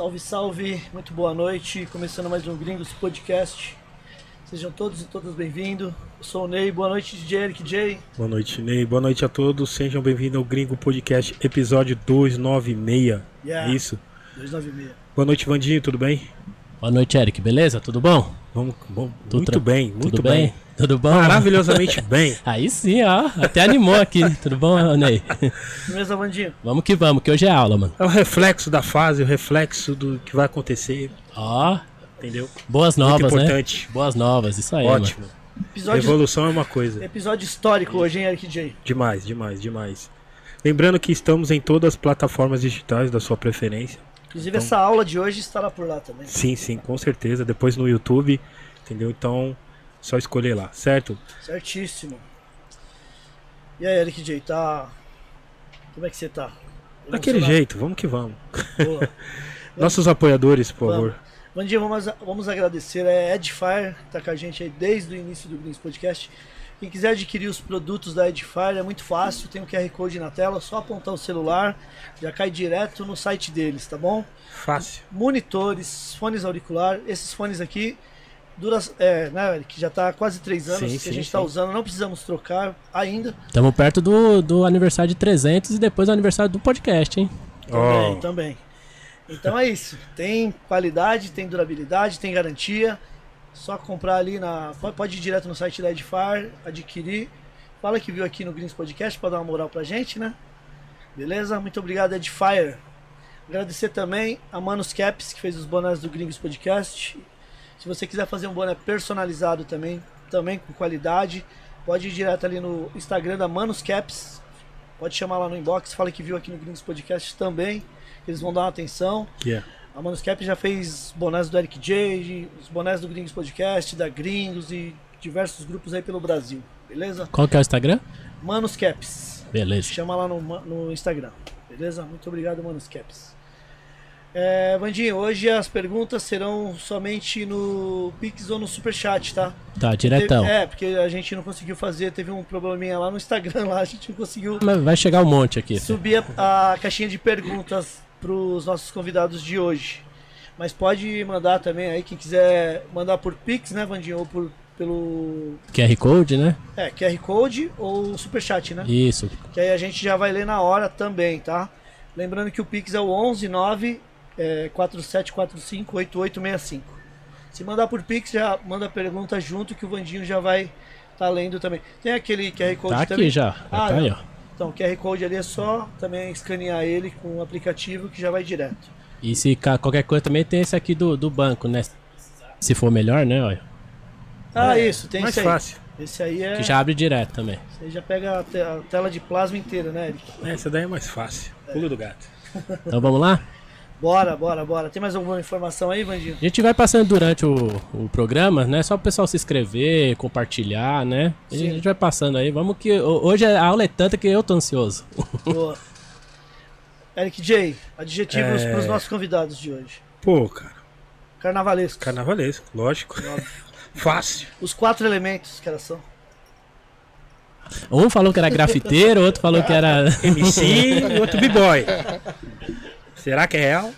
Salve, salve, muito boa noite, começando mais um Gringos Podcast. Sejam todos e todas bem-vindos. Eu sou o Ney, boa noite DJ Eric J. Boa noite, Ney, boa noite a todos, sejam bem-vindos ao Gringo Podcast, episódio 296. Yeah, isso? 296. Boa noite, Vandinho, tudo bem? Boa noite, Eric, beleza? Tudo bom? Muito bem, muito tudo bem. Tudo bom? Maravilhosamente bem. Aí sim, ó, até animou aqui. Tudo bom, Ney? Beleza, Vandinho? Vamos, que hoje é aula, mano. É o reflexo da fase, o reflexo do que vai acontecer. Ó, entendeu? boas novas, muito né? importante. Boas novas, isso aí, Ótimo. mano. Evolução é uma coisa. Episódio histórico hoje, hein, Eric J? Demais, demais, demais. Lembrando que estamos em todas as plataformas digitais da sua preferência. Inclusive essa aula de hoje estará por lá também. Sim, sim, com certeza. Depois no YouTube, entendeu? Então, só escolher lá, certo? Certíssimo. E aí, Eric J, tá... Como é que você tá? Daquele jeito, vamos que vamos. Boa. Nossos apoiadores, por favor. Vandinho, vamos agradecer a Edifier, que tá com a gente aí desde o início do Gringos Podcast. Quem quiser adquirir os produtos da Edifier é muito fácil, tem um QR Code na tela, só apontar o celular, já cai direto no site deles, tá bom? Fácil. Monitores, fones auricular, esses fones aqui, né, que já tá há quase 3 anos que a gente tá usando, não precisamos trocar ainda. Estamos perto do aniversário de 300 e depois do aniversário do podcast, hein? Também. Então é isso, tem qualidade, tem durabilidade, tem garantia. Só comprar ali pode ir direto no site da Edifier, adquirir. Fala que viu aqui no Gringos Podcast para dar uma moral pra gente, né? Beleza? Muito obrigado, Edifier. Agradecer também a Manus Caps, que fez os bonés do Gringos Podcast. Se você quiser fazer um boné personalizado também com qualidade, pode ir direto ali no Instagram da Manus Caps. Pode chamar lá no inbox, fala que viu aqui no Gringos Podcast também. Eles vão dar uma atenção. A Manuscap já fez bonés do Eric J, os bonés do Gringos Podcast, da Gringos e diversos grupos aí pelo Brasil, beleza? Qual que é o Instagram? Manuscaps. Beleza. Chama lá no Instagram, beleza? Muito obrigado, Manuscaps. Vandinho, hoje as perguntas serão somente no Pix ou no Superchat, tá? Tá, diretão. Porque a gente não conseguiu fazer, teve um probleminha lá no Instagram, lá a gente não conseguiu. Mas vai chegar um monte aqui. Subir a caixinha de perguntas para os nossos convidados de hoje. Mas pode mandar também aí, quem quiser mandar por Pix, né, Vandinho? Ou pelo... QR Code, né? QR Code ou Superchat, né? Isso. Que aí a gente já vai ler na hora também, tá? Lembrando que o Pix é o 119 4745 8865. Se mandar por Pix, já manda a pergunta junto que o Vandinho já vai tá lendo também. Tem aquele QR Code tá também? Aqui já. Tá aí, ó. Então, o QR Code ali é só também escanear ele com o aplicativo que já vai direto. E se qualquer coisa também tem esse aqui do banco, né? Se for melhor, né? Olha. Isso, tem mais esse aí. fácil. Esse aí é... Que já abre direto também. Esse aí já pega a tela de plasma inteira, né, Eric? Essa daí é mais fácil. Pulo do gato. Então vamos lá? Bora. Tem mais alguma informação aí, Vandinho? A gente vai passando durante o programa, né? Só o pessoal se inscrever, compartilhar, né? A gente vai passando aí. Vamos que hoje a aula é tanta que eu tô ansioso. Boa. Eric J, adjetivos para os nossos convidados de hoje. Pô, cara. Carnavalesco, lógico. Fácil. Os 4 elementos que elas são. Um falou que era grafiteiro, outro falou que era MC e outro b-boy. Será que é real?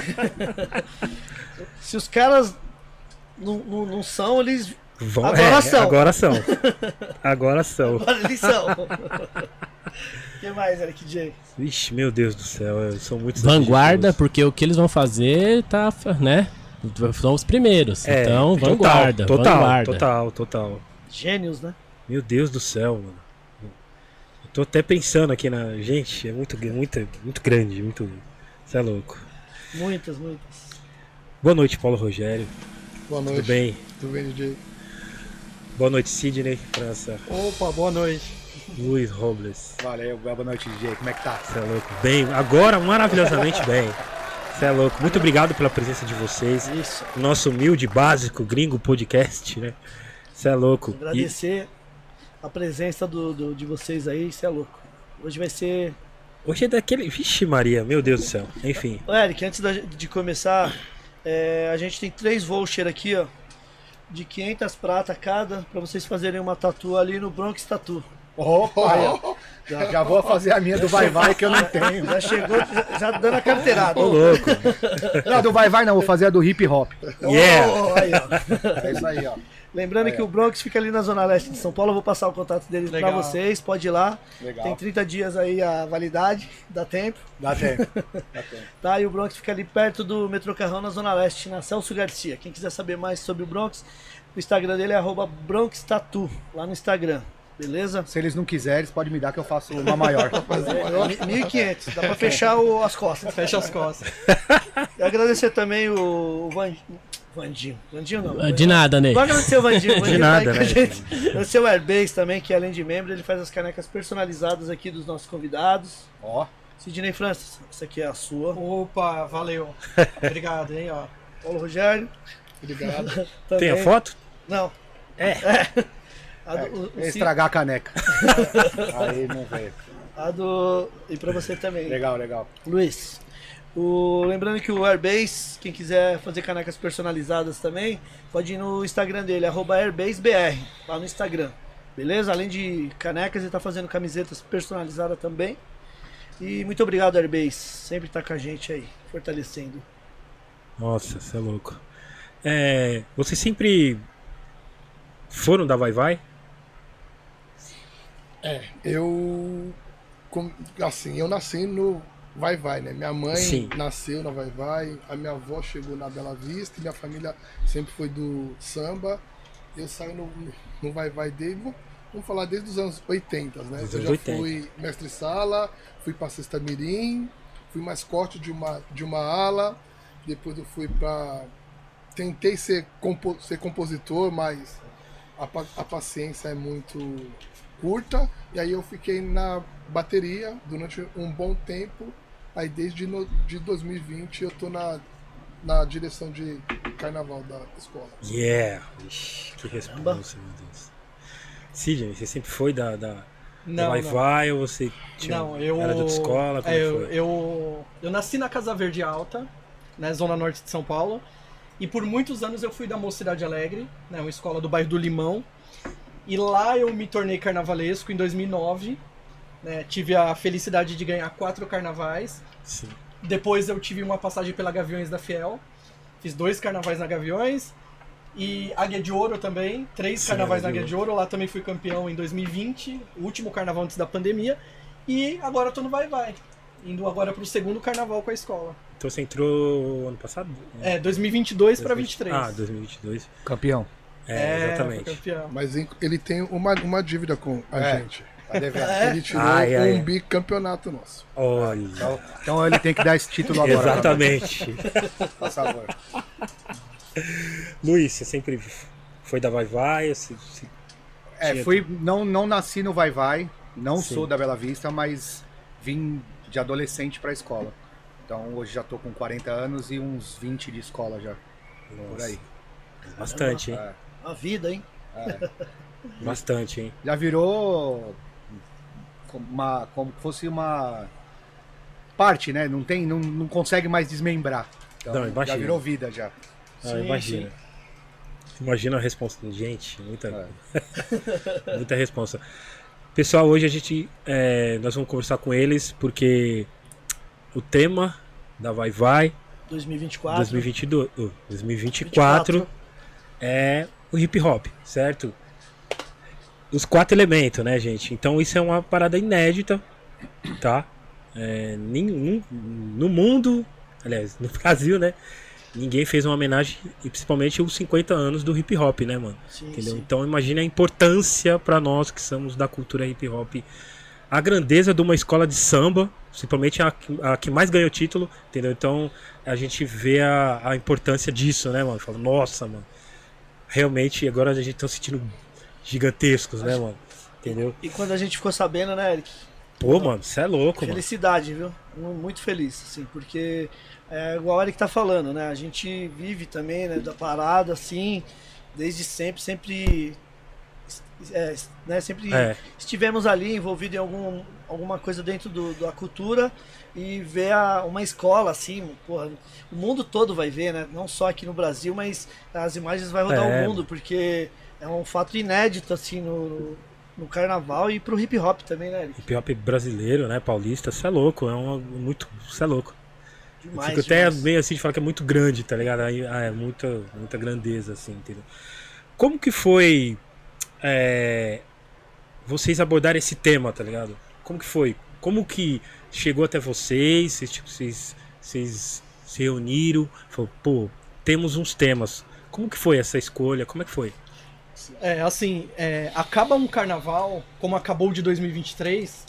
Se os caras não são, eles vão. Agora são. Agora são. Agora eles são. O que mais, Eric J? Vixe, meu Deus do céu, são muitos vanguarda, porque o que eles vão fazer tá, né? São os primeiros. Então, vanguarda. Total. Gênios, né? Meu Deus do céu, mano. Eu tô até pensando aqui na. Gente, é muito grande, muito. Você é louco. Muitas. Boa noite, Paulo Rogério. Boa noite. Tudo bem? Tudo bem, DJ? Boa noite, Sidney, França. Opa, boa noite. Luiz Robles. Valeu, boa noite, DJ. Como é que tá? Você é louco. Bem, agora maravilhosamente bem. Você é louco. Muito obrigado pela presença de vocês. Isso. Nosso humilde, básico, Gringo Podcast, né? Você é louco. Agradecer a presença de vocês aí, você é louco. Hoje vai ser... Hoje é daquele... Vixe Maria, meu Deus do céu. Enfim. Ô, Eric, antes de começar, a gente tem 3 vouchers aqui, ó. De 500 prata cada, pra vocês fazerem uma tatu ali no Bronx Tattoo. Opa, aí, ó. Já vou fazer a minha do Vai que eu não tenho. Já chegou, já dando a carteirada. Ô, louco. Não, do Vai não, vou fazer a do Hip Hop. Yeah. Aí, ó. É isso aí, ó. Lembrando Aí, que ó. o Bronx fica ali na Zona Leste de São Paulo. Eu vou passar o contato dele pra Legal. vocês. Pode ir lá. Legal. Tem 30 dias aí a validade. Dá tempo. Dá tempo. Dá tempo. Tá? E o Bronx fica ali perto do Metrô Carrão, na Zona Leste, na Celso Garcia. Quem quiser saber mais sobre o Bronx, o Instagram dele é @BronxTatu, lá no Instagram. Beleza? Se eles não quiserem, eles podem me dar que eu faço uma maior. 1.500, dá pra fechar as costas. Fecha as costas. E agradecer também o Vandinho. Vandinho não. De nada, Ney. Vou agradecer o Vandinho. O Vandinho nada, tá aí com a né? gente. Agradecer o Airbase também, que além de membro, ele faz as canecas personalizadas aqui dos nossos convidados. Ó, Sidney Francis, essa aqui é a sua. Opa, valeu. Obrigado, hein, ó. Paulo Rogério. Obrigado. Também. Tem a foto? Não. É. estragar a caneca. Aí não veio. E pra você também. Legal, legal. Luiz. Lembrando que o Airbase, quem quiser fazer canecas personalizadas também, pode ir no Instagram dele, @AirbaseBR, lá no Instagram. Beleza? Além de canecas, ele tá fazendo camisetas personalizadas também. E muito obrigado, Airbase. Sempre tá com a gente aí, fortalecendo. Nossa, você é louco. Vocês sempre foram da Vai? Eu nasci no Vai, né? Minha mãe Sim. nasceu na Vai, a minha avó chegou na Bela Vista, minha família sempre foi do samba. Eu saí no Vai vamos falar desde os anos 80, né? Dos Eu anos já 80. fui mestre-sala, fui passista mirim, fui mascote de uma ala, depois eu fui pra... Tentei ser compositor, mas a paciência é muito curta, e aí eu fiquei na bateria durante um bom tempo. Aí desde de 2020 eu tô na direção de carnaval da escola. Yeah! Ixi, que responsa, meu Deus. Sidney, você sempre foi da Não, Vai ou você era de outra escola? Como foi? eu nasci na Casa Verde Alta, né, zona norte de São Paulo, e por muitos anos eu fui da Mocidade Alegre, né, uma escola do bairro do Limão, e lá eu me tornei carnavalesco em 2009, né, tive a felicidade de ganhar 4 carnavais. Sim. Depois eu tive uma passagem pela Gaviões da Fiel, fiz 2 carnavais na Gaviões, e Águia de Ouro também, 3 Sim, carnavais na Águia Águia de de Ouro, lá também fui campeão em 2020, o último carnaval antes da pandemia, e agora tô no Vai, indo agora pro segundo carnaval com a escola. Então você entrou ano passado? 2022 para 23. 2022. Campeão. Exatamente. Fui campeão. Mas ele tem uma dívida com a gente. Tá devendo. Ele tirou um bicampeonato nosso. Olha. Então ele tem que dar esse título agora. Exatamente. Por favor. Luiz, você sempre foi da Vai? Não nasci no Vai, não Sim. sou da Bela Vista, mas vim de adolescente pra escola. Então hoje já tô com 40 anos e uns 20 de escola já. Por aí. Bastante, hein? A vida, hein? Bastante, hein? Já virou como fosse uma parte, né? Não consegue mais desmembrar. Então, Não, imagina. já virou vida já. Sim, Imagina. Imagina a resposta. Gente, muita resposta. Pessoal, hoje nós vamos conversar com eles porque o tema da Vai 2024. 2024 é o hip hop, certo? Os 4 elementos, né, gente? Então isso é uma parada inédita, tá? No mundo, aliás, no Brasil, né? Ninguém fez uma homenagem, e principalmente os 50 anos do hip hop, né, mano? Sim, Entendeu? sim. Então imagine a importância pra nós que somos da cultura hip hop, a grandeza de uma escola de samba, principalmente a que mais ganhou título, entendeu? Então a gente vê a importância disso, né, mano? Fala, nossa, mano, realmente agora a gente tá se sentindo gigantescos, né, mano? Entendeu? E quando a gente ficou sabendo, né, Eric? Pô, mano, você é louco, mano. Felicidade, viu? Muito feliz, assim, porque igual o Eric tá falando, né? A gente vive também, né, da parada, assim, desde sempre estivemos ali envolvidos em alguma coisa dentro da cultura, e ver uma escola assim, porra, o mundo todo vai ver, né? Não só aqui no Brasil, mas as imagens vai rodar o mundo, porque é um fato inédito assim no carnaval e pro hip hop também, né, Eric? Hip hop brasileiro, né? Paulista, isso é louco, isso é louco. Demais, Eu fico até demais. meio assim de falar que é muito grande, tá ligado? Aí, é muita grandeza, assim, entendeu? Como que foi vocês abordarem esse tema, tá ligado? Como que foi? Como que chegou até vocês? Vocês se reuniram, falou, pô, temos uns temas. Como que foi essa escolha? Como é que foi? Acaba um carnaval, como acabou o de 2023,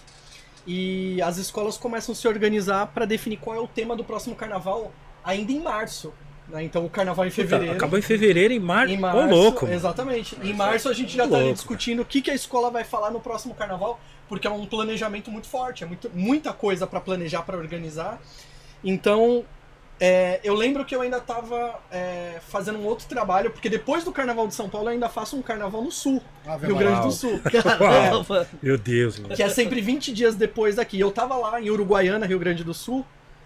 e as escolas começam a se organizar para definir qual é o tema do próximo carnaval ainda em março. Né? Então o carnaval é em fevereiro. Acabou em fevereiro, em março. Em março, Ô, louco. exatamente. Em março a gente já Ô, está louco, discutindo o que a escola vai falar no próximo carnaval, porque é um planejamento muito forte, é muita coisa para planejar, para organizar. Então, eu lembro que eu ainda estava fazendo um outro trabalho, porque depois do Carnaval de São Paulo eu ainda faço um carnaval no Sul, Rio Grande do Sul. Caramba. Meu Deus, mano. Que é sempre 20 dias depois daqui. Eu tava lá em Uruguaiana, Rio Grande do Sul,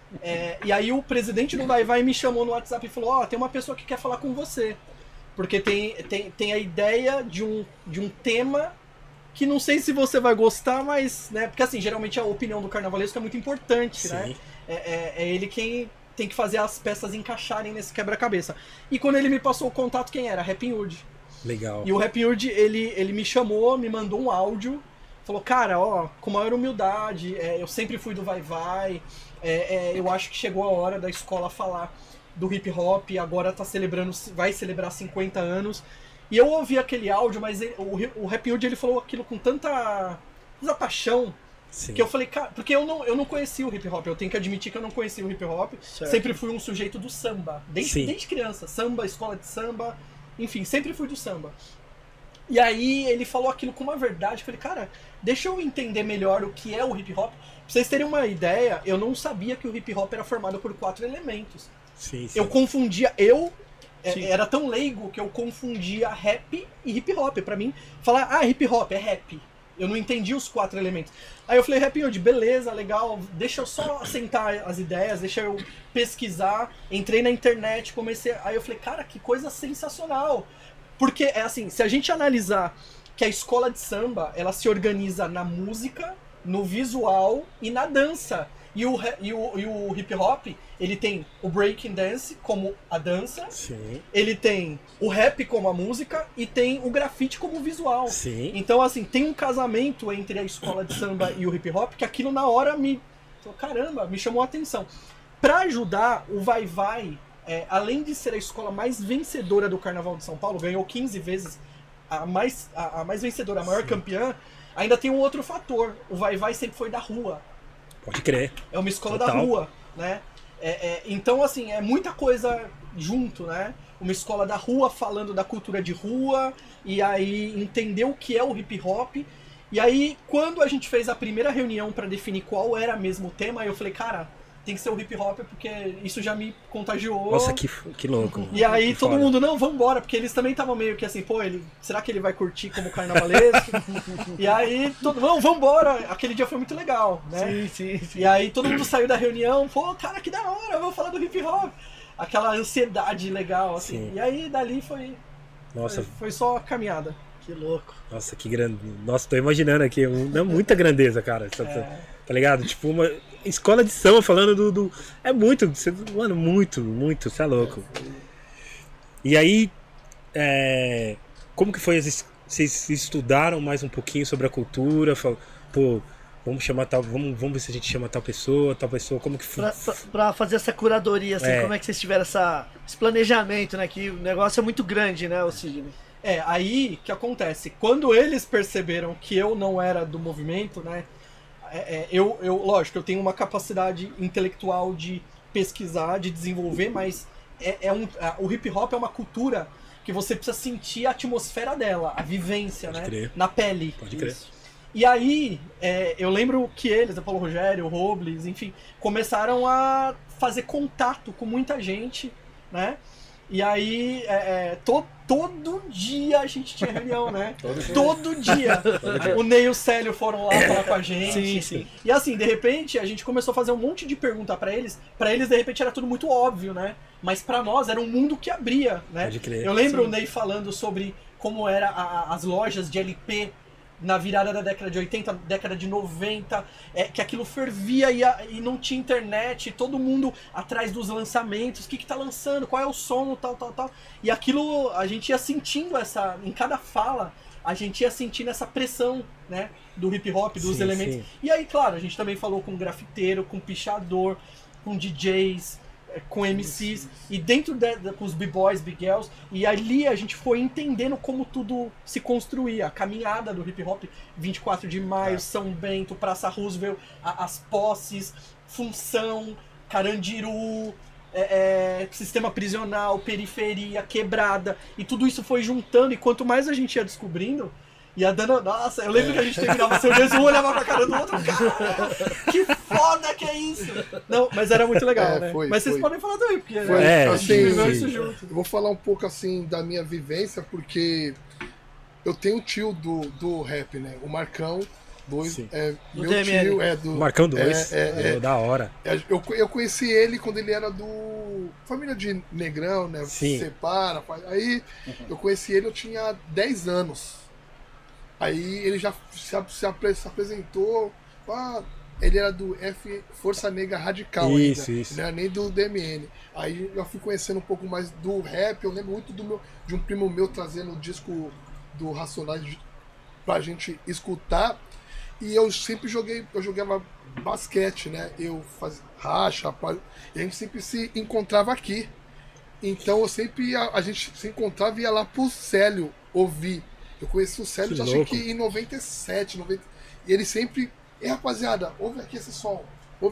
e aí o presidente do Vai Vai me chamou no WhatsApp e falou, tem uma pessoa que quer falar com você. Porque tem a ideia de um tema que não sei se você vai gostar, mas, né, porque assim, geralmente a opinião do carnavalesco é muito importante, Sim. né? É ele quem tem que fazer as peças encaixarem nesse quebra-cabeça. E quando ele me passou o contato, quem era? Rapping Hood. Legal. E o Rapping Hood, ele me chamou, me mandou um áudio, falou, cara, com maior humildade, eu sempre fui do Vai Vai, eu acho que chegou a hora da escola falar do hip hop, agora vai celebrar 50 anos. E eu ouvi aquele áudio, mas o Rapping Hood, ele falou aquilo com tanta paixão, Sim. que eu falei, cara, porque eu não conhecia o hip hop, eu tenho que admitir que eu não conhecia o hip hop, Certo. sempre fui um sujeito do samba, desde criança, samba, escola de samba, enfim, sempre fui do samba. E aí ele falou aquilo com uma verdade, eu falei, cara, deixa eu entender melhor o que é o hip hop. Pra vocês terem uma ideia, eu não sabia que o hip hop era formado por 4 elementos. Sim. Eu confundia, era tão leigo que eu confundia rap e hip hop. Pra mim, falar, hip hop é rap. Eu não entendi os 4 elementos. Aí eu falei, Rapping Hood, beleza, legal, deixa eu só assentar as ideias, deixa eu pesquisar. Entrei na internet, comecei. Aí eu falei, cara, que coisa sensacional. Porque é assim, se a gente analisar que a escola de samba, ela se organiza na música, no visual e na dança. E o hip hop, ele tem o breaking dance como a dança, Sim. ele tem o rap como a música e tem o grafite como o visual. Sim. Então, assim, tem um casamento entre a escola de samba e o hip hop que aquilo na hora me chamou a atenção. Pra ajudar, o Vai Vai, além de ser a escola mais vencedora do Carnaval de São Paulo, ganhou 15 vezes a mais vencedora, a maior campeã, ainda tem um outro fator. O Vai Vai sempre foi da rua. Pode crer. É uma escola Total. da rua, né? Então, assim, é muita coisa junto, né? Uma escola da rua falando da cultura de rua, e aí entender o que é o hip hop. E aí, quando a gente fez a primeira reunião para definir qual era mesmo o tema, eu falei, cara, tem que ser o hip hop, porque isso já me contagiou. Nossa, que louco. E aí Que todo foda. mundo, não, vambora, porque eles também estavam meio que assim, pô, será que ele vai curtir como carnavalesco? E aí, vambora, aquele dia foi muito legal, né? Sim. E aí todo mundo saiu da reunião, pô, cara, que da hora, vamos falar do hip hop. Aquela ansiedade legal, assim. Sim. E aí dali foi Nossa, só caminhada. Que louco. nossa, que grande. Nossa, tô imaginando aqui. Muita grandeza, cara. Tá ligado? Tipo, uma escola de samba falando do. É muito. Mano, muito. Você é louco. E aí. Como que foi? Vocês estudaram mais um pouquinho sobre a cultura? Pô, vamos chamar tal. Vamos ver se a gente chama tal pessoa, como que foi? Pra fazer essa curadoria, assim, como é que vocês tiveram esse planejamento, né? Que o negócio é muito grande, né, o Sidney? Aí que acontece. Quando eles perceberam que eu não era do movimento, né? Lógico, eu tenho uma capacidade intelectual de pesquisar, de desenvolver, mas o hip hop é uma cultura que você precisa sentir a atmosfera dela, a vivência, Pode né? crer. Na pele. Pode crer. Isso. E aí, eu lembro que eles, o Paulo Rogério, o Robles, enfim, começaram a fazer contato com muita gente, né? E aí, todo dia a gente tinha reunião, né? Todo dia. O Ney e o Célio foram lá falar com a gente. Sim. E assim, de repente, a gente começou a fazer um monte de pergunta pra eles. Pra eles, de repente, era tudo muito óbvio, né? Mas pra nós, era um mundo que abria, né? Pode crer. Eu lembro o Ney falando sobre como era as lojas de LP na virada da década de 80, década de 90, que aquilo fervia e não tinha internet, todo mundo atrás dos lançamentos, o que tá lançando, qual é o som, tal. E aquilo, a gente ia sentindo em cada fala, a gente ia sentindo essa pressão, né, do hip hop, dos elementos. Sim. E aí, claro, a gente também falou com grafiteiro, com pichador, com DJs, com MCs, e dentro com os b-boys, big girls, e ali a gente foi entendendo como tudo se construía, a caminhada do hip hop, 24 de maio, São Bento, Praça Roosevelt, as posses, Função, Carandiru, sistema prisional, periferia, quebrada, e tudo isso foi juntando, e quanto mais a gente ia descobrindo, ia dando... Nossa, eu lembro que a gente terminava seu dia, um olhava pra cara do outro, cara, que foda que é isso! Não, mas era muito legal, né? Mas vocês podem falar também, porque a gente assim, viveu isso junto. Eu vou falar um pouco, assim, da minha vivência, porque eu tenho um tio do rap, né? O Marcão. Meu tio do Marcão 2, da hora. Eu conheci ele quando ele era do família de Negrão, né? Sim. Separa. Aí eu conheci ele, eu tinha 10 anos. Aí ele já se apresentou. Ele era do Força Negra Radical isso. Não era nem do DMN. Aí eu fui conhecendo um pouco mais do rap. Eu lembro muito de um primo meu trazendo o disco do Racionais pra gente escutar. E eu sempre jogava basquete, né? Eu fazia racha, e a gente sempre se encontrava aqui. Então eu sempre a gente se encontrava e ia lá pro Célio ouvir. Eu conheci o Célio, acho que em 97, 90. E ele sempre, rapaziada, ouve aqui esse som.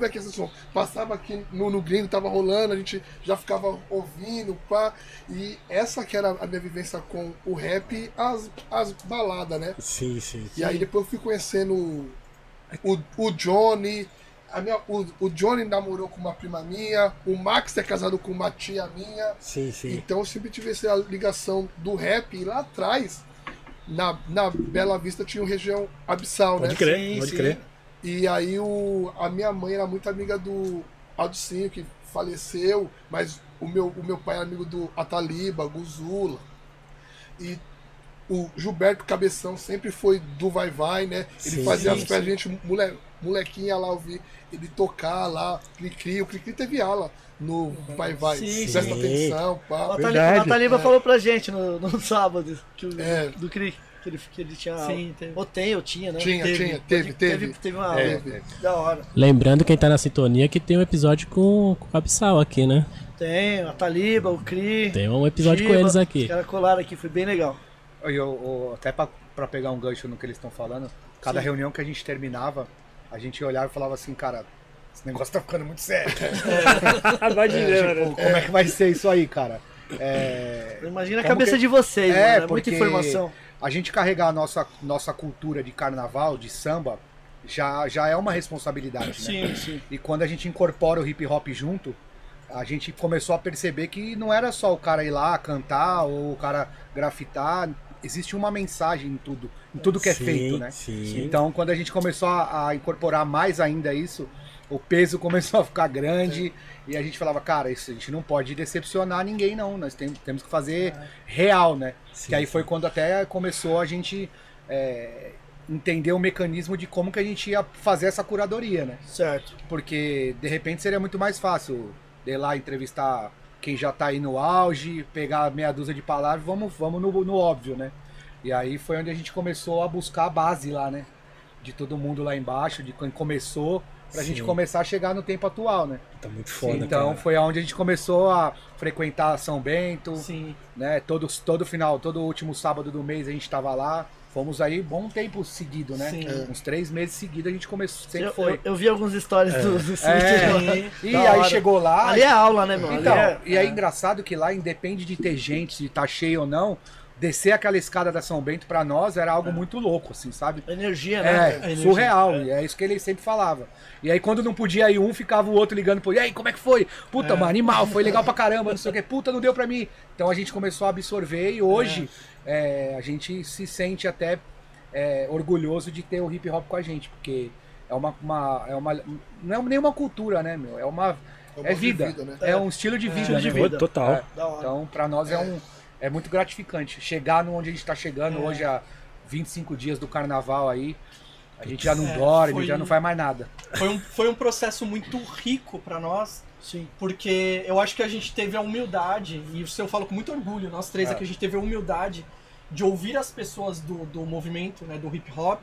Passava aqui no gringo, tava rolando, a gente já ficava ouvindo, pá. E essa que era a minha vivência com o rap, as baladas, né? Sim. E aí depois eu fui conhecendo o Johnny. O Johnny namorou com uma prima minha, o Max é casado com uma tia minha. Sim. Então eu sempre tive essa ligação do rap. E lá atrás, na Bela Vista, tinha o Região Abissal, pode né? Pode crer. E aí a minha mãe era muito amiga do Aldicinho, que faleceu, mas o meu pai era amigo do Ataliba, Guzula. E o Gilberto Cabeção sempre foi do Vai, né? Ele fazia as pra gente, molequinha lá, ouvir ele tocar lá, o Cri-Cri teve aula no Vai. Presta atenção, pá. O Ataliba falou pra gente no sábado do Cri. Que ele tinha. Sim, teve. Ou tinha, né? Teve uma aula. Da hora. Lembrando quem tá na sintonia que tem um episódio com o Abissal aqui, né? Tem, a Taliba, o Cri. Tem um episódio com eles aqui. Os caras colaram aqui, foi bem legal. Até pra pegar um gancho no que eles estão falando, cada reunião que a gente terminava, a gente olhava e falava assim, cara, esse negócio tá ficando muito sério. Como é que vai ser isso aí, cara? Imagina a cabeça de vocês, mano, muita informação. A gente carregar a nossa cultura de carnaval, de samba, já é uma responsabilidade, né? Sim. E quando a gente incorpora o hip hop junto, a gente começou a perceber que não era só o cara ir lá cantar ou o cara grafitar, existe uma mensagem em tudo que é feito, né? Sim. Então, quando a gente começou a incorporar mais ainda isso, o peso começou a ficar grande e a gente falava, cara, isso a gente não pode decepcionar ninguém, não. Nós temos que fazer real, né? Que aí foi quando até começou a gente entender o mecanismo de como que a gente ia fazer essa curadoria, né? Certo. Porque, de repente, seria muito mais fácil de ir lá entrevistar quem já tá aí no auge, pegar meia dúzia de palavras, vamos no óbvio, né? E aí foi onde a gente começou a buscar a base lá, né? De todo mundo lá embaixo, de quem começou, pra gente começar a chegar no tempo atual, né? Tá muito foda, então cara. foi onde a gente começou a frequentar São Bento, Sim. né? Todo último sábado do mês a gente tava lá. Fomos aí bom tempo seguido, né? Sim. Uns 3 meses seguidos a gente começou, sempre foi. Eu vi algumas histórias dos E aí chegou lá. Ali é aula, né, mano? Então, e aí engraçado que lá, independe de ter gente, se tá cheio ou não, descer aquela escada da São Bento pra nós era algo muito louco, assim, sabe? Energia, né? Surreal. E é isso que ele sempre falava. E aí quando não podia ir um, ficava o outro ligando pro... E aí, como é que foi? Puta, mano, animal, foi legal pra caramba, não sei o que. Puta, não deu pra mim. Então a gente começou a absorver e hoje a gente se sente até orgulhoso de ter o hip hop com a gente, porque não é nem uma cultura, né, meu? É vida. Né? É um estilo de vida. Estilo de né? vida. Total. Da hora. Então, pra nós é muito gratificante chegar onde a gente tá chegando hoje há 25 dias do carnaval aí, a gente já não dorme, foi- já não faz mais nada. Foi um processo muito rico pra nós, Sim. porque eu acho que a gente teve a humildade, e isso eu falo com muito orgulho, nós três É. aqui, a gente teve a humildade de ouvir as pessoas do movimento, né, do hip hop,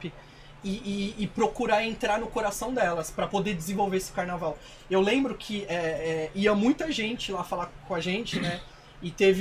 e procurar entrar no coração delas para poder desenvolver esse carnaval. Eu lembro que ia muita gente lá falar com a gente, né? E teve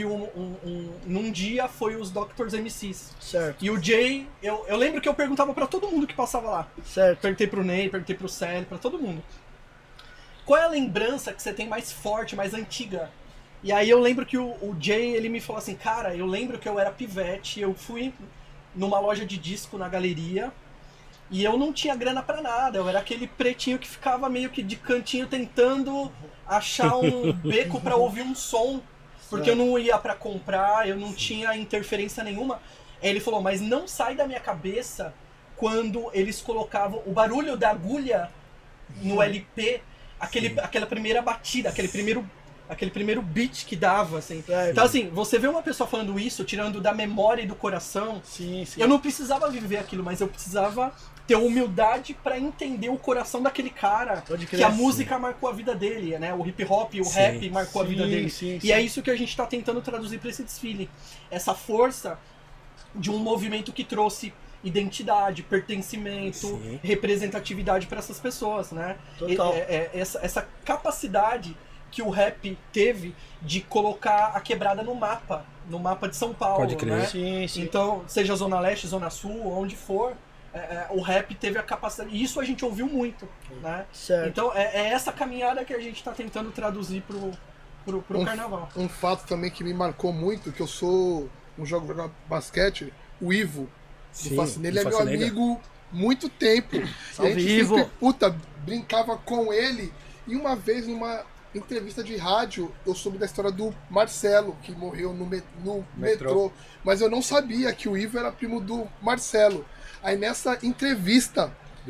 num dia foi os Doctors MCs. Certo, E o Jay, eu lembro que eu perguntava para todo mundo que passava lá. certo. Perguntei pro Ney, perguntei pro Célio, pra todo mundo. Qual é a lembrança que você tem mais forte, mais antiga? E aí eu lembro que o Jay, ele me falou assim, cara, eu lembro que eu era pivete, eu fui numa loja de disco na galeria, e eu não tinha grana pra nada, eu era aquele pretinho que ficava meio que de cantinho tentando achar um beco pra ouvir um som, porque eu não ia pra comprar, eu não tinha interferência nenhuma. Aí ele falou, mas não sai da minha cabeça quando eles colocavam o barulho da agulha no LP, aquela primeira batida, aquele primeiro beat que dava, assim. Então assim, você vê uma pessoa falando isso, tirando da memória e do coração, Sim, sim. eu não precisava viver aquilo, mas eu precisava ter humildade pra entender o coração daquele cara, Pode crer, que a sim. música marcou a vida dele, né? O hip hop, o Sim, rap marcou a vida sim, dele. sim, E sim. é isso que a gente tá tentando traduzir pra esse desfile. Essa força de um movimento que trouxe identidade, pertencimento, Sim. representatividade pra essas pessoas, né? Total. Essa capacidade que o rap teve de colocar a quebrada no mapa de São Paulo, Pode crer. né? Sim, sim. Então, seja Zona Leste, Zona Sul, onde for, o rap teve a capacidade. E isso a gente ouviu muito, né? Certo. Então, é essa caminhada que a gente tá tentando traduzir pro carnaval. Um fato também que me marcou muito, que eu sou um jogador de basquete, o Ivo, do Sim, Fascinei, ele do é meu Fascinei. amigo muito tempo. Salve, e a gente Ivo. sempre, puta, brincava com ele. E uma vez, numa entrevista de rádio, eu soube da história do Marcelo, que morreu no metrô. Mas eu não sabia que o Ivo era primo do Marcelo. Aí nessa entrevista,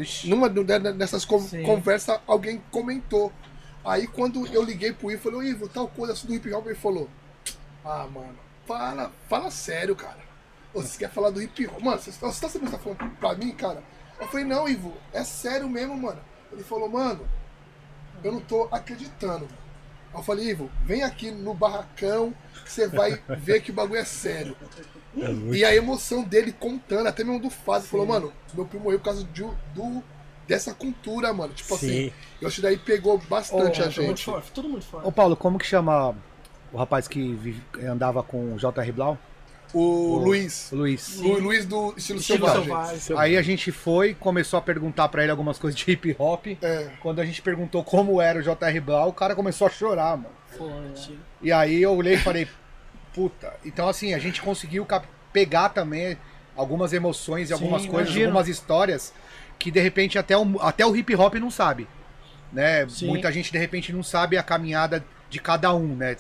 nessas Sim. conversas, alguém comentou. Aí quando eu liguei pro Ivo, falei, ô Ivo, tal coisa assim do hip hop, ele falou, ah, mano, fala sério, cara. Ô, você quer falar do hip hop? Mano, você tá sabendo o que tá falando pra mim, cara? Eu falei, não, Ivo, é sério mesmo, mano. Ele falou, mano, eu não tô acreditando. Aí eu falei, Ivo, vem aqui no barracão que você vai ver que o bagulho é sério. E a emoção dele contando, até mesmo do Fábio, falou, mano, meu primo morreu por causa dessa cultura, mano. Tipo Sim. assim, eu acho que daí pegou bastante a Todo muito gente. forte, tudo muito forte. Ô Paulo, como que chama o rapaz que andava com o J.R. Blau? O Luiz. O Luiz. Luiz do Estilo Estilo Selvagem. selvagem. Aí a gente foi, começou a perguntar pra ele algumas coisas de hip hop. É. Quando a gente perguntou como era o J.R. Blau, o cara começou a chorar, mano. Foi, né? E aí eu olhei e falei, puta. Então assim, a gente conseguiu pegar também algumas emoções e algumas coisas, imagino. algumas histórias que de repente até o hip hop não sabe. Né? Sim. Muita gente de repente não sabe a caminhada de cada um, né?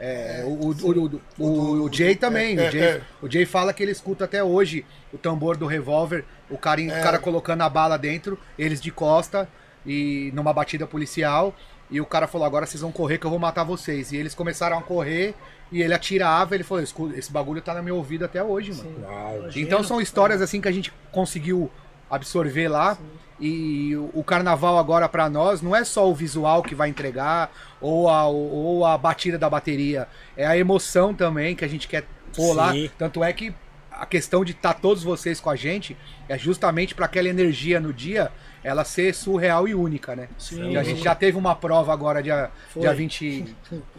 O Jay também. O Jay fala que ele escuta até hoje o tambor do revólver, o cara colocando a bala dentro, eles de costa e numa batida policial. E o cara falou, agora vocês vão correr que eu vou matar vocês. E eles começaram a correr e ele atirava, ele falou, esse bagulho tá no meu ouvido até hoje, mano. Uau. Então são histórias assim que a gente conseguiu absorver lá. E o carnaval agora pra nós não é só o visual que vai entregar ou a batida da bateria, é a emoção também que a gente quer pôr lá. Sim. Tanto é que a questão de estar todos vocês com a gente é justamente para aquela energia no dia ela ser surreal e única, né? Sim. E a gente já teve uma prova agora dia 20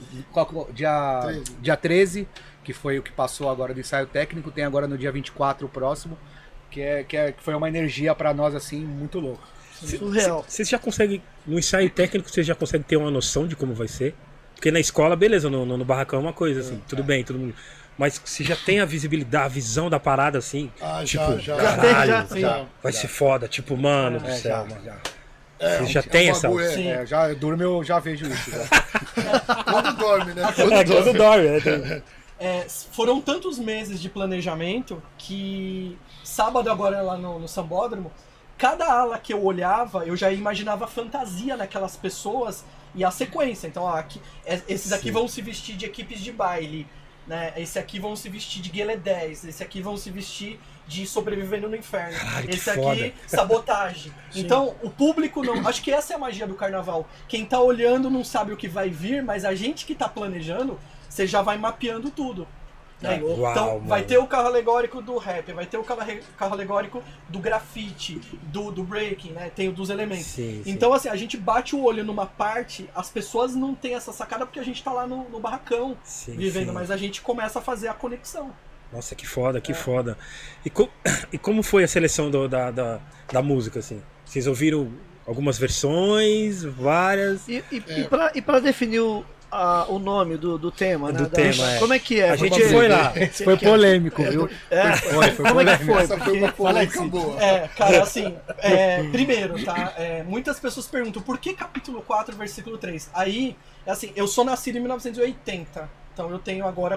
dia 13, que foi o que passou agora do ensaio técnico, tem agora no dia 24 o próximo, que foi uma energia pra nós assim muito louca. Surreal. Vocês já conseguem, no ensaio técnico, vocês já conseguem ter uma noção de como vai ser? Porque na escola, beleza, no barracão é uma coisa, assim, tudo bem, todo mundo. Mas você já tem a visibilidade, a visão da parada, assim? Ah, tipo, já. caralho, Já. vai ser foda, tipo, mano do céu, mano. Você já É tem um essa. bagulho, Sim. Eu durmo, eu já vejo isso. Já. Quando dorme, né? Quando dorme, né? Foram tantos meses de planejamento que sábado agora lá no Sambódromo, cada ala que eu olhava, eu já imaginava fantasia naquelas pessoas e a sequência. Então, esses aqui vão se vestir de equipes de baile, né? Esse aqui vão se vestir de Guelé 10, esse aqui vão se vestir de Sobrevivendo no Inferno. Caralho, que Esse aqui, foda. Sabotagem. Então, o público não... Acho que essa é a magia do carnaval. Quem tá olhando não sabe o que vai vir, mas a gente que tá planejando, você já vai mapeando tudo. Né? Uau, Então, vai mano. ter o carro alegórico do rap, vai ter o carro alegórico do grafite, do breaking, né? Tem o dos elementos. Sim, sim. Então, assim, a gente bate o olho numa parte, as pessoas não têm essa sacada porque a gente tá lá no barracão Sim, vivendo, sim. mas a gente começa a fazer a conexão. Nossa, que foda, que foda. E como foi a seleção da música, assim? Vocês ouviram algumas versões, várias? E pra definir o nome do tema, né? Do tema, é. Como é que é? A gente Porque- foi lá. Esse foi polêmico, viu? Foi como é que foi? Essa foi uma polêmica boa. Cara, assim, primeiro, tá? Muitas pessoas perguntam por que capítulo 4, versículo 3? Aí, assim, eu sou nascido em 1980, então eu tenho agora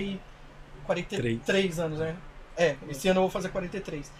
43 anos, né? Esse ano eu vou fazer 43.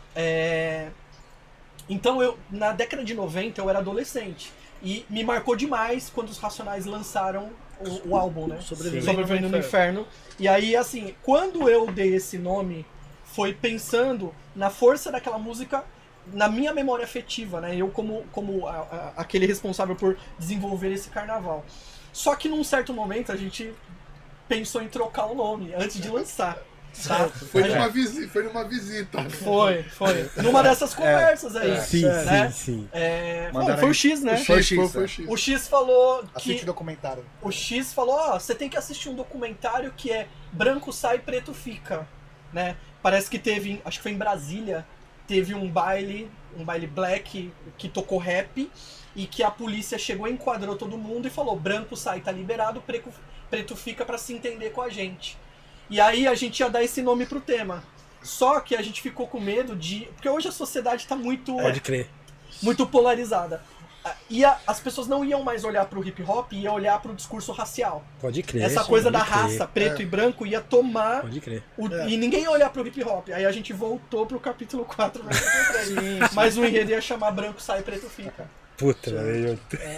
Então, na década de 90, eu era adolescente. E me marcou demais quando os Racionais lançaram o álbum, né? Sobrevivendo no Inferno. E aí, assim, quando eu dei esse nome, foi pensando na força daquela música, na minha memória afetiva, né? Eu como aquele responsável por desenvolver esse carnaval. Só que num certo momento a gente pensou em trocar o nome antes de lançar. Tá? Foi numa visita. Foi. Numa dessas conversas aí. Sim, né? sim. Foi o X, né? Foi o X. O X falou Assiste que. o documentário. O X falou, você tem que assistir um documentário que é Branco Sai, Preto Fica. Né? Parece que teve, acho que foi em Brasília, teve um baile black que tocou rap e que a polícia chegou, enquadrou todo mundo e falou, branco sai, tá liberado, preto fica pra se entender com a gente. E aí a gente ia dar esse nome pro tema. Só que a gente ficou com medo de... Porque hoje a sociedade tá muito... Pode crer. Muito polarizada. E as pessoas não iam mais olhar pro hip hop, iam olhar pro discurso racial. Pode crer. Essa coisa da raça, preto e branco, ia tomar... Pode crer. E ninguém ia olhar pro hip hop. Aí a gente voltou pro capítulo 4, mas o enredo ia chamar Branco Sai, Preto Fica. Puta, velho.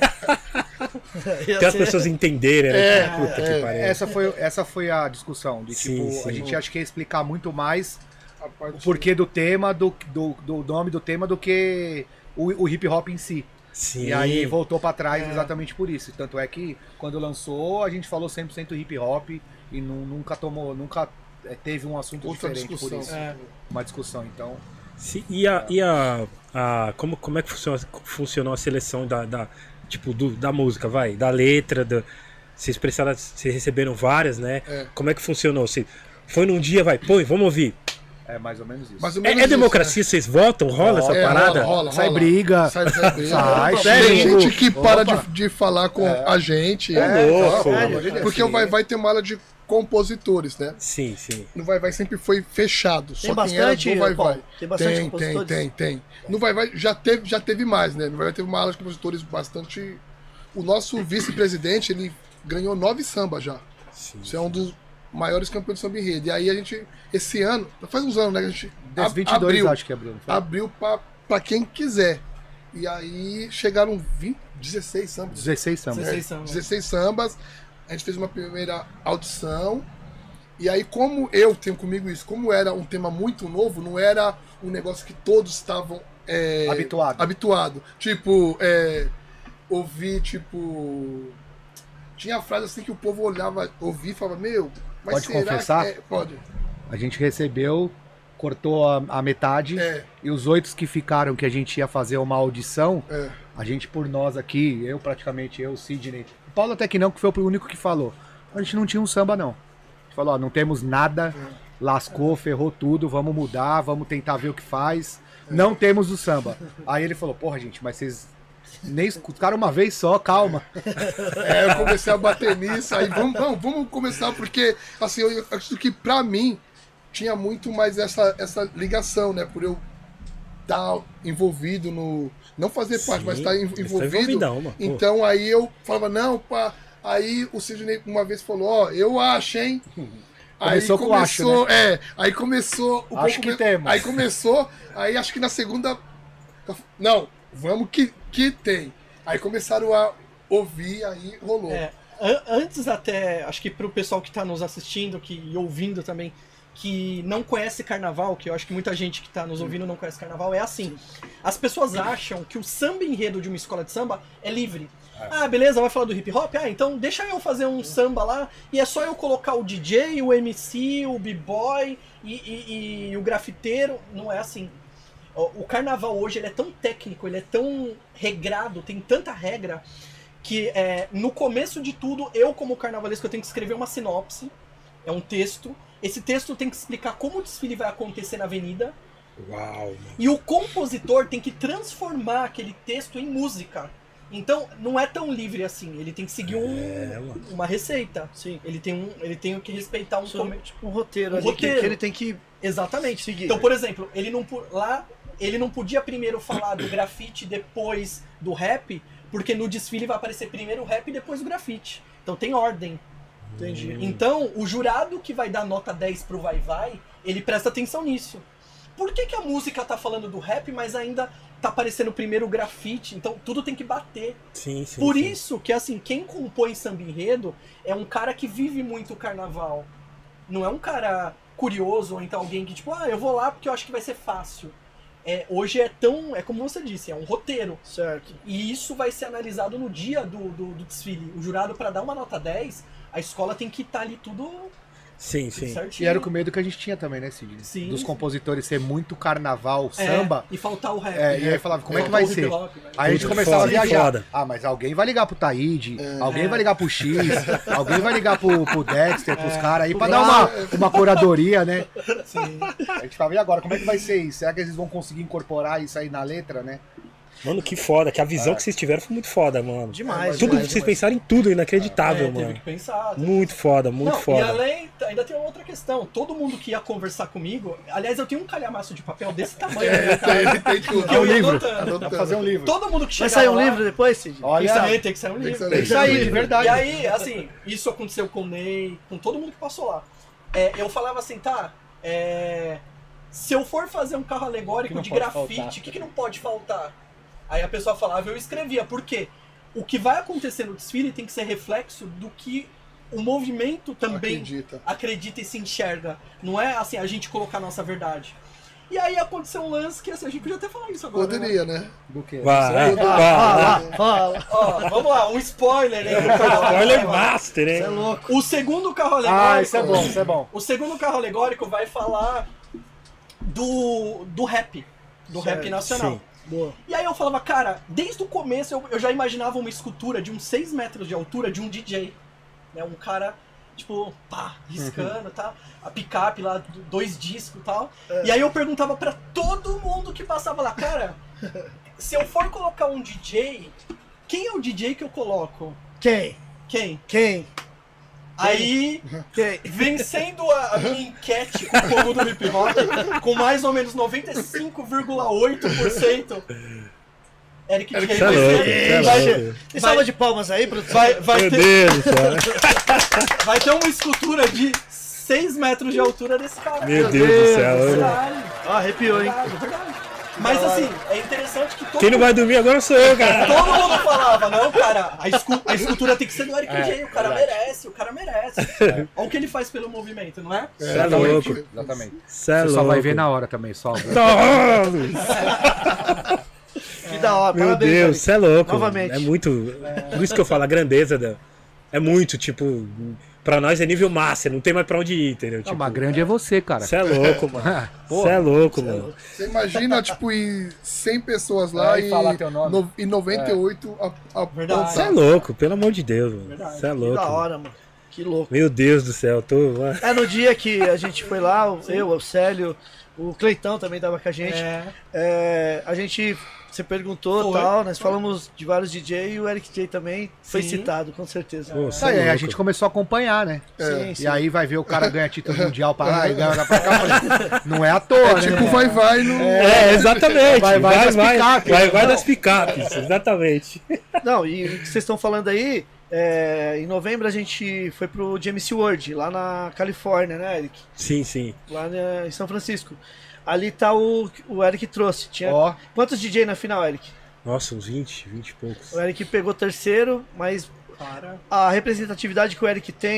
Até as pessoas entenderem, né? Puta que pariu. Essa foi a discussão. De, Sim, tipo, sim. a gente acha que ia explicar muito mais A parte- o porquê do tema, do nome do tema, do que o hip hop em si. Sim. E aí voltou pra trás exatamente por isso. Tanto é que quando lançou, a gente falou 100% hip hop e nunca teve um assunto Outra diferente discussão. por isso. Uma discussão, então. Sim, como é que funcionou a seleção da música, da letra, vocês receberam várias, né? Como é que funcionou? Foi num dia, vamos ouvir. É mais ou menos isso. Mais ou menos É isso, democracia, vocês votam? Rola essa parada? Rola. Sai briga. Sai briga. Sai, Tem sério? gente que para Opa. de falar com a gente. louco. Pelo amor de Deus. porque vai ter uma ala de compositores, né? Sim, sim. No Vai sempre foi fechado. Tem Só quem era bastante, do Vai. Paulo? Tem bastante compositores? Tem. No Vai já teve mais, né? No Vai teve uma ala de compositores bastante... O nosso vice-presidente, ele ganhou 9 sambas já. Sim. Isso é um dos maiores campeões de samba enredo. E aí a gente, esse ano, faz uns anos, né? Que a gente Desde 22 acho que abriu. Não foi? abriu pra quem quiser. E aí chegaram 16 sambas. 16 sambas. 16 sambas. A gente fez uma primeira audição. E aí, como eu tenho comigo isso, como era um tema muito novo, não era um negócio que todos estavam habituado. Tipo, ouvir, tipo... Tinha frase assim que o povo olhava, ouvia e falava, meu, mas Pode será confessar? que... Pode. A gente recebeu, cortou a metade, e os 8 que ficaram, que a gente ia fazer uma audição, a gente por nós aqui, eu, Sidney, o Paulo até que não, que foi o único que falou. A gente não tinha um samba, não. A gente falou, não temos nada, lascou, ferrou tudo, vamos mudar, vamos tentar ver o que faz. Não temos o samba. Aí ele falou, porra, gente, mas vocês nem escutaram uma vez só, calma. Eu comecei a bater nisso, aí vamos começar, porque assim, eu acho que pra mim tinha muito mais essa ligação, né? Por eu estar envolvido no... Não fazer parte, mas estar envolvido. Mano. Então aí eu falava, não, pá. Aí o Sidney uma vez falou, eu acho, hein? Começou com acho, né? Aí começou... Acho que temos. Aí começou, aí acho que na segunda... Não, vamos que tem. Aí começaram a ouvir, aí rolou. Antes até, acho que pro pessoal que tá nos assistindo e ouvindo também, que não conhece carnaval, que eu acho que muita gente que tá nos ouvindo não conhece carnaval, é assim. As pessoas acham que o samba enredo de uma escola de samba é livre. Ah, beleza, vai falar do hip hop? Ah, então deixa eu fazer um samba lá e é só eu colocar o DJ, o MC, o b-boy e o grafiteiro. Não é assim. O carnaval hoje ele é tão técnico, ele é tão regrado, tem tanta regra, que no começo de tudo, eu como carnavalesco eu tenho que escrever uma sinopse, é um texto. Esse texto tem que explicar como o desfile vai acontecer na avenida. Uau! E o compositor tem que transformar aquele texto em música. Então, não é tão livre assim. Ele tem que seguir uma receita. Sim. Ele tem que respeitar um Tipo um roteiro um ali roteiro. Que ele tem que Exatamente. seguir. Então, por exemplo, ele não podia primeiro falar do grafite depois do rap, porque no desfile vai aparecer primeiro o rap e depois o grafite. Então tem ordem. Entendi. Então, o jurado que vai dar nota 10 pro Vai-Vai, ele presta atenção nisso. Por que a música tá falando do rap, mas ainda tá aparecendo primeiro o grafite? Então, tudo tem que bater. Sim, sim. Por sim. isso que, assim, quem compõe samba enredo é um cara que vive muito o carnaval. Não é um cara curioso, ou então alguém que, tipo, eu vou lá porque eu acho que vai ser fácil. Hoje é como você disse, é um roteiro. Certo. E isso vai ser analisado no dia do desfile. O jurado, para dar uma nota 10, a escola tem que estar ali tudo Sim, sim. certinho. E era o medo que a gente tinha também, né, Cid? Sim. Dos compositores ser muito carnaval, samba. E faltar o rap. E aí falava, como é que vai Faltar o ser? hip-hop, né? Aí a gente Tudo começava foda, a viajar. foda. Mas alguém vai ligar pro Taíde, alguém vai ligar pro X, alguém vai ligar pro Dexter, pros caras aí, pra dar uma curadoria, né? Sim. A gente falava, e agora, como é que vai ser isso? Será que eles vão conseguir incorporar isso aí na letra, né? Mano, que foda, que a visão que vocês tiveram foi muito foda, mano. Demais. Tudo, demais, vocês demais. pensaram em tudo, inacreditável, Teve mano. que pensar. Muito foda, muito Não, foda. E além, ainda tem uma outra questão. Todo mundo que ia conversar comigo... Aliás, eu tenho um calhamaço de papel desse tamanho. Né, cara? Ele tem tudo. Que eu ia livro. anotando. Dá pra fazer um livro. Todo mundo que Vai chegava sair um lá, livro depois, Cid? Olha, Tem que sair um livro. sair. tem que sair, de verdade. E aí, assim, isso aconteceu com o Ney, com todo mundo que passou lá. Eu falava assim, se eu for fazer um carro alegórico de grafite, o que não pode faltar? Aí a pessoa falava, eu escrevia. Por quê? O que vai acontecer no desfile tem que ser reflexo do que o movimento também acredita e se enxerga. Não é assim, a gente colocar a nossa verdade. E aí aconteceu um lance que assim, a gente podia até falar isso agora. Poderia, né? Do quê? Vai, Fala. Ó, vamos lá, um spoiler, hein? Spoiler master, hein? Você é louco. O segundo carro alegórico. Isso é bom, isso é bom. O segundo carro alegórico vai falar do rap. Do rap nacional. sim. Boa. E aí eu falava, cara, desde o começo eu já imaginava uma escultura de uns 6 metros de altura de um DJ. Né? Um cara, tipo, riscando e tal. A picape lá, 2 discos e tal. E aí eu perguntava pra todo mundo que passava lá, cara, se eu for colocar um DJ, quem é o DJ que eu coloco? Quem? Quem? Aí, vencendo a minha enquete com o povo do hip hop, com mais ou menos 95,8%, Eric J. Cê é louco, cê é louco. Tem salva de palmas aí, produção? Vai Meu ter, Deus do céu. vai ter uma escultura de 6 metros de altura desse cara. Meu Deus do céu. Verdade, Arrepiou, hein? verdade. Mas assim, é interessante que Quem não vai dormir agora sou eu, cara. todo mundo falava, não, cara, a escultura tem que ser do Eric J. O cara merece. Olha o que ele faz pelo movimento, não é? Cê é louco. Exatamente. Cê é Você só louco. vai ver na hora também, só. Que da hora, Meu parabéns, Deus, Eric. você é louco. Novamente. É muito. Por isso que eu falo, a grandeza é muito, tipo. Pra nós é nível master, não tem mais pra onde ir, entendeu? Não, Tipo, mas grande é você, cara. Você é louco, mano. Você é louco, mano. Você imagina, tipo, ir 100 pessoas lá E falar teu nome. e 98 Verdade. Você é louco, pelo amor de Deus, mano. Verdade. Você é Que louco. da mano. hora, mano. Que louco. Meu Deus do céu, tô. No dia que a gente foi lá, eu, o Célio, o Cleitão também tava com a gente. A gente, você perguntou e tal, nós falamos de vários DJ e o Eric J também foi Sim. citado, com certeza. Pô, Isso cê é aí, a louco. gente começou a acompanhar, né? Sim, sim. E aí vai ver o cara ganha título mundial pra lá e ganha lá pra cá. Não é à toa, né? Tipo, vai no... Exatamente. Vai das picapes. Vai das picapes, exatamente. Não, e o que vocês estão falando aí, em novembro a gente foi pro James World, lá na Califórnia, né, Eric? Sim, sim. Lá em São Francisco. Ali tá o Eric trouxe. Tinha Ó. quantos DJ na final, Eric? Nossa, uns 20 e poucos. O Eric pegou terceiro, mas Para. a representatividade que o Eric tem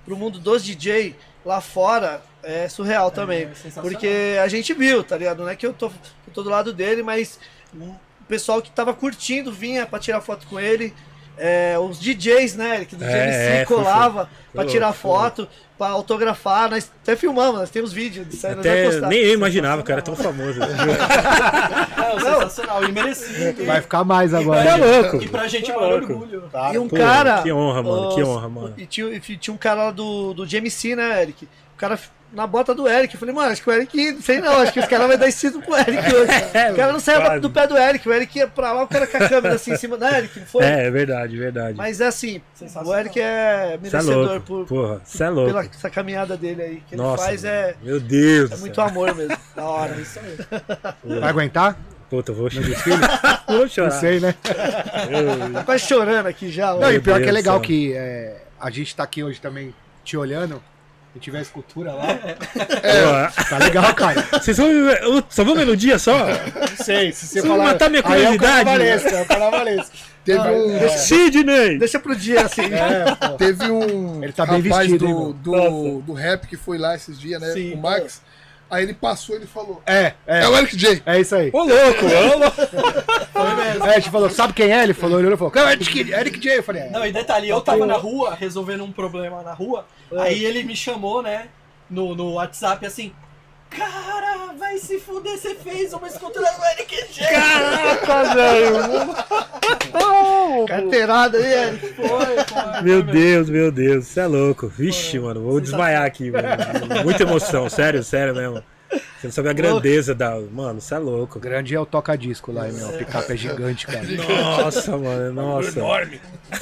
pro mundo dos DJ lá fora é surreal também. sensacional. Porque a gente viu, tá ligado? Não é que eu tô do lado dele, mas o pessoal que tava curtindo vinha pra tirar foto com ele. Os DJs, né? Que do GMC colava pra tirar foto, pra autografar. Nós até filmamos, nós temos vídeo disso aí, nós vamos postar. Nem eu imaginava, cara, era tão famoso. Sensacional, e merecido. Vai ficar mais agora. É louco. E pra gente é um orgulho. E um Pô, cara. que honra, mano, que honra, mano. E tinha um cara lá do GMC, né, Eric? O cara na bota do Eric. Eu falei, mano, acho que o Eric. Sei não, acho que os caras vão dar esse título pro Eric hoje. O cara não saiu do pé do Eric. O Eric ia pra lá, o cara com a câmera assim em cima. Né, Eric? Não foi? É verdade, verdade. Mas é assim, o Eric é merecedor pela essa caminhada dele aí. Que ele faz meu Deus. É muito amor mesmo. Da hora. Isso mesmo. Vai aguentar? Puta, eu vou Vou chorar. Não sei, né? Tá quase chorando aqui já. Não, e pior que é Deus legal do céu. que a gente tá aqui hoje também te olhando. Se tiver escultura lá. Tá legal, cara. Vocês só vão ver no dia só? Não sei, se você Você falar. vai matar minha curiosidade? É o carnavalesco. Teve um. Sidney! Deixa pro dia assim. Pô. Teve um Ele tá bem rapaz vestido, hein, do rap que foi lá esses dias, né? Sim, o Max. Aí ele passou e ele falou. É o Eric J. É isso aí. Ô, louco! Foi mesmo. A gente falou, sabe quem é? Ele falou, ele olhou e falou, é Eric J. Eu falei, Não, e detalhe, eu tava na rua, resolvendo um problema na rua, aí ele me chamou, né, no WhatsApp, assim, cara, vai se fuder, você fez uma escultura do Eric J. Caraca, velho! Carteirada aí, Eric. Foi. Meu Deus, você é louco. Vixe, mano, vou desmaiar aqui, mano. Muita emoção, sério mesmo. Você não sabe a grandeza da. Mano, você é louco. grande é o toca-disco lá, meu. O picape é gigante, cara. Nossa, mano, nossa. Enorme.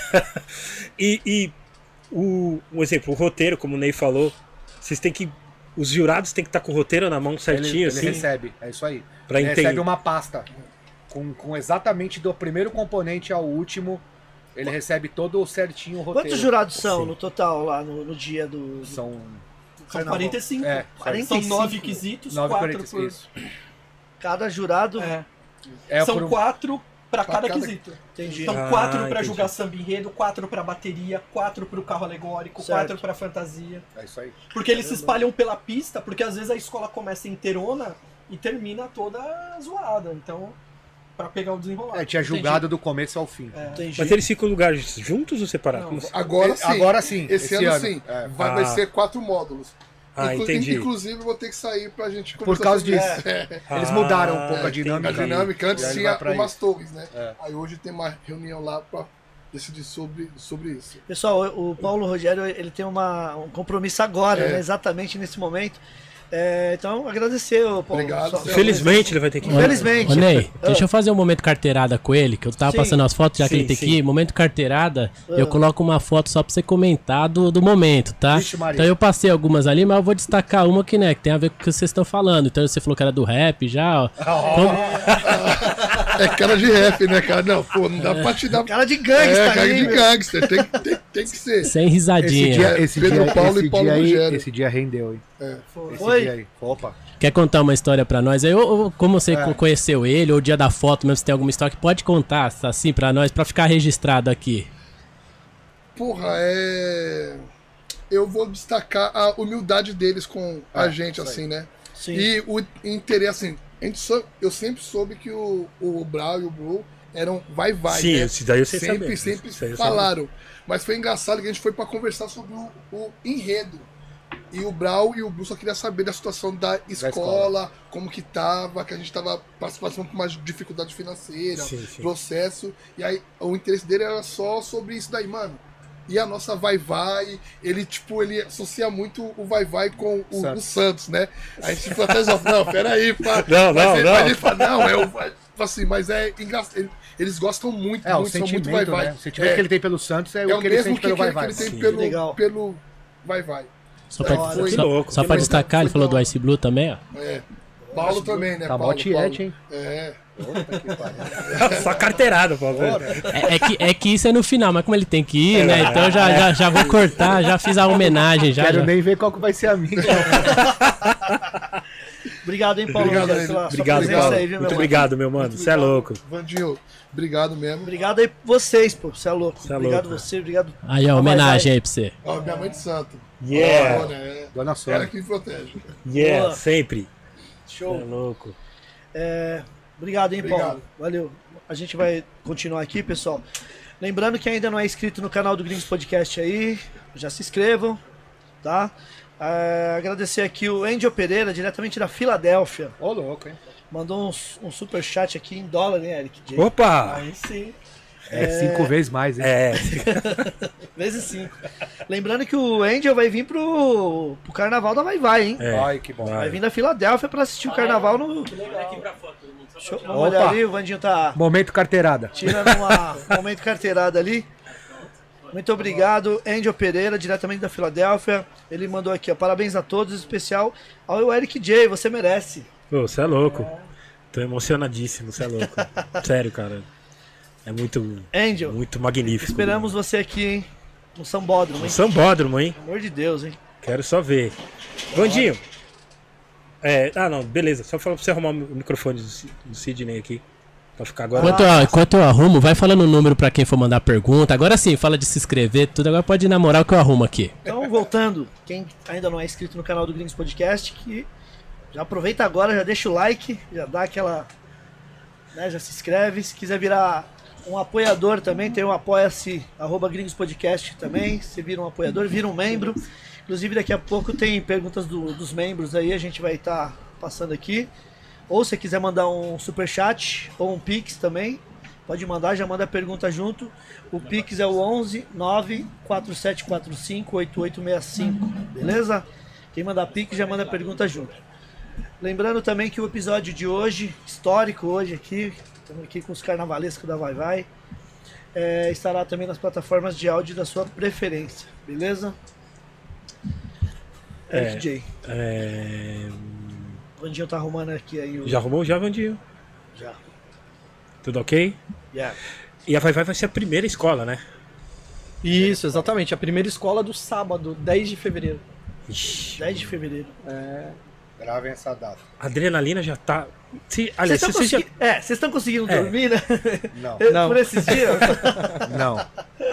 Um exemplo, o roteiro, como o Ney falou, vocês têm que. Os jurados têm que estar com o roteiro na mão certinho, Ele assim. recebe, é isso aí. Pra Ele entender. recebe uma pasta com exatamente do primeiro componente ao último. Ele recebe todo certinho o roteiro. Quantos jurados são Sim. no total lá no dia do. São São 45. É, São 45. 9 quesitos, 9 4 40, por... isso. Cada jurado. São por um- 4 pra cada quesito. Entendi. Então 4 pra entendi. julgar samba enredo, 4 pra bateria, 4 pro carro alegórico, Certo. 4 pra fantasia. É isso aí. Porque eles se espalham pela pista, porque às vezes a escola começa inteirona e termina toda zoada. Então, pra pegar o desenrolar. Tinha julgado do começo ao fim. Entendi. Mas eles ficam em lugares juntos ou separados? Não. Como assim? Agora sim. Esse Esse ano ano. sim. É. Vai ser 4 módulos. Entendi. Inclusive, eu vou ter que sair pra gente Por causa sobre disso. Eles mudaram um pouco a entendi. dinâmica. A dinâmica E antes aí tinha vai pra umas isso. torres, né? É. Aí hoje tem uma reunião lá pra decidir sobre isso. Pessoal, o Paulo Rogério ele tem um compromisso agora, né, exatamente nesse momento. Então, agradecer, Paulo. Obrigado. Infelizmente ele vai ter que. Infelizmente. Ô Ney, deixa eu fazer um momento carteirada com ele, que eu tava Sim. passando as fotos, já que Sim, ele tem sim. que ir. Momento carteirada, eu coloco uma foto só pra você comentar do momento, tá? Vixe, Maria. Então eu passei algumas ali, mas eu vou destacar uma que, né, que tem a ver com o que vocês estão falando. Então você falou que era do rap já, ó. É cara de rap, né, cara? Não, pô, não dá pra te dar. Cara de gangsta, cara ali, de meu. gangster. Tem que ser. Sem risadinha. Pedro Paulo e Paulo Rogério. Esse dia rendeu, hein? Esse Foi? dia aí. Opa. Quer contar uma história pra nós aí? Ou como você conheceu ele, ou o dia da foto mesmo, se tem alguma história que pode contar, assim, pra nós, pra ficar registrado aqui. Porra, eu vou destacar a humildade deles com a gente, assim, né? Sim. E o interesse, assim, eu sempre soube que o Brau e o Blue eram vai-vai, Sim, né? esse daí eu sei saber. Sempre Isso aí eu falaram. Mas foi engraçado que a gente foi pra conversar sobre o enredo. E o Brau e o Blue só queriam saber da situação da escola, como que tava, que a gente tava passando por uma dificuldade financeira, Sim, sim. processo. E aí o interesse dele era só sobre isso daí, mano. E a nossa vai-vai, ele associa muito o vai-vai com o Santos, né? A gente ficou até não, peraí, pá. Não. Mas ele fala, não, assim, mas é engraçado. Eles gostam muito, O muito, são muito sentimento, vai-vai. né? O sentimento que ele tem pelo Santos é, É o que ele mesmo sente pelo que vai-vai. ele tem Sim. Legal. pelo vai-vai. Só pra, Foi- Que louco. só pra destacar, ele falou do Ice Blue também, ó. Paulo também, né? Tá mó Paulo, tiete, hein? É. Só carteirada, por favor. É que isso é no final, mas como ele tem que ir, né? Então eu já vou cortar, já fiz a homenagem, já. Quero nem ver qual que vai ser a minha. Obrigado, hein, Paulo, Obrigado, Rogério, pela sua Obrigado, presença Paulo. aí, viu, meu Muito mano? obrigado, meu mano. Você é louco. Vandinho, obrigado mesmo. Obrigado aí vocês, pô. Você é louco. Cê é Obrigado louco, você, obrigado. Aí, ó, homenagem aí pra você. Ó, minha mãe de santo. Yeah, Sônia, é. Dona Ela Sônia. que me protege. yeah, Boa. sempre. Show. É louco. Obrigado, hein, Obrigado. Paulo. Valeu. A gente vai continuar aqui, pessoal. Lembrando que ainda não é inscrito no canal do Gringos Podcast aí, já se inscrevam, tá? Agradecer aqui o Angel Pereira, diretamente da Filadélfia. Ô, louco, hein? Mandou um super chat aqui em dólar, né, Eric J? Opa! Aí sim. É 5 vezes mais, hein? É, Vezes 5. Lembrando que o Angel vai vir pro carnaval da Vai Vai, hein? é. Ai, que bom. Vai vir da Filadélfia pra assistir o carnaval no. Deixa eu vamos olhar Opa. ali, o Vandinho tá Momento carteirada. tirando um momento carteirada ali. Muito obrigado, Angel Pereira, diretamente da Filadélfia. Ele mandou aqui, ó, parabéns a todos, em especial ao Eric J, você merece. Pô, você é louco. Tô emocionadíssimo, você é louco. Sério, cara. É muito, Angel, muito magnífico. esperamos você aqui, hein? No Sambódromo, Um hein? sambódromo, hein? Pelo amor de Deus, hein? Quero só ver. Vandinho. Não, beleza. Só falar pra você arrumar o microfone do Sidney aqui. Pra ficar agora. Enquanto eu arrumo, vai falando o número pra quem for mandar pergunta. Agora sim, fala de se inscrever, tudo. Agora pode namorar o que eu arrumo aqui. Então, voltando, quem ainda não é inscrito no canal do Gringos Podcast, que já aproveita agora, já deixa o like, já dá aquela, né, já se inscreve. Se quiser virar um apoiador também, tem o apoia-se @Gringos Podcast também. Se vira um apoiador, vira um membro. Inclusive daqui a pouco tem perguntas dos membros aí, a gente vai estar passando aqui. Ou se quiser mandar um superchat ou um pix também, pode mandar, já manda a pergunta junto. O pix é o 11 94745 8865, beleza? Quem mandar pix já manda a pergunta junto. Lembrando também que o episódio de hoje, histórico hoje aqui, estamos aqui com os carnavalescos da Vai Vai, estará também nas plataformas de áudio da sua preferência, beleza? Eric J. O Vandinho tá arrumando aqui aí o... Já arrumou já, Vandinho? Já. Tudo ok? Yeah. E a Vai Vai ser a primeira escola, né? Isso, exatamente. A primeira escola do sábado, 10 de fevereiro. Ixi, 10 de fevereiro. Gravem essa data. a adrenalina já tá. Vocês Aliás, estão você já. conseguindo É. dormir, né? Não. Não. Por esses dias? Não.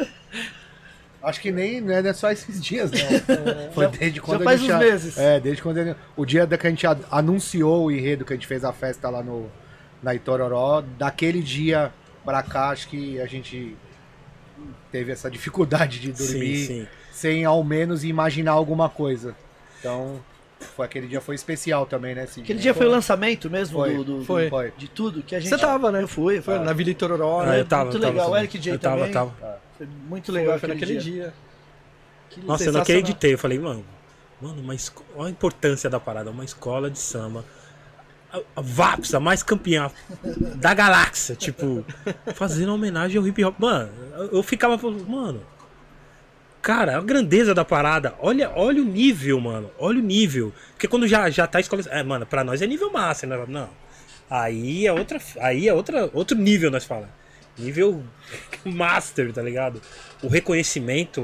Acho que nem não é só esses dias, não. Foi desde quando faz a gente uns meses. desde quando o dia que a gente anunciou o enredo, que a gente fez a festa lá na Itororó, daquele dia pra cá, acho que a gente teve essa dificuldade de dormir Sim. sem ao menos imaginar alguma coisa. Então, aquele dia foi especial também, né? Aquele dia foi o lançamento mesmo Foi. Foi. Foi. de tudo que a gente... Você tava, né? Eu fui. Foi na Vila Itororó, Ah, né? eu tava, muito eu tava legal. O também. Eric J Eu tava, também. tava. Foi muito legal Foi naquele dia. Que Nossa, eu não Sensacional. acreditei. Eu falei, mano, olha a importância da parada. Uma escola de samba. A VAPS, a mais campeã da galáxia. Tipo, fazendo homenagem ao hip hop. Mano, eu ficava falando, mano. Cara, a grandeza da parada. Olha o nível, mano. Olha o nível. Porque quando já tá a escola. Mano, pra nós é nível máximo, né? Não. Aí é outro nível, nós falamos. Nível master, tá ligado? O reconhecimento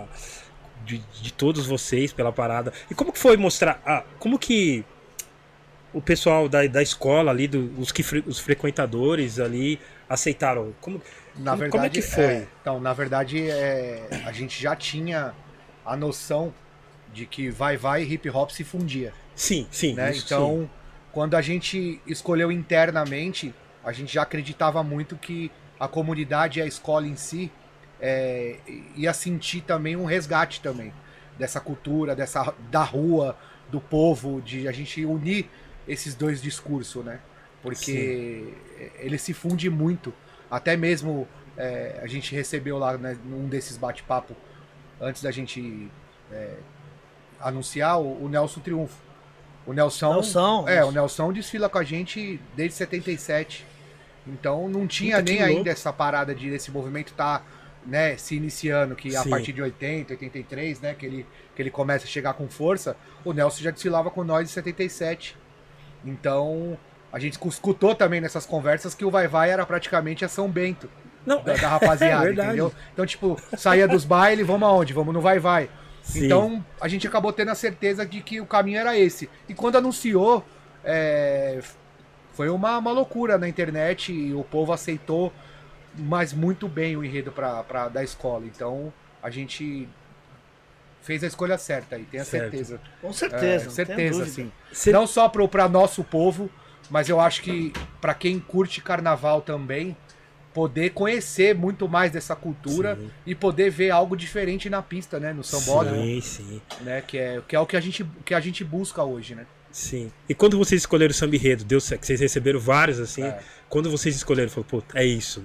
de todos vocês pela parada. E como que foi mostrar. Como que o pessoal da escola ali, os frequentadores ali aceitaram? Como é que foi? Então, na verdade, a gente já tinha a noção de que Vai Vai e hip hop se fundia. Sim, Né? isso, Então, quando a gente escolheu internamente, a gente já acreditava muito que a comunidade e a escola em si ia sentir também um resgate também dessa cultura, da rua, do povo, de a gente unir esses dois discursos, né? Porque ele se funde muito. Até mesmo a gente recebeu lá, né, num desses bate-papo, antes da gente anunciar, o Nelson Triunfo. O Nelson desfila com a gente desde 77. Então não tinha Puta, que nem louco. ainda essa parada desse movimento tá, né, se iniciando, que a Sim. partir de 80, 83, né, que ele começa a chegar com força. O Nelson já desfilava com nós em 77. Então a gente escutou também nessas conversas que o Vai Vai era praticamente a São Bento Não, da rapaziada, verdade. entendeu? Então, tipo, saía dos bailes, vamos aonde? Vamos no Vai Vai. Sim. Então, a gente acabou tendo a certeza de que o caminho era esse. E quando anunciou, foi uma loucura na internet e o povo aceitou, mas muito bem o enredo da escola. Então, a gente fez a escolha certa aí, tenha Certo. certeza. Com certeza, não tenho Certeza, dúvida. sim. Cê- Não só pra nosso povo, mas eu acho que pra quem curte carnaval também, poder conhecer muito mais dessa cultura Sim. e poder ver algo diferente na pista, né? No sambódromo, Sim, sim, né? Que é o que a gente busca hoje, né? sim. E quando vocês escolheram o samba enredo, deu certo, que vocês receberam vários assim, É. quando vocês escolheram, falou, pô, é isso.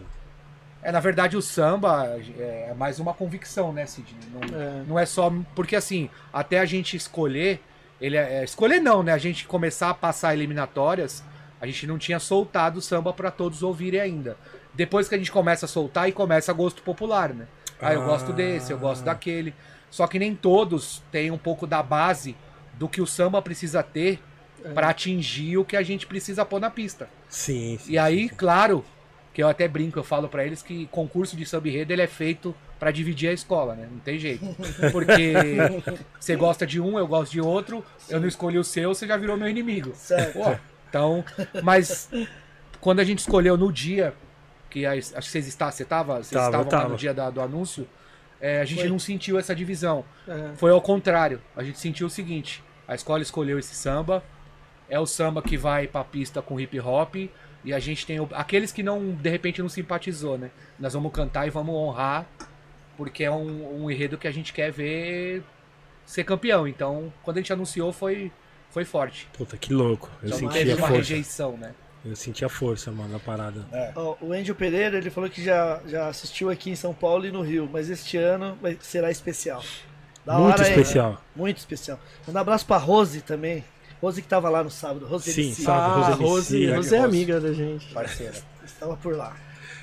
Na verdade, o samba é mais uma convicção, né, Sidney? Não é só. Porque assim, até a gente escolher. Escolher não, né? A gente começar a passar eliminatórias, a gente não tinha soltado o samba pra todos ouvirem ainda. Depois que a gente começa a soltar, e começa a gosto popular, né? Eu gosto desse, eu gosto daquele. Só que nem todos têm um pouco da base do que o samba precisa ter pra atingir o que a gente precisa pôr na pista. Sim, sim. E aí, claro, que eu até brinco, eu falo pra eles que concurso de samba enredo ele é feito pra dividir a escola, né? Não tem jeito. Porque você gosta de um, eu gosto de outro, eu não escolhi o seu, você já virou meu inimigo. Certo. Pô, então, mas quando a gente escolheu no dia, que acho que vocês estavam lá tava. no dia do anúncio, a gente não sentiu essa divisão. É. Foi ao contrário. A gente sentiu o seguinte: a escola escolheu esse samba, é o samba que vai pra pista com hip hop, e a gente tem aqueles que não, de repente, não simpatizou, né? Nós vamos cantar e vamos honrar, porque é um enredo que a gente quer ver ser campeão. Então, quando a gente anunciou, foi forte. Puta, que louco. Eu Não senti teve a uma força. rejeição, né? Eu senti a força, mano, na parada. Ó, o Angel Pereira, ele falou que já assistiu aqui em São Paulo e no Rio, mas este ano será especial. Da Muito hora, hein? especial. Muito especial. Manda um abraço pra Rose também. Rose que tava lá no sábado. Rose Sim, MC. salve, Rose Rose, MC, Rose é amiga da gente. Parceira. Estava por lá.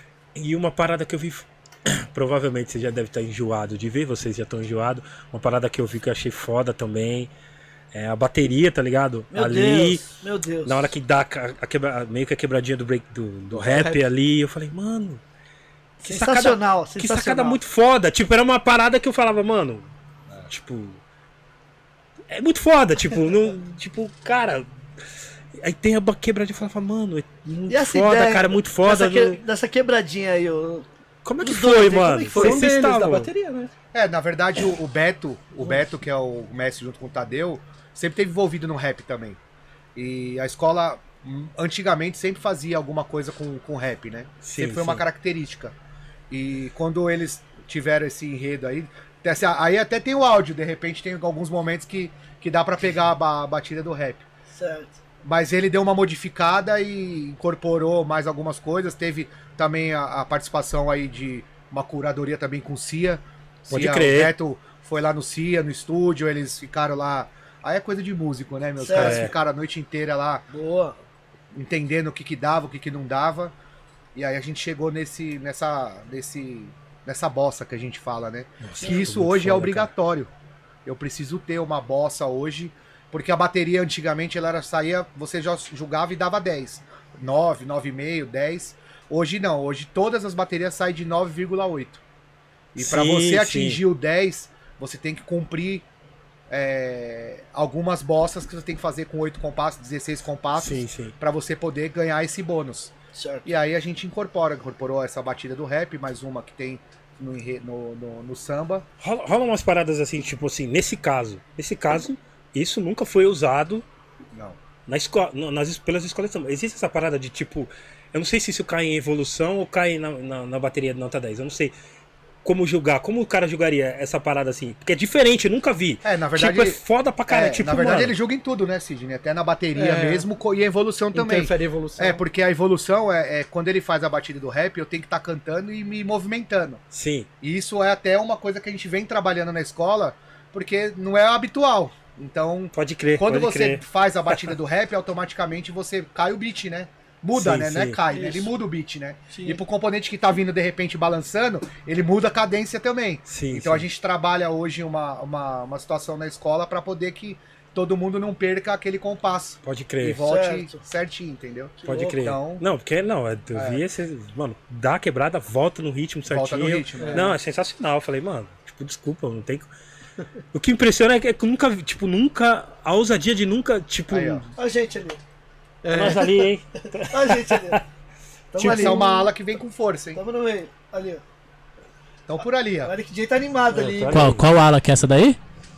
E uma parada que eu vi, provavelmente você já deve estar enjoado de ver, vocês já estão enjoados. Uma parada que eu vi que eu achei foda também. É a bateria, tá ligado? Meu ali, Deus, meu Deus. na hora que dá meio que a quebradinha do break do rap ali, eu falei, mano. Sensacional, Que sacada muito foda. Tipo, era uma parada que eu falava, mano. Tipo. É muito foda, tipo, não, tipo, cara. Aí tem a quebradinha e falava, mano, é muito E essa foda, ideia cara, muito foda. dessa quebradinha aí, Como é que Os foi, dois, né? mano? Como é que foi? Foi um Vocês deles, da estavam- bateria, né? Na verdade, o Beto, que é o mestre junto com o Tadeu, sempre esteve envolvido no rap também. E a escola, antigamente, sempre fazia alguma coisa com rap, né? Sim, Sempre foi uma sim. característica. E quando eles tiveram esse enredo aí até tem o áudio, de repente tem alguns momentos que dá pra pegar a batida do rap. certo. Mas ele deu uma modificada e incorporou mais algumas coisas. Teve também a participação aí de uma curadoria também com o Cia. Pode Cia, crer. O Beto foi lá no Cia, no estúdio, eles ficaram lá. Aí é coisa de músico, né, meus Certo. caras ficaram a noite inteira lá Boa. entendendo o que dava, o que não dava. E aí a gente chegou nessa bossa que a gente fala, né? Nossa, Que isso muito hoje é foda, obrigatório. Eu preciso ter uma bossa hoje, porque a bateria antigamente ela saía, você já julgava e dava 10. 9, 9,5, 10. Hoje não, hoje todas as baterias saem de 9,8. E para Sim, você sim. atingir o 10, você tem que cumprir algumas bossas que você tem que fazer com 8 compassos, 16 compassos, Sim, sim. para você poder ganhar esse bônus. Certo. E aí a gente incorporou essa batida do rap, mais uma que tem no samba. Rola umas paradas assim, tipo assim, nesse caso, isso nunca foi usado Não. na escola, pelas escolas de samba. Existe essa parada de tipo, eu não sei se isso cai em evolução ou cai na bateria de nota 10, eu não sei como julgar, como o cara julgaria essa parada assim, porque é diferente, eu nunca vi. Na verdade, tipo, é foda pra caralho, tipo, na verdade mano, ele julga em tudo, né, Sidney? Até na bateria É. mesmo e a evolução também. Interfere a evolução. Porque a evolução é quando ele faz a batida do rap, eu tenho que estar cantando e me movimentando. sim, E isso é até uma coisa que a gente vem trabalhando na escola, porque não é habitual. Então, pode crer, quando pode você crer. faz a batida do rap, automaticamente você cai o beat, né? Muda, Sim, né? Não é sim. cai, né? Ele Isso. muda o beat, né? Sim. E pro componente que tá vindo de repente balançando, ele muda a cadência também. Sim, Então sim. a gente trabalha hoje uma situação na escola pra poder que todo mundo não perca aquele compasso. Pode E crer, volte Certo. certinho, entendeu? pode louco. crer. Então- Não, porque não, eu vi esse, mano, dá a quebrada, volta no ritmo certinho. Volta no ritmo, Não, é sensacional. Eu falei, mano, tipo, desculpa, não tem. O que impressiona é que nunca, a ousadia de nunca, tipo, Aí, ó. Olha a gente ali. nós ali, hein? Olha a gente ali. Tamo Tipo, ali. essa é uma ala que vem com força, hein? Tamo no meio. Ali, ó. Então por ali, ó. Olha que jeito animado ali. tô hein? ali. Qual ala que é essa daí?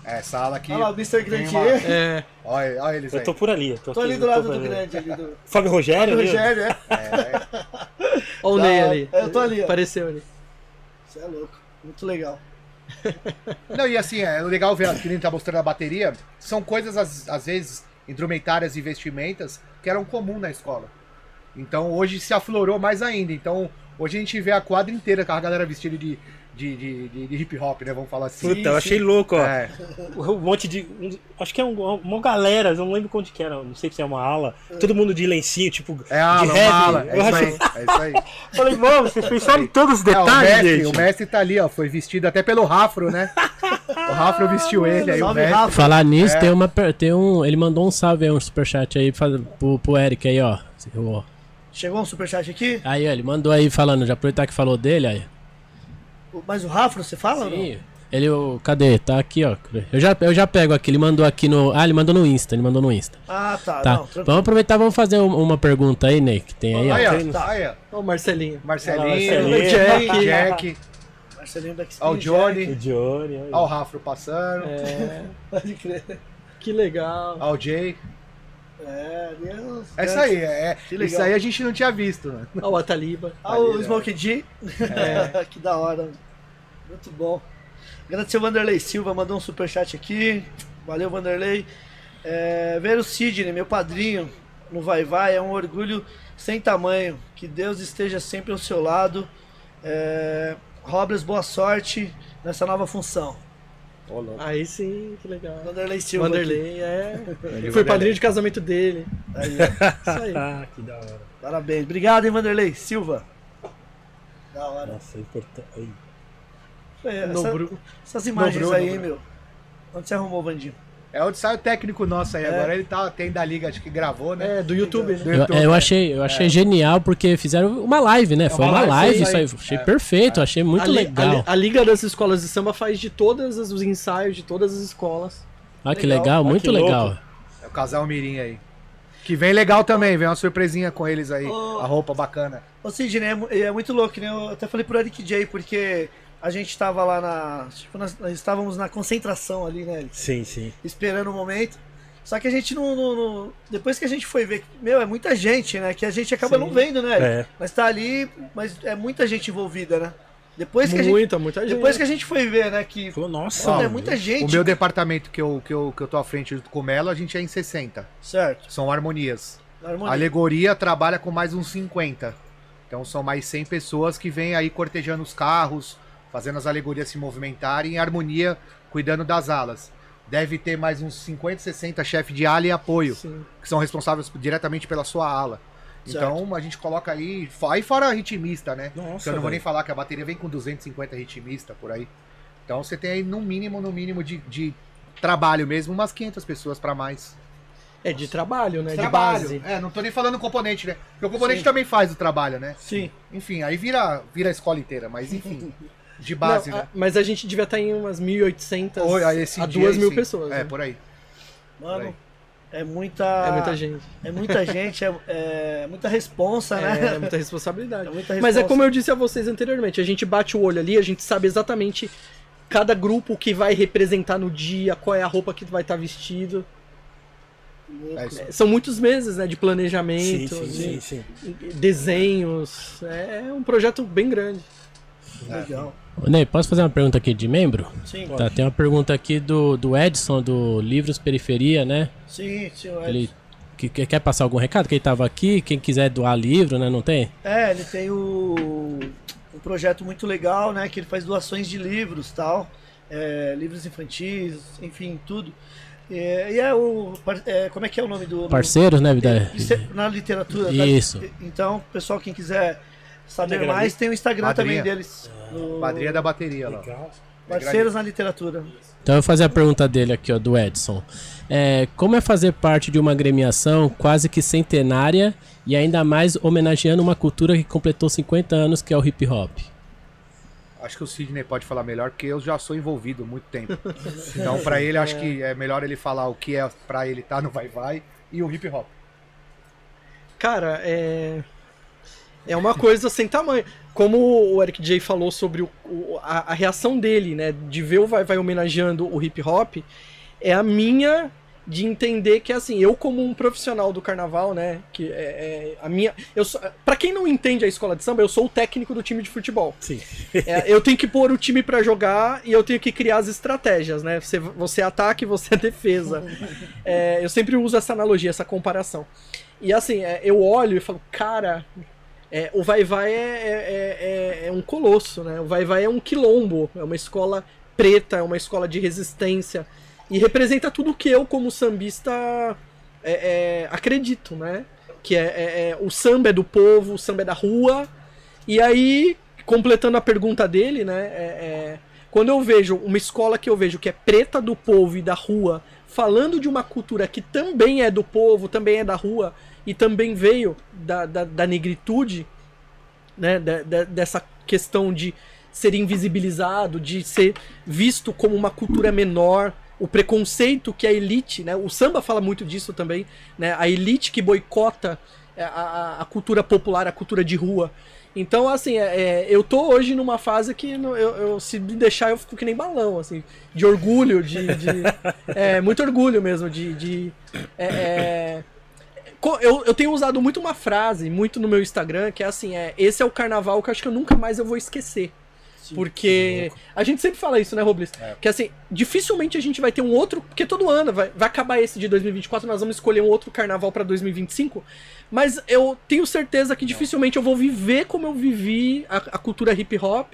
Essa ala aqui. Olha lá, o Mr. tem Grandier. É. Olha eles Eu aí. tô por ali. Tô ali do lado do grande, ali do Fábio Rogério? ali? Rogério, é. Olha o Ney ali. Eu tô ali, ó. Apareceu ali. Você é louco. Muito legal. Não, e assim, é legal ver que ele tá mostrando a bateria. São coisas, às vezes, instrumentárias e vestimentas que eram comum na escola. Então hoje se aflorou mais ainda. Então hoje a gente vê a quadra inteira com a galera vestida de hip hop, né? Vamos falar assim. Puta, eu achei louco, ó. É. Um monte de. Acho que é uma galera, não lembro onde que era, não sei se é uma ala. Todo mundo de lencinho, tipo. É a ala, de uma rap. ala. É Eu isso achei- aí. É isso aí. Falei, mano, vocês pensaram em todos os detalhes, O mestre tá ali, ó. Foi vestido até pelo Rafro, né? O Rafro vestiu ele, aí o Salve, mestre. Rafa. Falar nisso, tem um. Ele mandou um salve aí, um superchat aí pro Eric aí, ó. Chegou um superchat aqui? Aí, ó, ele mandou aí falando, já aproveitar que falou dele aí. Mas o Rafa, você fala ou não? Sim. Ele, cadê? Tá aqui, ó. Eu já pego aqui, ele mandou aqui no. Ah, ele mandou no Insta, Ah, tá. Tá. Não, tranquilo. Vamos aproveitar, vamos fazer uma pergunta aí, Ney, que tem aí, ó. Aí, ó. Tá. Aí, ó. Olha o Marcelinho. Marcelinho, Jack. Jack, Marcelinho da Xp, ó o Johnny, O Johnny. ó o Rafro passando, É, Pode crer. que legal. ó o Jay. Deus. É isso aí, Que legal. isso aí a gente não tinha visto, né? Olha o Ataliba. Ah, o Smoke D. Que da hora. Muito bom. Agradecer o Vanderlei Silva, mandou um superchat aqui. Valeu, Vanderlei. Ver o Sidney, meu padrinho, no Vai Vai, é um orgulho sem tamanho. Que Deus esteja sempre ao seu lado. Robles, boa sorte nessa nova função. Aí sim, que legal. Vanderlei Silva. Vanderlei, Eu fui padrinho de casamento dele. Aqui. Aí, ó. Isso aí. Ah, que da hora. Parabéns. Obrigado, hein, Vanderlei Silva. Da hora. Nossa, é importante. Aí. Essas imagens Bruno, aí, hein, Bruno. meu. Onde você arrumou, Vandinho? É onde sai o técnico nosso aí agora. Ele tem da liga, acho que gravou, né? Do YouTube, né? Do YouTube. Eu achei genial porque fizeram uma live, né? Foi uma live, isso aí. Achei perfeito, achei muito legal. A Liga das Escolas de Samba faz de todos os ensaios de todas as escolas. Ah, que legal, muito que legal. louco. É o casal Mirim aí. Que vem legal também, vem uma surpresinha com eles aí. Oh. A roupa bacana. Ô, Sidney, é muito louco, né? Eu até falei pro Eric J, porque a gente tava lá nós estávamos na concentração ali, né? Sim, sim. Esperando o momento. Só que a gente não. Depois que a gente foi ver, é muita gente, né? Que a gente acaba não vendo, né? É. Mas tá ali, mas é muita gente envolvida, né? Depois que Muita gente. Depois que a gente foi ver, né? Que Falou, nossa. é meu. muita gente. O meu departamento que eu tô à frente junto com o Melo, a gente é em 60. Certo. São harmonias. Na A harmonia. alegoria trabalha com mais uns 50. Então são mais 100 pessoas que vêm aí cortejando os carros, fazendo as alegorias se movimentarem, em harmonia, cuidando das alas. Deve ter mais uns 50, 60 chefes de ala e apoio, Sim. que são responsáveis diretamente pela sua ala. Certo. Então a gente coloca aí fora ritmista, né? Nossa, Que eu não vou nem velho. falar que a bateria vem com 250 ritmista por aí. Então você tem aí no mínimo de trabalho mesmo, umas 500 pessoas pra mais. É de trabalho, né? Trabalho. De base. É, não tô nem falando componente, né? Porque o componente Sim. também faz o trabalho, né? Sim. Enfim, aí vira a escola inteira, mas enfim. De base, Não, né? mas a gente devia estar em umas 1.800 Ou esse a dia 2.000 sim. pessoas. É, né? por aí. Mano, é É muita muita gente. É muita gente, é muita responsa, né? É muita responsabilidade. É muita Mas é responsa. como eu disse a vocês anteriormente, a gente bate o olho ali, a gente sabe exatamente cada grupo que vai representar no dia, qual é a roupa que vai estar vestido. É isso. São muitos meses, né, de planejamento, Sim, sim. desenhos. É um projeto bem grande. Legal. Ô, Ney, posso fazer uma pergunta aqui de membro? Sim, Tá, tem uma pergunta aqui do Edson, do Livros Periferia, né? sim, Ele que quer passar algum recado? Quem tava aqui, quem quiser doar livro, né? Não tem? ele tem um projeto muito legal, né? Que ele faz doações de livros, tal, livros infantis, enfim, tudo. Como é que é o nome do Parceiros, né, Vida? na literatura? Isso. Então, pessoal, quem quiser saber Instagram mais, tem o Instagram Madrinha. também deles. no Padrinha da bateria lá. Legal. Parceiros na literatura. Então eu vou fazer a pergunta dele aqui, ó, do Edson. Como é fazer parte de uma agremiação quase que centenária e ainda mais homenageando uma cultura que completou 50 anos, que é o hip hop? Acho que o Sidney pode falar melhor, porque eu já sou envolvido há muito tempo. Então, pra ele, acho que é melhor ele falar o que é pra ele tá no Vai Vai e o hip hop. Cara, É uma coisa sem tamanho. Como o Eric J falou sobre a reação dele, né? De ver o Vai homenageando o hip hop, é a minha de entender que, assim, eu como um profissional do carnaval, né? Que a minha. Pra quem não entende a escola de samba, eu sou o técnico do time de futebol. Sim. Eu tenho que pôr o time pra jogar e eu tenho que criar as estratégias, né? Você é ataque, você é defesa. Eu sempre uso essa analogia, essa comparação. E assim, eu olho e falo, cara. O Vai-Vai é um colosso, né? O Vai-Vai é um quilombo, é uma escola preta, é uma escola de resistência e representa tudo que eu, como sambista, acredito, né? Que o samba é do povo, o samba é da rua. E aí, completando a pergunta dele, né? Quando eu vejo uma escola que eu vejo que é preta, do povo e da rua, falando de uma cultura que também é do povo, também é da rua, e também veio da negritude, né, dessa questão de ser invisibilizado, de ser visto como uma cultura menor, o preconceito que a elite, né, o samba fala muito disso também, né, a elite que boicota a cultura popular, a cultura de rua. Então, assim, eu tô hoje numa fase que se me deixar eu fico que nem balão, assim, de orgulho, muito orgulho mesmo, eu tenho usado muito uma frase, muito no meu Instagram, que é assim, esse é o carnaval que eu acho que eu nunca mais eu vou esquecer. Sim, porque a gente sempre fala isso, né, Robles? Que assim, dificilmente a gente vai ter um outro, porque todo ano vai acabar esse de 2024, nós vamos escolher um outro carnaval pra 2025, mas eu tenho certeza que dificilmente eu vou viver como eu vivi a cultura hip hop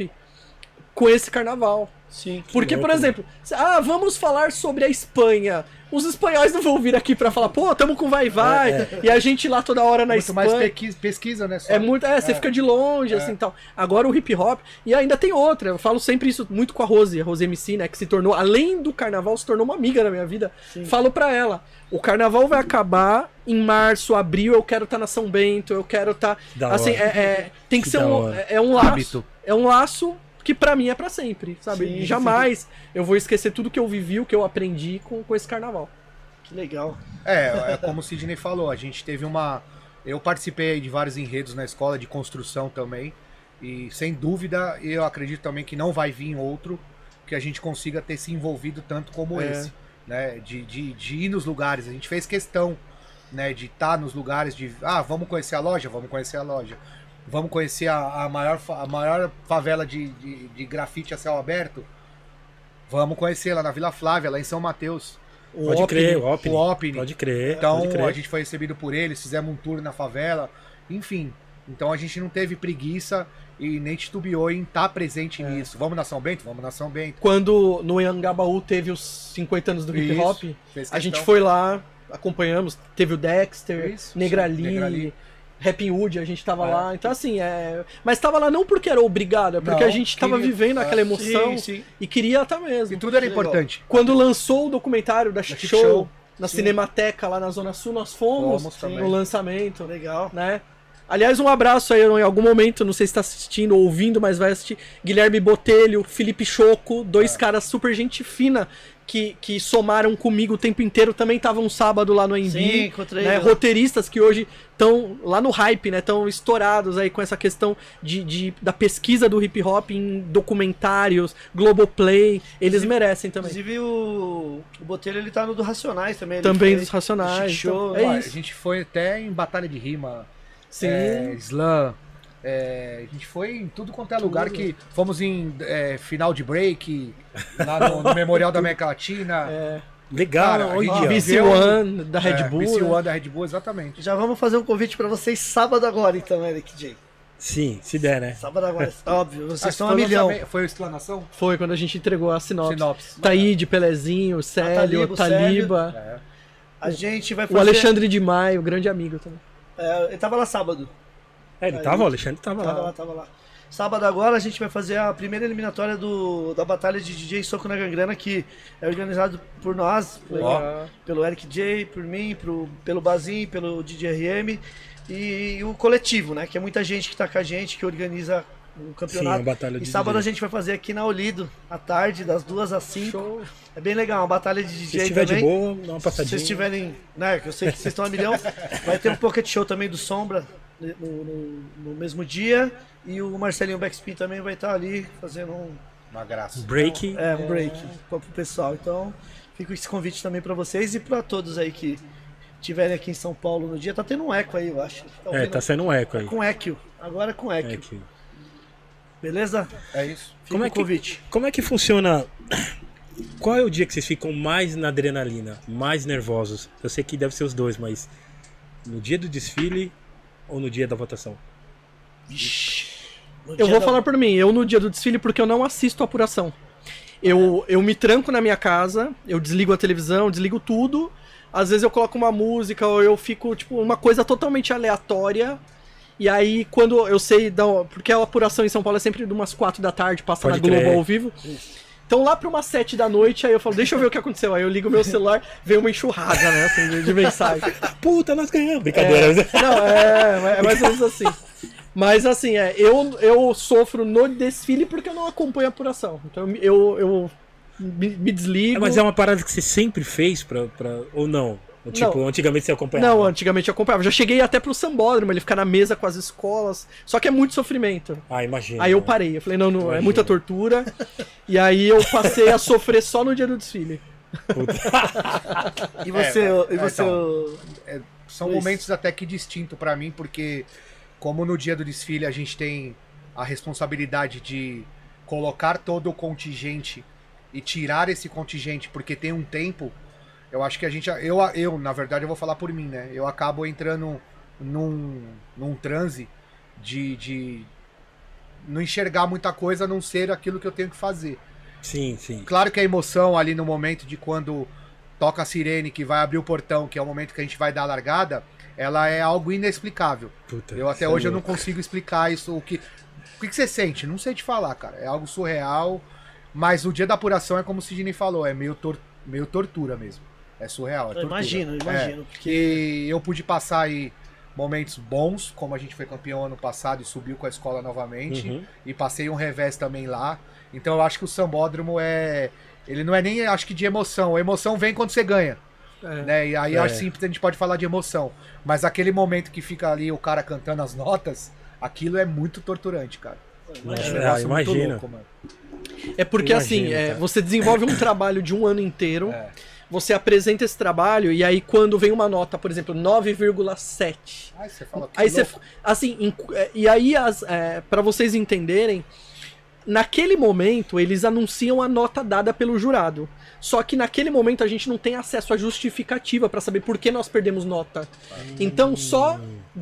com esse carnaval. Sim. Porque, por exemplo, vamos falar sobre a Espanha. Os espanhóis não vão vir aqui pra falar, pô, tamo com Vai-Vai, e a gente lá toda hora na Espanha. Muito mais pesquisa, né? Você fica de longe, assim, tal. Agora o hip hop, e ainda tem outra, eu falo sempre isso muito com a Rose MC, né, que se tornou, além do carnaval, se tornou uma amiga na minha vida. Sim. Falo pra ela, o carnaval vai acabar em março, abril, eu quero estar na São Bento, eu quero estar... Assim, tem que ser um laço. Hábito. É um laço que pra mim é pra sempre, sabe? Sim, jamais eu vou esquecer tudo que eu vivi, o que eu aprendi com esse carnaval. Que legal. Como o Sidney falou, a gente teve eu participei de vários enredos na escola de construção também, e sem dúvida eu acredito também que não vai vir outro que a gente consiga ter se envolvido tanto como esse, né? De ir nos lugares, a gente fez questão, né, de estar nos lugares, vamos conhecer a loja, vamos conhecer a loja. Vamos conhecer a maior favela de grafite a céu aberto. Vamos conhecer lá na Vila Flávia, lá em São Mateus. Pode crer, o Opni. Pode crer. Então a gente foi recebido por eles, fizemos um tour na favela. Enfim, então a gente não teve preguiça e nem titubeou em estar presente nisso. Vamos na São Bento? Vamos na São Bento. Quando no Anhangabaú teve os 50 anos do hip hop, a gente foi lá, acompanhamos, teve o Dexter, Negrali. Rapping Wood, a gente tava lá, então assim, mas tava lá não porque era obrigado, é porque a gente tava vivendo aquela emoção e queria estar mesmo. E tudo era importante. Quando lançou o documentário da Show na Cinemateca lá na Zona Sul, nós fomos no lançamento. Legal. Né? Aliás, um abraço aí, em algum momento, não sei se tá assistindo ou ouvindo, mas vai assistir, Guilherme Botelho, Felipe Choco, dois caras super gente fina, que somaram comigo o tempo inteiro, também estavam um sábado lá no AMB. Sim, encontrei. Né, roteiristas que hoje estão lá no hype, né? Estão estourados aí com essa questão da pesquisa do hip hop em documentários, Globoplay. Eles merecem também. Inclusive o Botelho, ele tá no do Racionais também. Também dos Racionais. Show, então, isso. A gente foi até em batalha de rima. Sim. Slam. A gente foi em tudo quanto é lugar, que fomos em final de break, lá no Memorial da América Latina. Legal, VC1 da Red Bull. VC1 da Red Bull, exatamente. Já vamos fazer um convite pra vocês sábado agora, então, Eric J. Sim, se der, né? Sábado agora, óbvio, vocês estão a milhão. Foi a explanação? Foi quando a gente entregou a sinopse. Taíde, Pelezinho, Célio, Taliba. A gente vai fazer... O Alexandre de Maio, grande amigo também. Ele tava lá sábado. Ele tava, o Alexandre tava lá. Tava lá. Sábado agora a gente vai fazer a primeira eliminatória da batalha de DJ Soco na Gangrena, que é organizado por nós, pelo Eric J, por mim, pelo Bazin, pelo DJ RM e o coletivo, né? Que é muita gente que tá com a gente, que organiza o campeonato. Sim, a batalha de e sábado DJ. a gente vai fazer aqui na Olido, à tarde, das 2 às 5. Show. É bem legal, uma batalha de DJ se estiver também. De boa, dá uma passadinha. Se vocês estiverem, né, que eu sei que vocês estão a milhão, vai ter um pocket show também do Sombra, no mesmo dia. E o Marcelinho Backspin também vai estar ali fazendo Uma graça. Break. um break pro pessoal. Então, fica esse convite também pra vocês e pra todos aí que estiverem aqui em São Paulo no dia. Tá tendo um eco aí, eu acho. Tá sendo um eco aí. Com eco. Agora com eco. Eco. Beleza? É isso. Fica o convite. Como é que funciona? Qual é o dia que vocês ficam mais na adrenalina, mais nervosos? Eu sei que deve ser os dois, mas no dia do desfile ou no dia da votação? Eu vou falar por mim, eu no dia do desfile porque eu não assisto a apuração. Eu me tranco na minha casa, eu desligo a televisão, desligo tudo. Às vezes eu coloco uma música ou eu fico, tipo, uma coisa totalmente aleatória. E aí, quando eu sei... Porque a apuração em São Paulo é sempre de umas 4 da tarde, passa Pode na Globo crer. ao vivo. Então lá pra umas 7 da noite, aí eu falo, deixa eu ver o que aconteceu. Aí eu ligo meu celular, vem uma enxurrada, né, assim, de mensagem. Puta, nós ganhamos! Brincadeira. Não, é mais ou menos assim. Mas assim, eu sofro no desfile porque eu não acompanho a apuração. Então eu me desligo. Mas é uma parada que você sempre fez ou não? Tipo, Não. antigamente você acompanhava? Não, antigamente eu acompanhava. Já cheguei até pro sambódromo, ele ficar na mesa com as escolas. Só que é muito sofrimento. Ah, imagina. Aí eu parei, eu falei, não, é Imagina. muita tortura. E aí eu passei a sofrer só no dia do desfile. E você, então, são Luiz? momentos até que distintos pra mim, porque como no dia do desfile a gente tem a responsabilidade de colocar todo o contingente e tirar esse contingente porque tem um tempo, eu acho que a gente... Eu na verdade, eu vou falar por mim, né? Eu acabo entrando num transe de não enxergar muita coisa a não ser aquilo que eu tenho que fazer. Sim, sim. Claro que a emoção ali no momento de quando toca a sirene que vai abrir o portão, que é o momento que a gente vai dar a largada, ela é algo inexplicável. Puta, Eu até isso é hoje eu não louco. consigo explicar isso. O que você sente? Não sei te falar, cara. É algo surreal. Mas o dia da apuração é como o Sidney falou, é meio tortura mesmo. É surreal. É Eu tortura. imagino. Porque E eu pude passar aí momentos bons, como a gente foi campeão ano passado e subiu com a escola novamente. Uhum. E passei um revés também lá. Então eu acho que o sambódromo ele não é nem, acho que de emoção. A emoção vem quando você ganha. Né? E aí acho que a gente pode falar de emoção. Mas aquele momento que fica ali o cara cantando as notas, aquilo é muito torturante, cara. Imagina. Louco, mano. É porque Imagino, assim, cara. você desenvolve um trabalho de um ano inteiro, você apresenta esse trabalho, e aí quando vem uma nota, por exemplo, 9,7. Aí você fala que Aí você, louco. assim, e aí para vocês entenderem, naquele momento eles anunciam a nota dada pelo jurado. Só que naquele momento a gente não tem acesso à justificativa para saber por que nós perdemos nota. Então só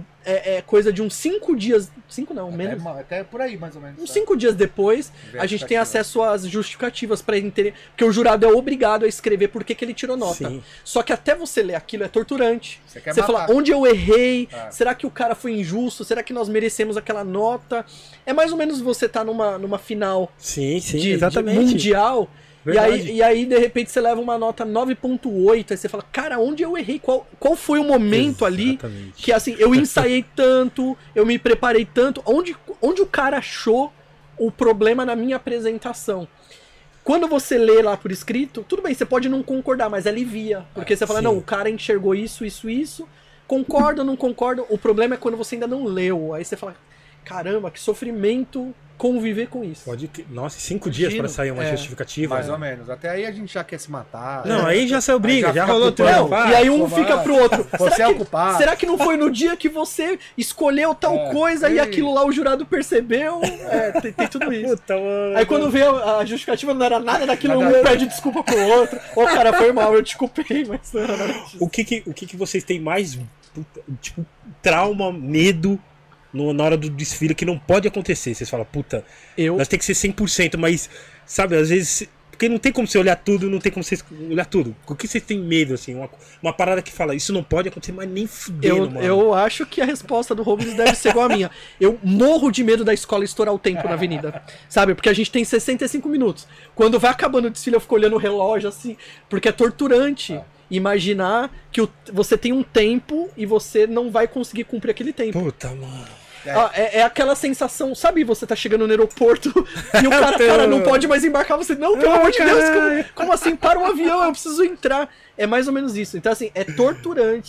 coisa de uns 5 dias, 5 não, menos. Até por aí, mais ou menos. Uns 5 dias depois, a gente tem acesso às justificativas para entender. Porque o jurado é obrigado a escrever por que ele tirou nota. Sim. Só que até você ler aquilo é torturante. Você quer Você matar. fala, onde eu errei? É. Será que o cara foi injusto? Será que nós merecemos aquela nota? É mais ou menos você tá numa final Sim, de exatamente. mundial. Verdade. E aí, de repente, você leva uma nota 9,8. Aí você fala, cara, onde eu errei? Qual foi o momento ali Exatamente. que, assim, eu ensaiei tanto, eu me preparei tanto. Onde o cara achou o problema na minha apresentação? Quando você lê lá por escrito, tudo bem, você pode não concordar, mas alivia. Porque você fala, sim. não, o cara enxergou isso. Concordo ou não concordo? O problema é quando você ainda não leu. Aí você fala, caramba, que sofrimento conviver com isso. Nossa, 5 dias pra sair uma justificativa. Mais né? ou menos. Até aí a gente já quer se matar. Não, aí já saiu briga, Aí já já fica rolou culpando. tudo. Não, e aí um Tomara. fica pro outro. Você é o culpado. Será que não foi no dia que você escolheu tal coisa e aquilo lá o jurado percebeu? Tem tudo isso. Puta, mano. Aí quando vê a justificativa não era nada daquilo, Nada. um pede desculpa pro outro. Ô, cara, foi mal, eu te culpei, mas não era nada disso. O que vocês têm mais, tipo, trauma, medo na hora do desfile que não pode acontecer? Vocês falam, puta, nós tem que ser 100%, mas, sabe, às vezes... Porque não tem como você olhar tudo, não tem como você olhar tudo. O que vocês têm medo, assim? Uma parada que fala, isso não pode acontecer, mas nem fudendo, mano. Eu acho que a resposta do Rubens deve ser igual a minha. Eu morro de medo da escola estourar o tempo na avenida. Sabe? Porque a gente tem 65 minutos. Quando vai acabando o desfile, eu fico olhando o relógio assim, porque é torturante. Imaginar que você tem um tempo e você não vai conseguir cumprir aquele tempo. Puta, mano. É aquela sensação, sabe? Você tá chegando no aeroporto e o cara não pode mais embarcar. Você, não, pelo amor de Deus, como assim? Para um avião, eu preciso entrar. É mais ou menos isso. Então, assim, é torturante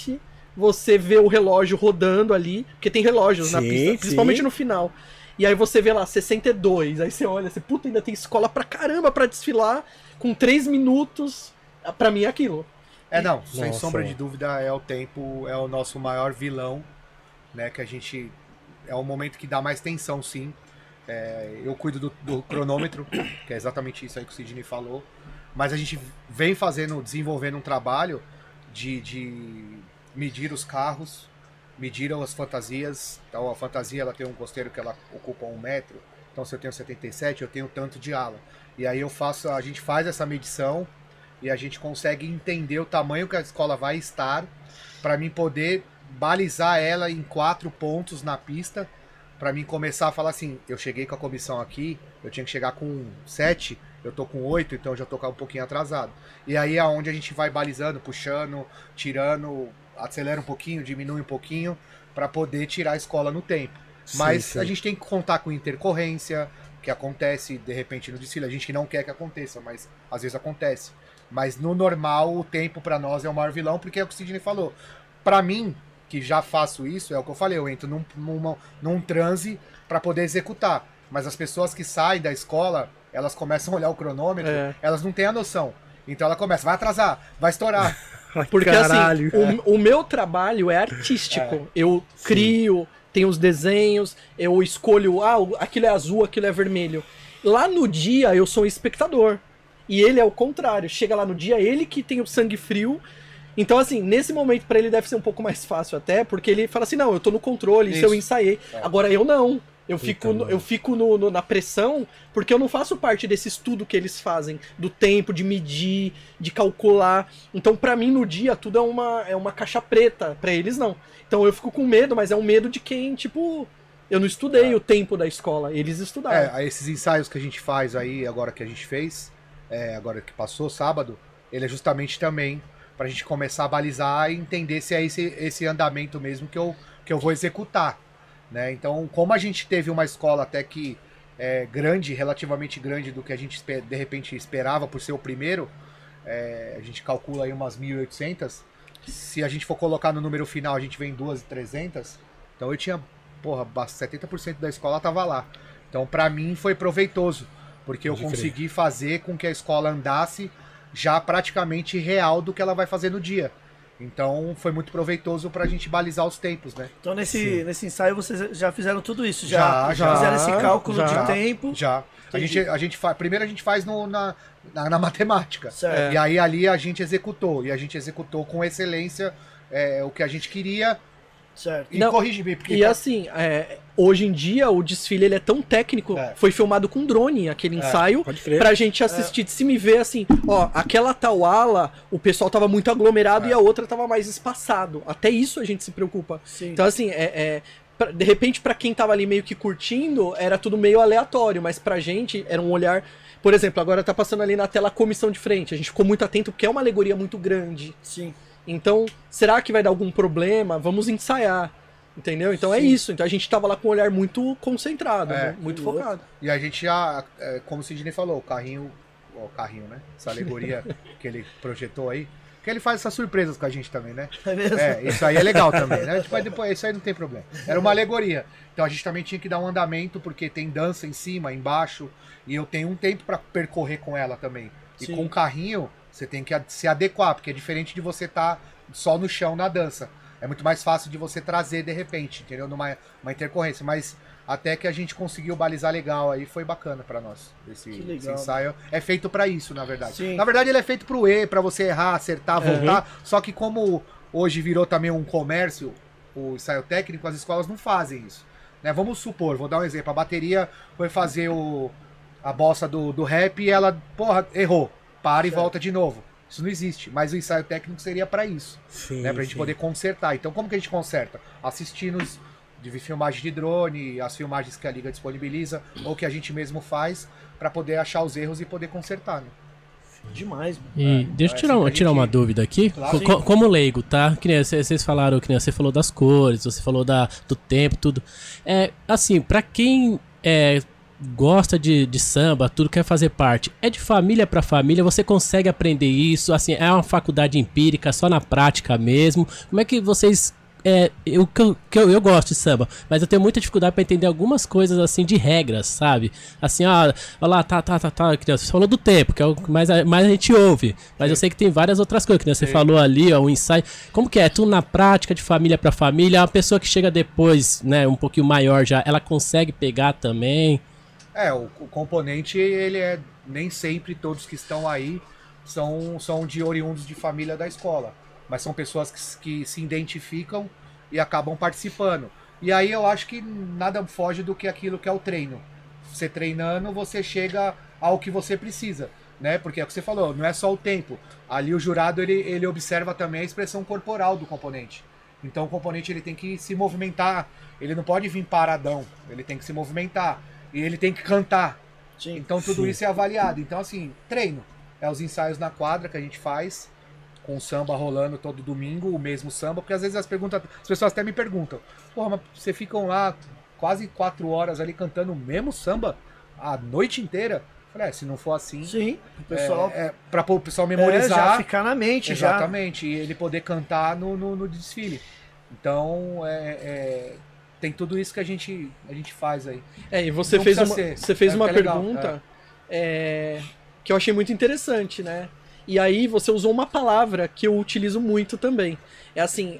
você vê o relógio rodando ali, porque tem relógios na Sim, pista, principalmente sim. no final. E aí você vê lá 62, aí você olha, você, puta, ainda tem escola pra caramba pra desfilar, com 3 minutos, pra mim é aquilo. Não, sem Nossa. sombra de dúvida, é o tempo, é o nosso maior vilão, né? Que a gente. É o momento que dá mais tensão, sim. Eu cuido do cronômetro, que é exatamente isso aí que o Sidney falou. Mas a gente vem desenvolvendo um trabalho de medir os carros, medir as fantasias. Então a fantasia ela tem um costeiro que ela ocupa 1 metro. Então se eu tenho 77, eu tenho tanto de ala. E aí a gente faz essa medição e a gente consegue entender o tamanho que a escola vai estar para mim poder balizar ela em 4 pontos na pista, para mim começar a falar assim, eu cheguei com a comissão aqui, eu tinha que chegar com 7, eu tô com 8, então eu já tô um pouquinho atrasado. E aí é onde a gente vai balizando, puxando, tirando, acelera um pouquinho, diminui um pouquinho, para poder tirar a escola no tempo. Mas sim. a gente tem que contar com intercorrência, que acontece de repente no desfile, a gente que não quer que aconteça, mas às vezes acontece. Mas no normal, o tempo para nós é o maior vilão, porque é o que o Sidney falou. Para mim, que já faço isso, é o que eu falei, eu entro num transe para poder executar. Mas as pessoas que saem da escola, elas começam a olhar o cronômetro, elas não têm a noção. Então ela começa, vai atrasar, vai estourar. Porque Caralho. assim, o meu trabalho é artístico. Eu crio, tenho os desenhos, eu escolho, aquilo é azul, aquilo é vermelho. Lá no dia eu sou um espectador. E ele é o contrário. Chega lá no dia, ele que tem o sangue frio. Então, assim, nesse momento pra ele deve ser um pouco mais fácil até, porque ele fala assim, não, eu tô no controle, isso eu ensaiei. Agora eu não. Eu fico na pressão, porque eu não faço parte desse estudo que eles fazem, do tempo, de medir, de calcular. Então, pra mim, no dia, tudo é uma caixa preta. Pra eles, não. Então, eu fico com medo, mas é um medo de quem, tipo... Eu não estudei o tempo da escola, eles estudaram. Esses ensaios que a gente faz aí, agora que a gente fez, agora que passou, sábado, ele é justamente também pra gente começar a balizar e entender se é esse andamento mesmo que eu vou executar. Né? Então, como a gente teve uma escola até que grande, relativamente grande do que a gente de repente esperava por ser o primeiro, a gente calcula aí umas 1.800. Se a gente for colocar no número final, a gente vem 2.300. Então eu tinha, 70% da escola tava lá. Então pra mim foi proveitoso, porque eu consegui fazer com que a escola andasse já praticamente real do que ela vai fazer no dia. Então foi muito proveitoso pra gente balizar os tempos, né? Então nesse ensaio vocês já fizeram tudo isso? Já fizeram esse cálculo de tempo? Já. Primeiro a gente faz na matemática. Certo. E aí ali a gente executou. E a gente executou com excelência o que a gente queria. Certo. E corrige-me. E assim, hoje em dia o desfile ele é tão técnico, foi filmado com drone aquele ensaio, pra gente assistir de cima e ver assim, aquela tal ala, o pessoal tava muito aglomerado e a outra tava mais espaçado. Até isso a gente se preocupa. Sim. Então assim, de repente pra quem tava ali meio que curtindo, era tudo meio aleatório, mas pra gente era um olhar... Por exemplo, agora tá passando ali na tela a comissão de frente, a gente ficou muito atento porque é uma alegoria muito grande. Sim. Então, será que vai dar algum problema? Vamos ensaiar, entendeu? Então é isso. Então a gente tava lá com um olhar muito concentrado, muito focado. E a gente já, como o Sidney falou, o carrinho, né? Essa alegoria que ele projetou aí, que ele faz essas surpresas com a gente também, né? É mesmo? Isso aí é legal também, né? Mas depois, isso aí não tem problema. Era uma alegoria. Então a gente também tinha que dar um andamento, porque tem dança em cima, embaixo, e eu tenho um tempo pra percorrer com ela também. E com o carrinho... Você tem que se adequar, porque é diferente de você estar só no chão na dança. É muito mais fácil de você trazer de repente, entendeu? Numa intercorrência. Mas até que a gente conseguiu balizar legal aí, foi bacana pra nós. Esse ensaio é feito pra isso, na verdade. Sim. Na verdade, ele é feito pro pra você errar, acertar, voltar. Só que como hoje virou também um comércio, o ensaio técnico, as escolas não fazem isso. Né? Vamos supor, vou dar um exemplo. A bateria foi fazer a bossa do rap e ela, errou. Para e volta de novo. Isso não existe. Mas o ensaio técnico seria pra isso. Sim, né? Pra gente poder consertar. Então como que a gente conserta? Assistindo de filmagem de drone, as filmagens que a Liga disponibiliza, ou que a gente mesmo faz, pra poder achar os erros e poder consertar. Né? Demais, mano. E deixa eu tirar uma dúvida aqui. Claro. Como leigo, tá? Que nem vocês falaram, que nem você falou das cores, você falou do tempo, tudo. Assim, pra quem gosta de samba, tudo quer fazer parte, é de família para família, você consegue aprender isso, assim, é uma faculdade empírica, só na prática mesmo? Como é que vocês... Eu gosto de samba, mas eu tenho muita dificuldade para entender algumas coisas assim de regras, sabe? Assim, olha lá, criança, você falou do tempo, que é o que mais a gente ouve, mas eu sei que tem várias outras coisas, que né? Você falou ali, ó, o ensaio. Como que é? Tudo na prática, de família para família, uma pessoa que chega depois, né, um pouquinho maior já, ela consegue pegar também? O componente, ele é nem sempre todos que estão aí são de oriundos de família da escola. Mas são pessoas que se identificam e acabam participando. E aí eu acho que nada foge do que aquilo que é o treino. Você treinando, você chega ao que você precisa, né? Porque é o que você falou, não é só o tempo. Ali o jurado, ele observa também a expressão corporal do componente. Então o componente, ele tem que se movimentar, ele não pode vir paradão, ele tem que se movimentar. E ele tem que cantar. Sim. Então tudo isso é avaliado. Então assim, treino. É os ensaios na quadra que a gente faz, com o samba rolando todo domingo, o mesmo samba, porque às vezes as pessoas até me perguntam, porra, mas vocês ficam lá quase 4 horas ali cantando o mesmo samba a noite inteira? Eu falei, se não for assim... Sim, o pessoal... Pra o pessoal memorizar... já ficar na mente, exatamente, e ele poder cantar no desfile. Então, tem tudo isso que a gente faz aí. E você fez uma pergunta que eu achei muito interessante, né? E aí você usou uma palavra que eu utilizo muito também. É assim,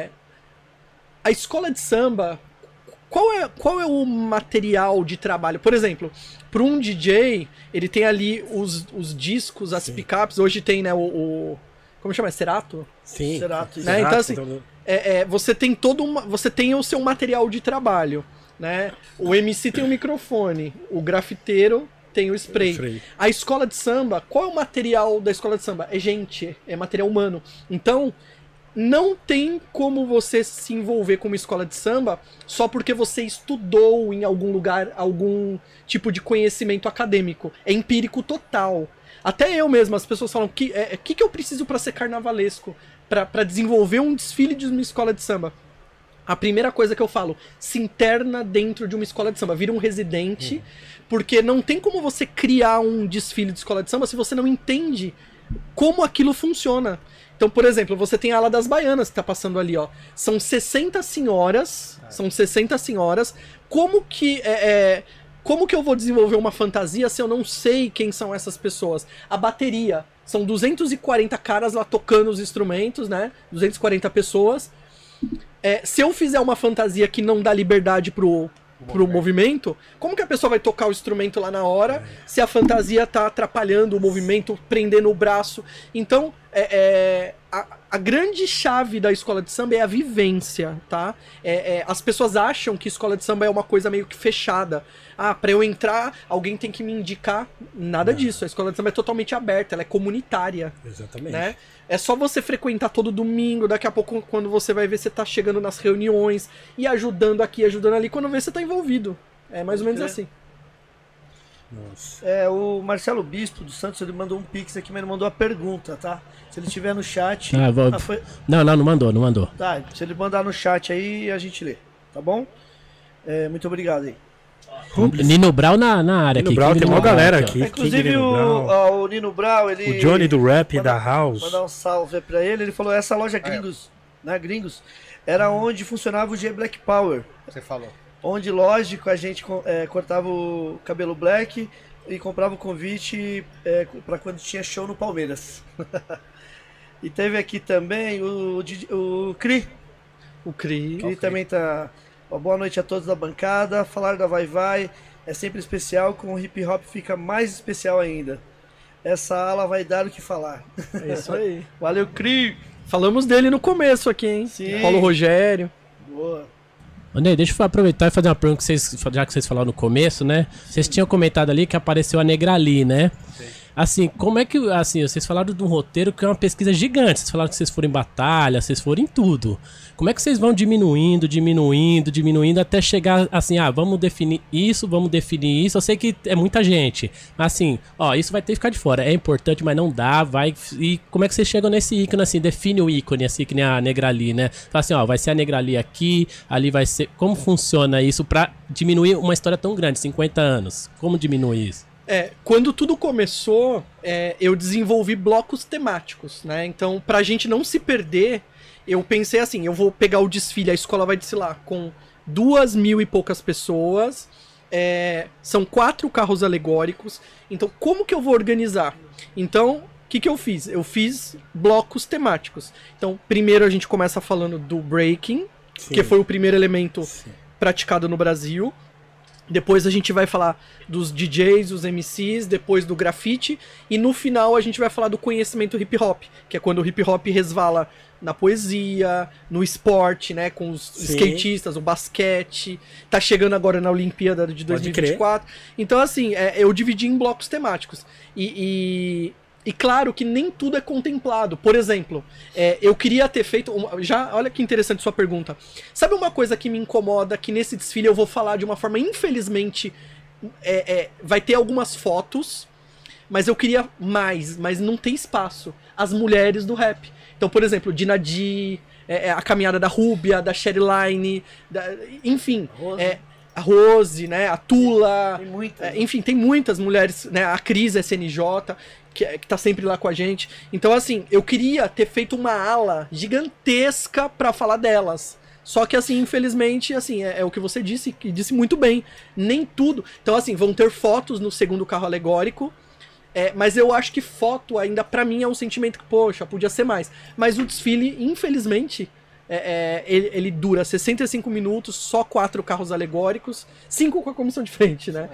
a escola de samba, qual é o material de trabalho? Por exemplo, para um DJ, ele tem ali os discos, as picapes. Hoje tem, né, como chama? Cerato? Sim. Cerato, né? Então assim, você tem você tem o seu material de trabalho, né? O MC tem o microfone, o grafiteiro tem o spray. A escola de samba, qual é o material da escola de samba? É gente, é material humano. Então, não tem como você se envolver com uma escola de samba só porque você estudou em algum lugar, algum tipo de conhecimento acadêmico. É empírico total. Até eu mesmo, as pessoas falam, que eu preciso para ser carnavalesco? Para desenvolver um desfile de uma escola de samba? A primeira coisa que eu falo, se interna dentro de uma escola de samba, vira um residente, porque não tem como você criar um desfile de escola de samba se você não entende como aquilo funciona. Então, por exemplo, você tem a ala das baianas que tá passando ali, ó. São 60 senhoras, como que eu vou desenvolver uma fantasia se eu não sei quem são essas pessoas? A bateria, são 240 caras lá tocando os instrumentos, né? 240 pessoas. Se eu fizer uma fantasia que não dá liberdade pro movimento, como que a pessoa vai tocar o instrumento lá na hora se a fantasia tá atrapalhando o movimento, prendendo o braço? Então, a grande chave da escola de samba é a vivência, tá? As pessoas acham que escola de samba é uma coisa meio que fechada. Pra eu entrar, alguém tem que me indicar. Nada disso. A escola de samba é totalmente aberta, ela é comunitária. Exatamente. Né? É só você frequentar todo domingo, daqui a pouco, quando você vai ver, você tá chegando nas reuniões e ajudando aqui, ajudando ali, quando vê, você tá envolvido. É mais ou menos assim. Nossa. O Marcelo Bispo dos Santos, ele mandou um pix aqui, mas ele mandou a pergunta, tá? Se ele estiver no chat... Não mandou. Tá, se ele mandar no chat aí, a gente lê, tá bom? Muito obrigado aí. Nino Brau na área. Nino Brau tem uma galera aqui. Inclusive o Nino Brau, ele... O Johnny do Rap da House. Mandar um salve pra ele. Ele falou, essa loja Gringos, né, Gringos, era onde funcionava o G Black Power. Você falou. Onde, lógico, a gente cortava o cabelo black e comprava o convite pra quando tinha show no Palmeiras. E teve aqui também o Cri. O Cri. Cri também tá... Boa noite a todos da bancada. Falar da Vai Vai é sempre especial, com o hip hop fica mais especial ainda. Essa ala vai dar o que falar. É isso aí. Valeu, Cri! Falamos dele no começo aqui, hein? Sim. Paulo Rogério. Boa. Ney, deixa eu aproveitar e fazer uma pergunta, já que vocês falaram no começo, né? Vocês tinham comentado ali que apareceu a Negrali, né? Sim. Assim, como é que, assim, vocês falaram de um roteiro que é uma pesquisa gigante, vocês falaram que vocês foram em batalha, vocês foram em tudo. Como é que vocês vão diminuindo até chegar assim, vamos definir isso. Eu sei que é muita gente, mas assim, ó, isso vai ter que ficar de fora. É importante, mas não dá, vai. E como é que vocês chegam nesse ícone, assim, define o ícone, assim, que nem a Negrali, né? Fala assim, ó, vai ser a Negrali aqui, ali vai ser... Como funciona isso pra diminuir uma história tão grande, 50 anos? Como diminui isso? Quando tudo começou, eu desenvolvi blocos temáticos, né? Então, pra gente não se perder, eu pensei assim, eu vou pegar o desfile, a escola vai desfilar com 2.000 e poucas pessoas, são 4 carros alegóricos, então como que eu vou organizar? Então, o que eu fiz? Eu fiz blocos temáticos. Então, primeiro a gente começa falando do breaking, que foi o primeiro elemento praticado no Brasil. Depois a gente vai falar dos DJs, os MCs, depois do grafite, e no final a gente vai falar do conhecimento hip hop, que é quando o hip hop resvala na poesia, no esporte, né, com os skatistas, o basquete, tá chegando agora na Olimpíada de 2024. Então assim, eu dividi em blocos temáticos. E claro que nem tudo é contemplado. Por exemplo, eu queria ter feito... olha que interessante sua pergunta. Sabe uma coisa que me incomoda, que nesse desfile eu vou falar de uma forma, infelizmente, vai ter algumas fotos, mas eu queria mais, mas não tem espaço. As mulheres do rap. Então, por exemplo, Dinadi, a caminhada da Rúbia, da Sherline, enfim... A Rose, né, a Tula, tem muitas, enfim, tem muitas mulheres, né, a Cris SNJ, que tá sempre lá com a gente. Então, assim, eu queria ter feito uma ala gigantesca pra falar delas. Só que, assim, infelizmente, assim, é o que você disse, que disse muito bem, nem tudo. Então, assim, vão ter fotos no segundo carro alegórico, mas eu acho que foto ainda, pra mim, é um sentimento que, poxa, podia ser mais. Mas o desfile, infelizmente... ele dura 65 minutos, só 4 carros alegóricos, 5 com a comissão de frente, né?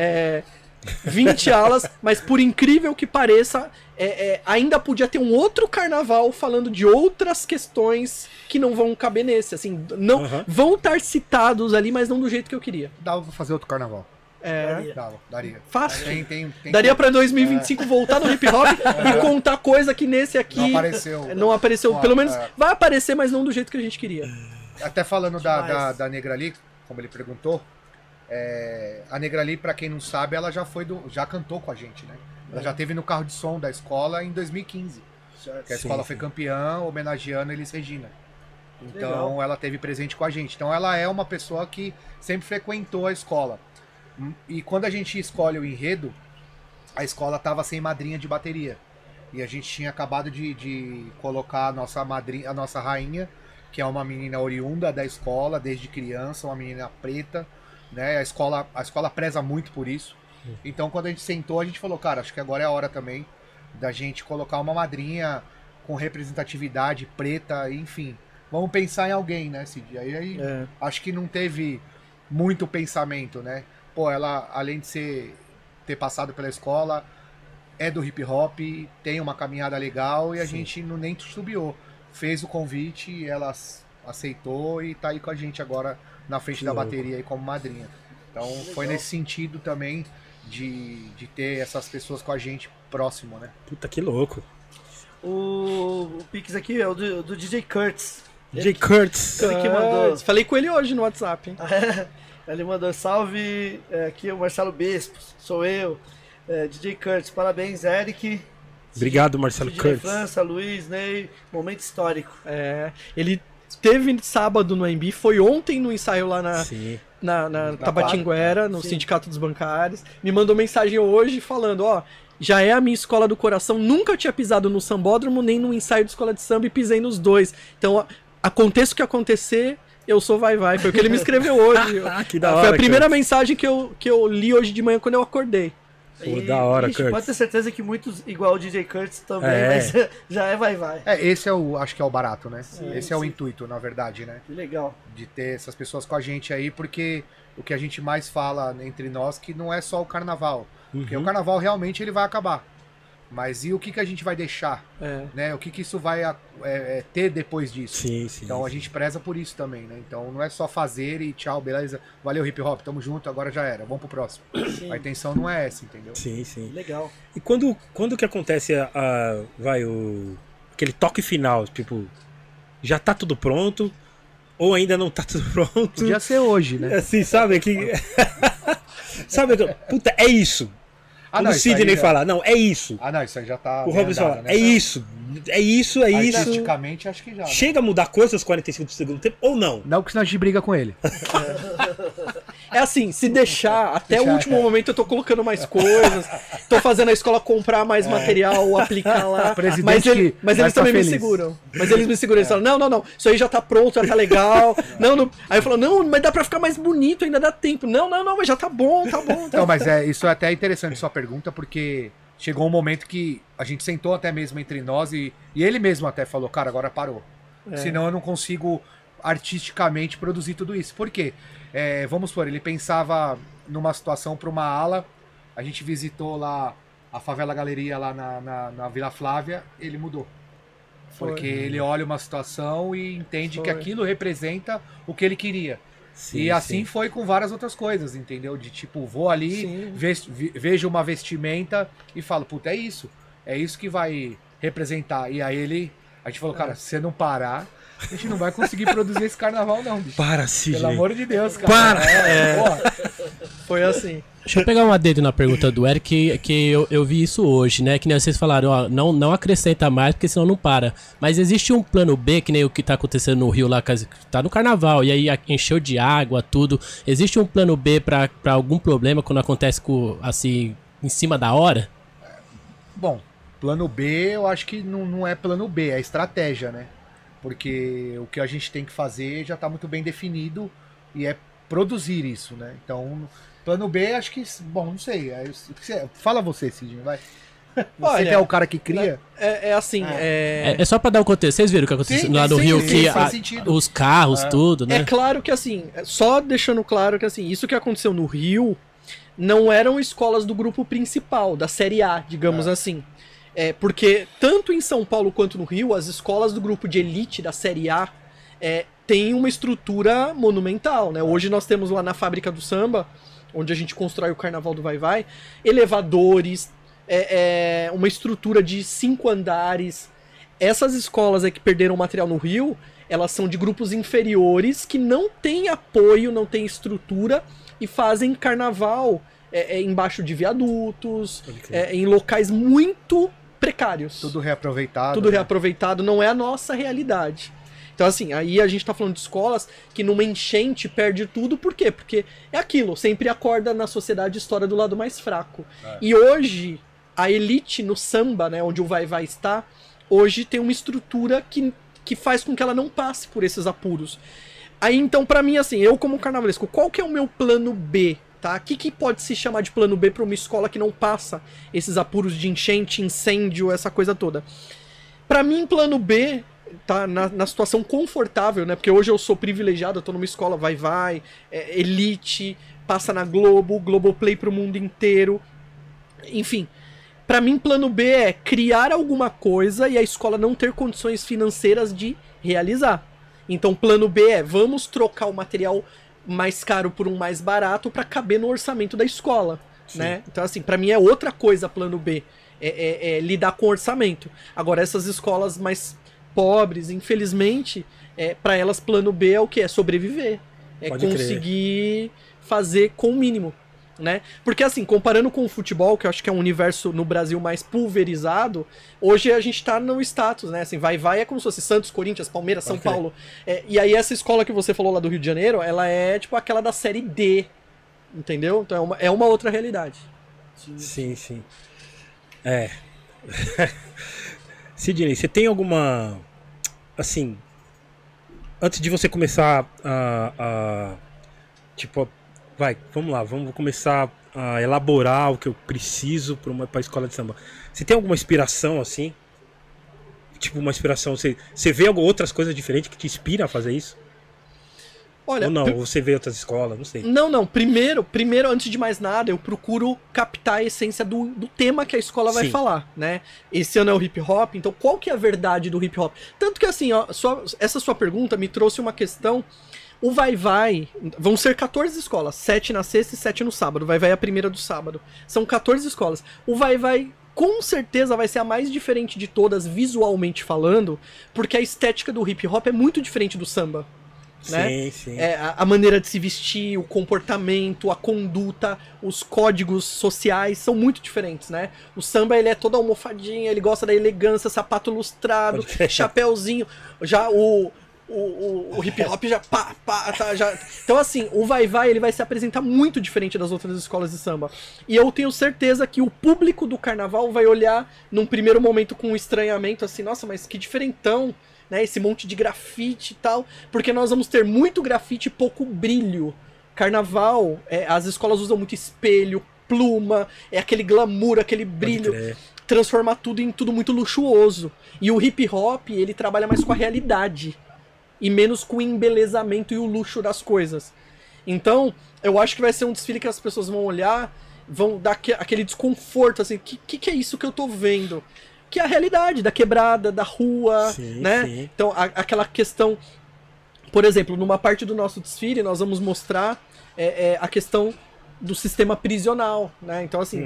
20 alas, mas por incrível que pareça, ainda podia ter um outro carnaval falando de outras questões que não vão caber nesse, assim, não vão estar citados ali, mas não do jeito que eu queria. Dava pra fazer outro carnaval. Daria. Fácil. Tem daria pra 2025 voltar no hip hop e contar coisa que nesse aqui não apareceu. Pelo menos vai aparecer, mas não do jeito que a gente queria. Até falando da Negrali, como ele perguntou, a Negrali, pra quem não sabe, ela já cantou com a gente, né? Ela já teve no carro de som da escola em 2015. Que a escola foi campeã, homenageando Elis Regina. Então ela teve presente com a gente. Então ela é uma pessoa que sempre frequentou a escola. E quando a gente escolhe o enredo, a escola tava sem madrinha de bateria. E a gente tinha acabado de colocar a nossa madrinha, a nossa rainha, que é uma menina oriunda da escola, desde criança, uma menina preta, né? A escola preza muito por isso. Então quando a gente sentou, a gente falou, cara, acho que agora é a hora também da gente colocar uma madrinha com representatividade preta, enfim. Vamos pensar em alguém, né, Cid? Aí acho que não teve muito pensamento, né? Pô, ela, além de ter passado pela escola, é do hip hop, tem uma caminhada legal e a gente nem subiu. Fez o convite, ela aceitou e tá aí com a gente agora na frente da bateria aí como madrinha. Então foi nesse sentido também de ter essas pessoas com a gente próximo, né? Puta, que louco. O Pix aqui é o do DJ Kurtz. DJ Kurtz. Ele que mandou. Falei com ele hoje no WhatsApp, hein? Ele mandou salve, aqui é o Marcelo Bispo, sou eu, DJ Kurtz, parabéns, Eric. Obrigado, Marcelo Kurtz. França, Luiz, Ney, momento histórico. Ele teve sábado no AMB, foi ontem no ensaio lá na Tabatinguera, no Sindicato dos Bancários. Me mandou mensagem hoje falando, já é a minha escola do coração, nunca tinha pisado no sambódromo, nem no ensaio de escola de samba e pisei nos dois. Então, aconteça o que acontecer, eu sou vai. Foi o que ele me escreveu hoje. Que da hora, foi a primeira mensagem que eu li hoje de manhã quando eu acordei. Pô, da hora, Kurtz. Kurtz. Pode ter certeza que muitos, igual o DJ Kurtz também, mas já vai. Esse acho que é o barato, né? Esse é o intuito, na verdade, né? Que legal. De ter essas pessoas com a gente aí, porque o que a gente mais fala entre nós que não é só o carnaval. Porque o carnaval realmente ele vai acabar. Mas e o que a gente vai deixar? É. Né? O que isso vai ter depois disso? Sim, sim. Então a gente preza por isso também, né? Então não é só fazer e tchau, beleza. Valeu, hip hop, tamo junto, agora já era. Vamos pro próximo. Sim. A intenção não é essa, entendeu? Sim, sim. Legal. E quando que acontece aquele toque final, tipo, já tá tudo pronto ou ainda não tá tudo pronto? Podia ser hoje, né? Assim, sabe que sabe, puta, é isso. Quando o isso Sidney aí já- fala, não, é isso. não, isso aí já tá. O bem Robson andado, fala, né? é isso. É isso, é isso. Artisticamente, acho que já. Né? Chega a mudar coisas aos 45 do segundo tempo ou não? Não, que senão a gente briga com ele. É assim, se deixar, até o Deixar, último momento eu tô colocando mais coisas, tô fazendo a escola comprar mais material, aplicar lá. Presidente Mas, que mas vai eles ficar também me feliz. seguram. Mas eles me seguram, eles falam, não, isso aí já tá pronto, já tá legal. Não. Aí eu falo, não, mas dá pra ficar mais bonito, ainda dá tempo. Não, mas já tá bom. Não, mas isso é até interessante sua pergunta, porque chegou um momento que a gente sentou até mesmo entre nós e ele mesmo até falou, cara, agora parou. Senão eu não consigo artisticamente produzir tudo isso. Por quê? Vamos supor, ele pensava numa situação para uma ala, a gente visitou lá a Favela Galeria lá na Vila Flávia, ele mudou. Porque ele olha uma situação e entende que aquilo representa o que ele queria. Sim, E assim sim. foi com várias outras coisas, entendeu? De tipo, vou ali, vejo uma vestimenta e falo, puta, é isso que vai representar. E aí a gente falou, cara, se você não parar, a gente não vai conseguir produzir esse carnaval não, bicho. Para, Sidney. Pelo amor de Deus, cara. Para! Porra. Foi assim. Deixa eu pegar uma dedo na pergunta do Eric, que eu vi isso hoje, né? Que nem vocês falaram, ó, não acrescenta mais, porque senão não para. Mas existe um plano B, que nem o que tá acontecendo no Rio lá, que tá no carnaval, e aí encheu de água, tudo. Existe um plano B pra algum problema quando acontece assim, em cima da hora? Bom, plano B eu acho que não é plano B, é estratégia, né? Porque o que a gente tem que fazer já tá muito bem definido e é produzir isso, né? Então, plano B acho que, bom, não sei. Fala você, Sidney, vai. Você Olha, que é o cara que cria. É assim, É só pra dar um contexto. Vocês viram o que aconteceu Sim, lá no sim, Rio? sim, Que faz sentido. os carros, tudo, né? É claro que assim, só deixando claro que assim, isso que aconteceu no Rio não eram escolas do grupo principal, da Série A, digamos assim. Porque tanto em São Paulo quanto no Rio, as escolas do grupo de elite da Série A têm uma estrutura monumental, né? Hoje nós temos lá na Fábrica do Samba, onde a gente constrói o Carnaval do Vai Vai, elevadores, uma estrutura de 5 andares. Essas escolas que perderam material no Rio, elas são de grupos inferiores que não têm apoio, não têm estrutura e fazem carnaval embaixo de viadutos, em locais muito precários. Tudo reaproveitado. Tudo reaproveitado, não é a nossa realidade. Então, assim, aí a gente tá falando de escolas que numa enchente perde tudo, por quê? Porque é aquilo, sempre acorda na sociedade a história do lado mais fraco. E hoje, a elite no samba, né, onde o Vai Vai está, hoje tem uma estrutura que faz com que ela não passe por esses apuros. Aí, então, pra mim, assim, eu como carnavalesco, qual que é o meu plano B? Tá? O que pode se chamar de plano B para uma escola que não passa esses apuros de enchente, incêndio, essa coisa toda? Para mim, plano B tá na situação confortável, né? Porque hoje eu sou privilegiado, eu tô numa escola vai, elite, passa na Globo, Globoplay pro mundo inteiro. Enfim, para mim, plano B é criar alguma coisa e a escola não ter condições financeiras de realizar. Então, plano B é vamos trocar o material mais caro por um mais barato para caber no orçamento da escola, né? Então, assim, para mim é outra coisa plano B, lidar com orçamento. Agora, essas escolas mais pobres, infelizmente, para elas plano B é o que? É sobreviver, Pode conseguir fazer com o mínimo, né? Porque, assim, comparando com o futebol, que eu acho que é um universo no Brasil mais pulverizado, hoje a gente tá no status, né? Assim, vai é como se fosse Santos, Corinthians, Palmeiras, São Paulo. E aí essa escola que você falou lá do Rio de Janeiro, ela é tipo aquela da série D, entendeu? Então é uma outra realidade. Sim. Sidney, você tem alguma... Assim, antes de você começar tipo... Vai, vamos lá, vamos começar a elaborar o que eu preciso para a escola de samba. Você tem alguma inspiração assim? Tipo, uma inspiração, você vê outras coisas diferentes que te inspiram a fazer isso? Olha, Ou não, ou você vê outras escolas, não sei. Não. Primeiro, antes de mais nada, eu procuro captar a essência do tema que a escola vai Sim. falar, né? Esse ano é o hip hop, então qual que é a verdade do hip hop? Tanto que assim, ó, essa sua pergunta me trouxe uma questão. O Vai-Vai, vão ser 14 escolas, 7 na sexta e 7 no sábado. O Vai-Vai é a primeira do sábado. São 14 escolas. O Vai-Vai com certeza vai ser a mais diferente de todas, visualmente falando, porque a estética do hip hop é muito diferente do samba. Né? Sim. A maneira de se vestir, o comportamento, a conduta, os códigos sociais são muito diferentes, né? O samba, ele é todo almofadinho, ele gosta da elegância, sapato lustrado, chapéuzinho. Já o hip hop já já. Então assim, o Vai-Vai ele vai se apresentar muito diferente das outras escolas de samba. E eu tenho certeza que o público do carnaval vai olhar num primeiro momento com um estranhamento assim, nossa, mas que diferentão, né? Esse monte de grafite e tal, porque nós vamos ter muito grafite e pouco brilho. Carnaval, as escolas usam muito espelho, pluma, é aquele glamour, aquele brilho, transformar tudo em tudo muito luxuoso. E o hip hop, ele trabalha mais com a realidade e menos com o embelezamento e o luxo das coisas. Então, eu acho que vai ser um desfile que as pessoas vão olhar, vão dar aquele desconforto, assim, que é isso que eu tô vendo? Que é a realidade da quebrada, da rua, né? Sim. Então, aquela questão... Por exemplo, numa parte do nosso desfile, nós vamos mostrar a questão do sistema prisional, né? Então, assim,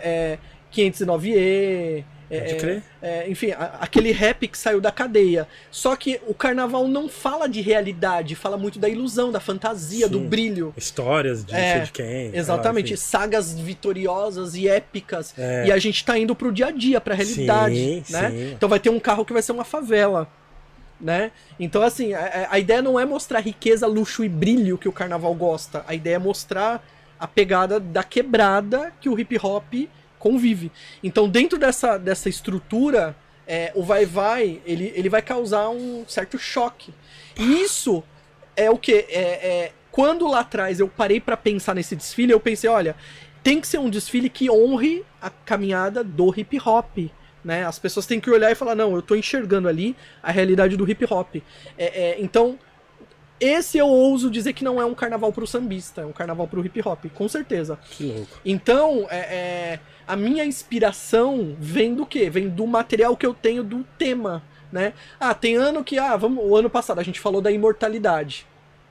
509E... enfim, aquele rap que saiu da cadeia. Só que o carnaval não fala de realidade, fala muito da ilusão, da fantasia, do brilho. Histórias de não sei de quem. Exatamente, sagas vitoriosas e épicas. E a gente tá indo pro dia a dia, pra realidade, né? Sim. Então vai ter um carro que vai ser uma favela, né? Então assim, a ideia não é mostrar riqueza, luxo e brilho que o carnaval gosta. A ideia é mostrar a pegada da quebrada que o hip hop convive. Então, dentro dessa estrutura, o Vai-Vai, ele vai causar um certo choque. E isso é o quê? Quando lá atrás eu parei pra pensar nesse desfile, eu pensei, olha, tem que ser um desfile que honre a caminhada do hip hop, né? As pessoas têm que olhar e falar, não, eu tô enxergando ali a realidade do hip hop. Então, esse eu ouso dizer que não é um carnaval pro sambista, é um carnaval pro hip hop, com certeza. Que louco. Então, a minha inspiração vem do quê? Vem do material que eu tenho do tema, né? Tem ano que, o ano passado a gente falou da imortalidade.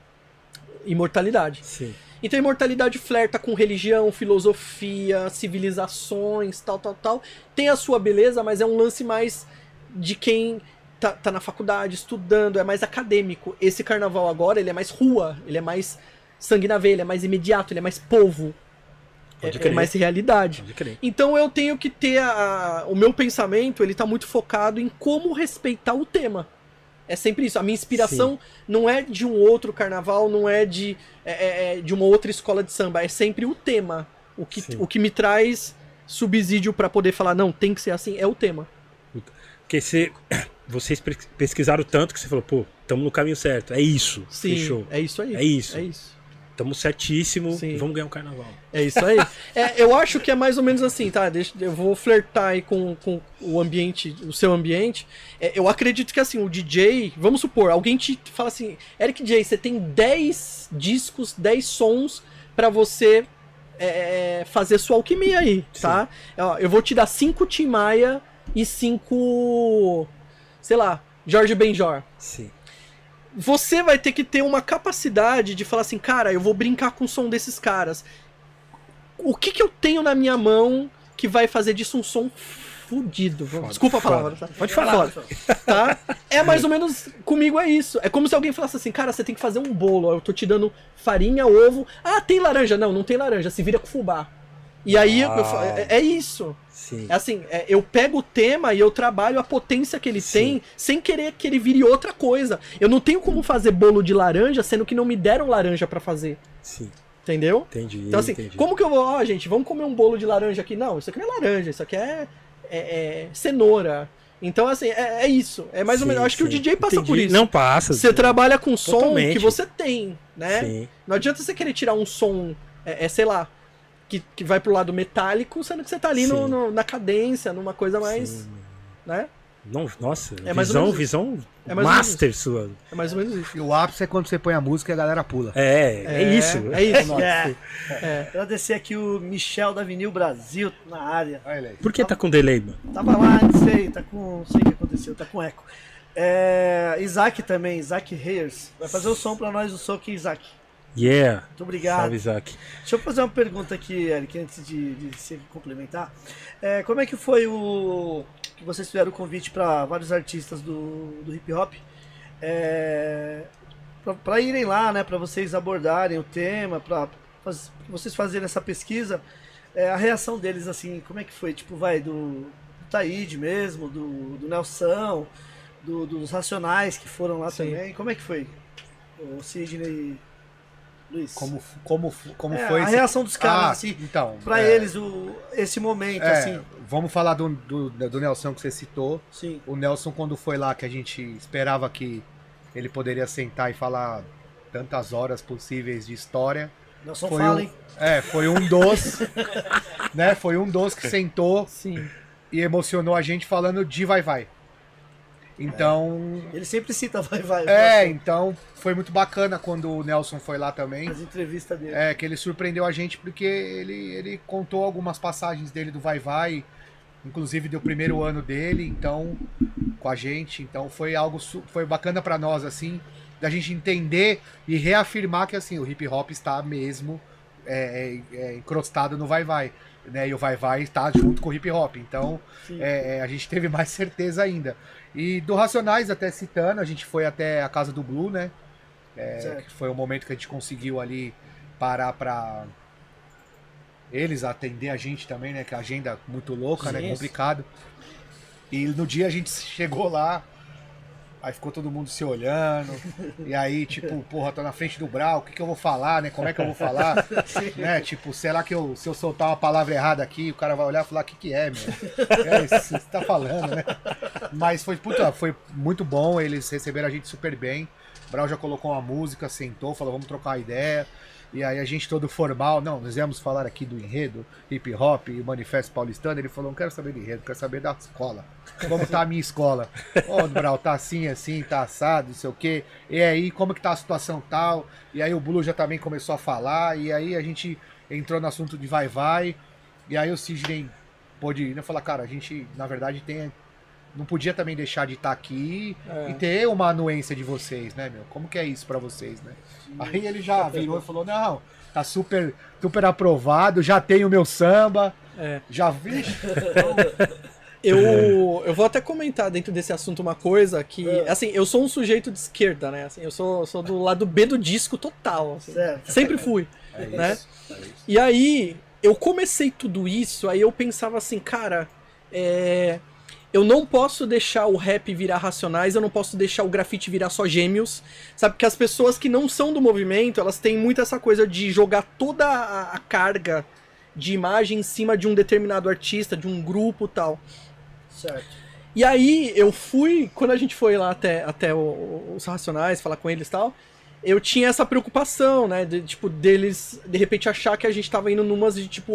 Sim. Então a imortalidade flerta com religião, filosofia, civilizações, tal. Tem a sua beleza, mas é um lance mais de quem tá na faculdade, estudando, é mais acadêmico. Esse carnaval agora, ele é mais rua, ele é mais sangue na veia, ele é mais imediato, ele é mais povo. É mais realidade. Então eu tenho que ter o meu pensamento, ele tá muito focado em como respeitar o tema. É sempre isso. A minha inspiração não é de um outro carnaval, não é de uma outra escola de samba. É sempre o tema. O que me traz subsídio pra poder falar, não, tem que ser assim, é o tema. Porque vocês pesquisaram tanto que você falou, pô, estamos no caminho certo. É isso. Sim, fechou. É isso aí. É isso. É isso. Estamos certíssimo, vamos ganhar um carnaval. É isso aí. Eu acho que é mais ou menos assim, tá? Eu vou flertar aí com o ambiente, o seu ambiente. Eu acredito que assim, o DJ, vamos supor, alguém te fala assim, Eric J, você tem 10 discos, 10 sons pra você fazer sua alquimia aí, tá? Eu vou te dar 5 Tim Maia e 5, sei lá, Jorge Benjor. Sim. Você vai ter que ter uma capacidade de falar assim, cara, eu vou brincar com o som desses caras. O que eu tenho na minha mão que vai fazer disso um som fudido? Desculpa a palavra. Tá? Pode falar. Tá? Mais ou menos, comigo é isso. É como se alguém falasse assim, cara, você tem que fazer um bolo. Eu tô te dando farinha, ovo. Tem laranja. Não tem laranja. Se vira com fubá. E aí, é isso. Sim. É assim, eu pego o tema e eu trabalho a potência que ele tem, sem querer que ele vire outra coisa. Eu não tenho como fazer bolo de laranja, sendo que não me deram laranja pra fazer. Sim. Entendeu? Entendi. Então assim, como que eu vou... gente, vamos comer um bolo de laranja aqui? Não, isso aqui não é laranja, isso aqui é cenoura. Então assim, é isso. É mais ou menos... Eu acho que o DJ passa por isso. Não passa. Você trabalha com som Totalmente. que você tem, né? Sim. Não adianta você querer tirar um som, sei lá, que vai pro lado metálico, sendo que você tá ali na cadência, numa coisa mais... né? Não, nossa, É mais ou menos visão É mais ou menos master sua. É mais ou menos isso. E o ápice é quando você põe a música e a galera pula. É isso. É isso. Agradecer aqui o Michel da Vinil Brasil na área. Olha ele aí. Por que tá com delay, mano? Tava lá, não sei, não sei o que aconteceu, tá com eco. Isaac também, Isaac Reyes. Vai fazer o som pra nós, o som aqui, Isaac. Yeah. Muito obrigado. Salve, Isaac. Deixa eu fazer uma pergunta aqui, Eric, antes de se complementar. Como é que foi que vocês fizeram o convite para vários artistas do hip hop? Para irem lá, né? Para vocês abordarem o tema, para vocês fazerem essa pesquisa. A reação deles, assim, como é que foi? Tipo, do Taíde mesmo, do Nelson, dos Racionais que foram lá também. Como é que foi? O Sidney... Luiz. Como foi a reação dos caras, assim, então, pra eles, esse momento, assim. Vamos falar do Nelson que você citou. Sim. O Nelson, quando foi lá, que a gente esperava que ele poderia sentar e falar tantas horas possíveis de história. Nelson fala, hein? Foi um dos, né? Foi um dos que sentou Sim. e emocionou a gente falando de Vai. Então... Ele sempre cita Vai. Então foi muito bacana quando o Nelson foi lá também. As entrevistas dele. Que ele surpreendeu a gente porque ele contou algumas passagens dele do Vai, inclusive do primeiro ano dele, então, com a gente. Então foi bacana pra nós, assim, da gente entender e reafirmar que, assim, o hip hop está mesmo encrostado no Vai, né? E o Vai está junto com o hip hop. Então, a gente teve mais certeza ainda. E do Racionais, até citando, a gente foi até a casa do Blue, né? Que foi o momento que a gente conseguiu ali parar pra eles atender a gente também, né? Que a agenda muito louca, né? Complicado. E no dia a gente chegou lá, aí ficou todo mundo se olhando, e aí, tipo, porra, tô na frente do Brau, o que eu vou falar, né? Como é que eu vou falar? Né? Tipo, será que se eu soltar uma palavra errada aqui, o cara vai olhar e falar, o que é, meu? Isso que você tá falando, né? Mas foi muito bom, eles receberam a gente super bem. O Brau já colocou uma música, sentou, falou, vamos trocar ideia. E aí a gente todo formal, nós íamos falar aqui do enredo, hip hop e manifesto paulistano. Ele falou, não quero saber de enredo, quero saber da escola. Como tá a minha escola? Brau, tá assim, tá assado, não sei o quê. E aí, como que tá a situação tal? E aí o Blue já também começou a falar, e aí a gente entrou no assunto de Vai. E aí o Sidney pôde ir e falar, cara, a gente, na verdade, não podia também deixar de estar aqui e ter uma anuência de vocês, né, meu? Como que é isso pra vocês, né? Aí ele já virou e falou, não, tá super aprovado, já tenho o meu samba, já vi. Eu vou até comentar dentro desse assunto uma coisa que, assim, eu sou um sujeito de esquerda, né? Assim, eu sou do lado B do disco total, assim. Sempre fui, né? E aí, eu comecei tudo isso, aí eu pensava assim, cara, eu não posso deixar o rap virar Racionais, eu não posso deixar o grafite virar só Gêmeos, sabe? Porque as pessoas que não são do movimento, elas têm muito essa coisa de jogar toda a carga de imagem em cima de um determinado artista, de um grupo e tal. Certo. E aí eu fui, quando a gente foi lá até os Racionais, falar com eles e tal, eu tinha essa preocupação, né, deles, de repente, achar que a gente tava indo numas de tipo,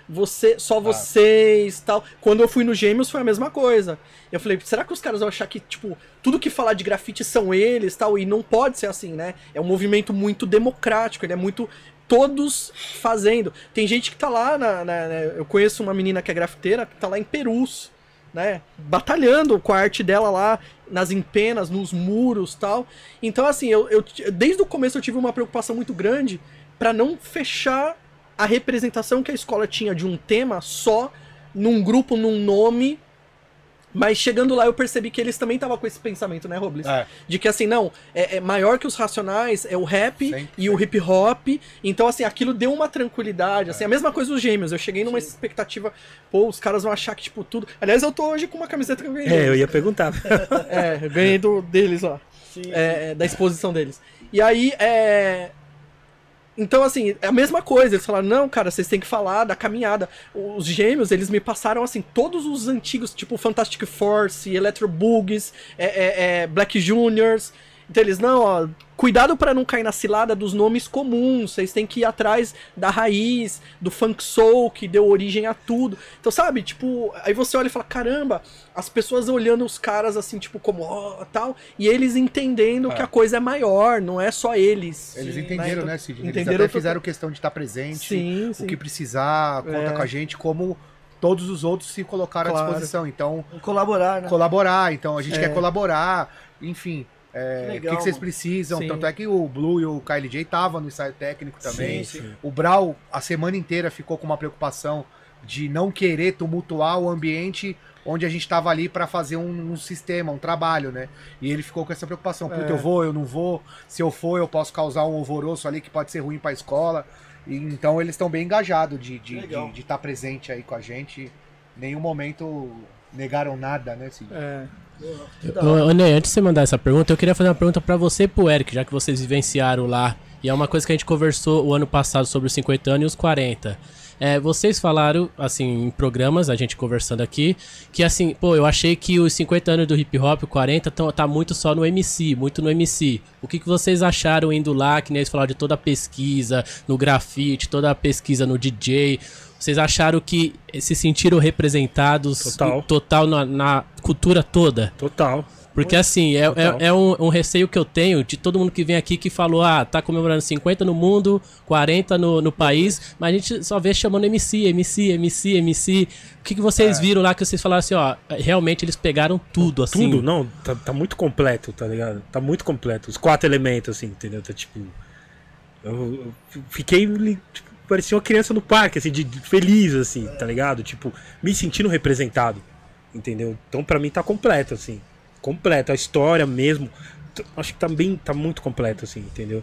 vocês, tal. Quando eu fui no Gêmeos foi a mesma coisa. Eu falei, será que os caras vão achar que, tipo, tudo que falar de grafite são eles, tal? E não pode ser assim, né? É um movimento muito democrático, ele é muito todos fazendo. Tem gente que tá lá, eu conheço uma menina que é grafiteira, que tá lá em Perus, né, batalhando com a arte dela lá, nas empenas, nos muros e tal. Então, assim, eu desde o começo eu tive uma preocupação muito grande pra não fechar a representação que a escola tinha de um tema só, num grupo, num nome. Mas chegando lá eu percebi que eles também estavam com esse pensamento, né, Robles? De que assim, não, é maior que os Racionais, é o rap e o hip hop. Então, assim, aquilo deu uma tranquilidade. Assim, a mesma coisa dos Gêmeos. Eu cheguei numa expectativa, pô, os caras vão achar que, tipo, tudo. Aliás, eu tô hoje com uma camiseta que eu ganhei. Eu ia perguntar. Eu ganhei deles lá. Da exposição deles. E aí, Então, assim, é a mesma coisa. Eles falaram, não, cara, vocês têm que falar da caminhada. Os Gêmeos, eles me passaram, assim, todos os antigos, tipo Fantastic Force, Electro Boogies, Black Juniors. Então eles, não, ó, cuidado pra não cair na cilada dos nomes comuns, vocês têm que ir atrás da raiz, do funk soul, que deu origem a tudo. Então, sabe, tipo, aí você olha e fala, caramba, as pessoas olhando os caras assim, tipo, como, ó, tal, e eles entendendo que a coisa é maior, não é só eles. Eles entenderam, né, Cid? Eles entenderam até fizeram questão de estar presente, Sim, sim. o que precisar, conta com a gente, como todos os outros se colocaram à Claro. disposição. Então, Colaborar, né? colaborar, então a gente quer colaborar, enfim. O legal, que vocês mano. precisam? Sim. Tanto é que o Blue e o KLJ estavam no ensaio técnico também. Sim, sim. O Brau, a semana inteira, ficou com uma preocupação de não querer tumultuar o ambiente onde a gente estava ali para fazer um sistema, um trabalho, né? E ele ficou com essa preocupação. Puta, eu vou, eu não vou. Se eu for, eu posso causar um alvoroço ali que pode ser ruim para a escola. E, então eles estão bem engajados de Legal. estar presente aí com a gente. Em nenhum momento negaram nada, né, Cid? Ô, Ney, antes de você mandar essa pergunta, eu queria fazer uma pergunta pra você e pro Eric, já que vocês vivenciaram lá. E é uma coisa que a gente conversou o ano passado sobre os 50 anos e os 40. Vocês falaram, assim, em programas, a gente conversando aqui, que assim, pô, eu achei que os 50 anos do hip hop, o 40, tá muito só no MC, muito no MC. O que vocês acharam indo lá, que nem eles falaram de toda a pesquisa no grafite, toda a pesquisa no DJ? Vocês acharam que se sentiram representados total na cultura toda? Total. Porque assim, é um receio que eu tenho de todo mundo que vem aqui que falou, tá comemorando 50 no mundo, 40 no país, mas a gente só vê chamando MC. O que vocês viram lá que vocês falaram assim, ó, realmente eles pegaram tudo, assim? Tudo, não, tá muito completo, tá ligado? Tá muito completo. Os 4 elementos, assim, entendeu? Tá tipo. Eu fiquei. Tipo, parecia uma criança no parque, assim, de feliz, assim, tá ligado? Tipo, me sentindo representado, entendeu? Então pra mim tá completo, assim. Completo, a história mesmo. Acho que tá muito completo, assim, entendeu?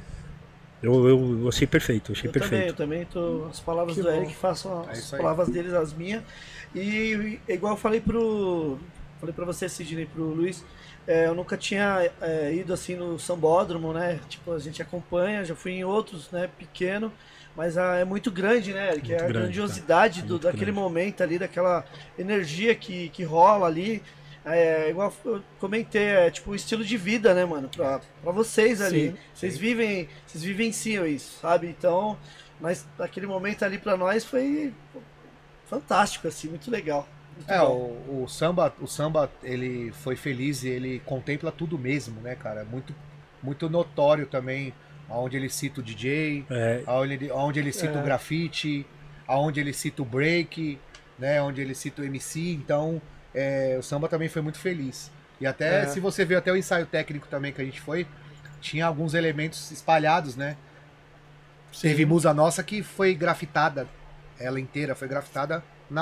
Eu achei perfeito, achei perfeito. Eu também tô. As palavras do Eric, façam as isso aí. palavras deles, as minhas. E igual eu falei pra você, Sidney, pro Luiz, eu nunca tinha ido assim no sambódromo, né? Tipo, a gente acompanha, já fui em outros, né, pequeno. Mas é muito grande, né, Eric? Muito a grande, grandiosidade daquele momento ali, daquela energia que rola ali. Igual eu comentei, tipo o estilo de vida, né, mano? Pra vocês ali. Sim, vocês vivenciam isso, sabe? Então, mas aquele momento ali pra nós foi fantástico, assim, muito legal. Muito bom. O samba, ele foi feliz e ele contempla tudo mesmo, né, cara? Muito, muito notório também, aonde ele cita o DJ, aonde ele cita o grafite, aonde ele cita o break, né, onde ele cita o MC, então o samba também foi muito feliz. E até, se você ver até o ensaio técnico também que a gente foi, tinha alguns elementos espalhados, né? Sim. Teve musa nossa que foi grafitada, ela inteira foi grafitada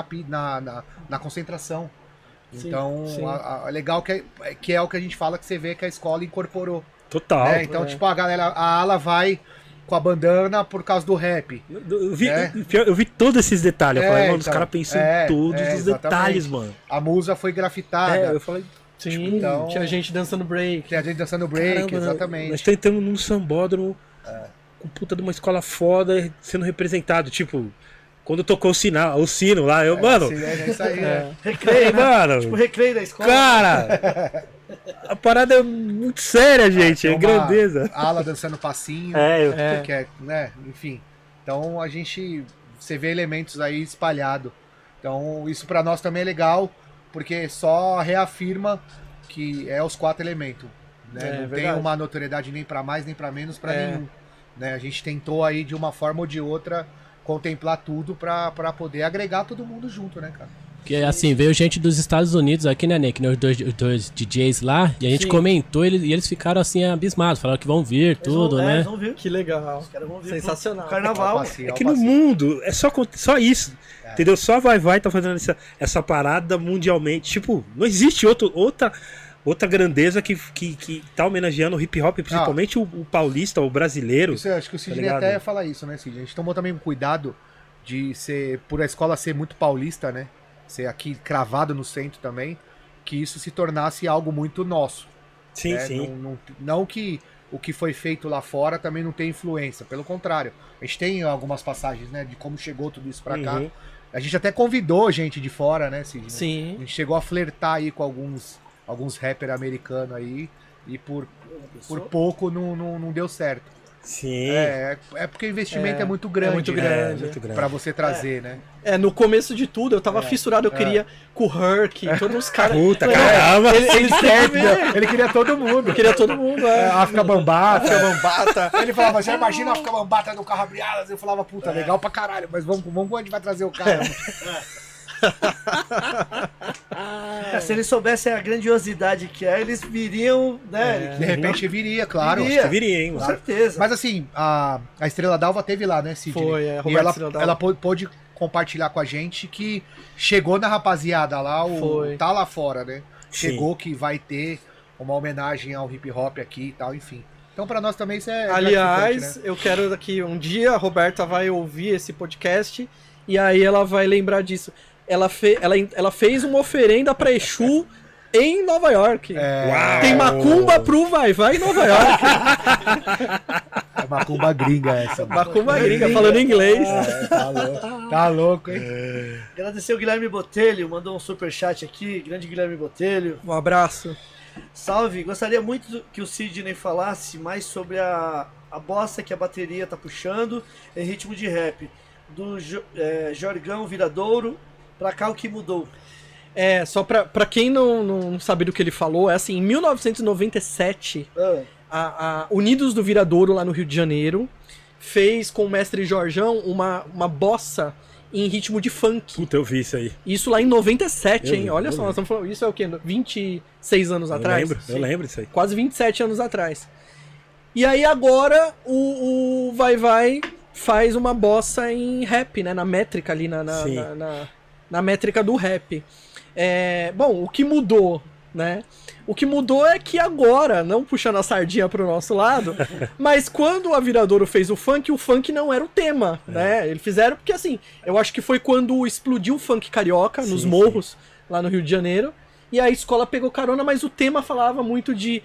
na concentração. Sim, Então, sim. legal que é o que a gente fala, que você vê que a escola incorporou. Total. Né? Então, tipo, a ala vai com a bandana por causa do rap. Eu vi todos esses detalhes. Eu falei, mano, os então, caras pensam em todos os exatamente. detalhes, mano. A musa foi grafitada. Eu falei, Sim, então- tinha gente dançando break. Tem a gente dançando break, caramba, exatamente. nós tá entrando num sambódromo com puta de uma escola foda sendo representado. Tipo, quando tocou o sino lá, mano, É isso aí, né? Recreio, né? mano, Tipo recreio da escola. cara, a parada é muito séria, gente, Tem é uma grandeza. ala dançando passinho. Que é, né? Enfim. Então você vê elementos aí espalhados. Então isso pra nós também é legal, porque só reafirma que é os 4 elementos. Né? Não tem verdade. uma notoriedade nem pra mais nem pra menos pra nenhum. Né? A gente tentou aí de uma forma ou de outra contemplar tudo pra poder agregar todo mundo junto, né, cara? Porque assim, veio gente dos Estados Unidos aqui, né, Nick? Os dois DJs lá, e a gente Sim. comentou e eles ficaram assim abismados, falaram que vão vir, tudo, né? Eles vão vir. Que legal. Os caras vão vir Sensacional. pro carnaval. Passinho, É que no mundo é só isso, entendeu? Só vai tá fazendo essa parada mundialmente. Tipo, não existe outra grandeza que tá homenageando o hip hop, principalmente o paulista, o brasileiro. Isso, eu acho que o Sidney ligado? até fala isso, né, Sidney? A gente tomou também um cuidado de ser, por a escola ser muito paulista, né? Ser aqui cravado no centro também, que isso se tornasse algo muito nosso. Sim, né? sim. Não que o que foi feito lá fora também não tem influência, pelo contrário. A gente tem algumas passagens, né, de como chegou tudo isso pra cá. Uhum. A gente até convidou gente de fora, né, Sidney? Sim. A gente chegou a flertar aí com alguns rappers americanos aí, E por pouco não deu certo. Sim. É porque o investimento é muito grande. muito né? grande. Muito grande. Pra você trazer, né? No começo de tudo, eu tava fissurado, eu queria com o Herc, todos os caras. Puta, Falei, caramba. Eles têm que ver. Ele queria todo mundo. Eu queria todo mundo, África Bambata. Bambata. Ele falava, já imagina a África Bambata no carro abre alas. Eu falava, puta, legal pra caralho, mas vamos onde vai trazer o cara? Se eles soubessem a grandiosidade que é, eles viriam, né? De repente viria, claro. Viria. Viria, hein, Com mano. certeza. Mas assim, a Estrela d'Alva teve lá, né, Sidney? Foi, E Roberto ela, Estrela d'Alva. ela pôde compartilhar com a gente que chegou na rapaziada lá, Foi. tá lá fora, né? Sim. Chegou que vai ter uma homenagem ao hip hop aqui e tal, enfim. Então pra nós também isso é Aliás, gratificante, né? eu quero que um dia a Roberta vai ouvir esse podcast e aí ela vai lembrar disso. Ela fez uma oferenda pra Exu em Nova York. Uau. Tem macumba pro vai em Nova York. É macumba gringa essa. mano. Macumba gringa, falando inglês. Tá louco, hein? Agradecer o Guilherme Botelho, mandou um superchat aqui. Grande Guilherme Botelho. Um abraço. Salve, gostaria muito que o Sidney falasse mais sobre a bossa que a bateria tá puxando em ritmo de rap. Do Jorgão Viradouro pra cá o que mudou. Só pra quem não sabe do que ele falou, é assim, em 1997, a Unidos do Viradouro, lá no Rio de Janeiro, fez com o mestre Jorjão uma bossa em ritmo de funk. Puta, eu vi isso aí. Isso lá em 97, Eu hein? lembro, Olha eu só, nós lembro. estamos falando, isso é o quê? 26 anos atrás? Eu lembro disso aí. Quase 27 anos atrás. E aí agora o Vai faz uma bossa em rap, né? Na métrica ali, Sim. na métrica do rap. Bom, o que mudou, né? O que mudou é que agora, não puxando a sardinha pro nosso lado, mas quando a Viradouro fez o funk não era o tema, né? Eles fizeram porque, assim, eu acho que foi quando explodiu o funk carioca nos morros, lá no Rio de Janeiro, e a escola pegou carona, mas o tema falava muito de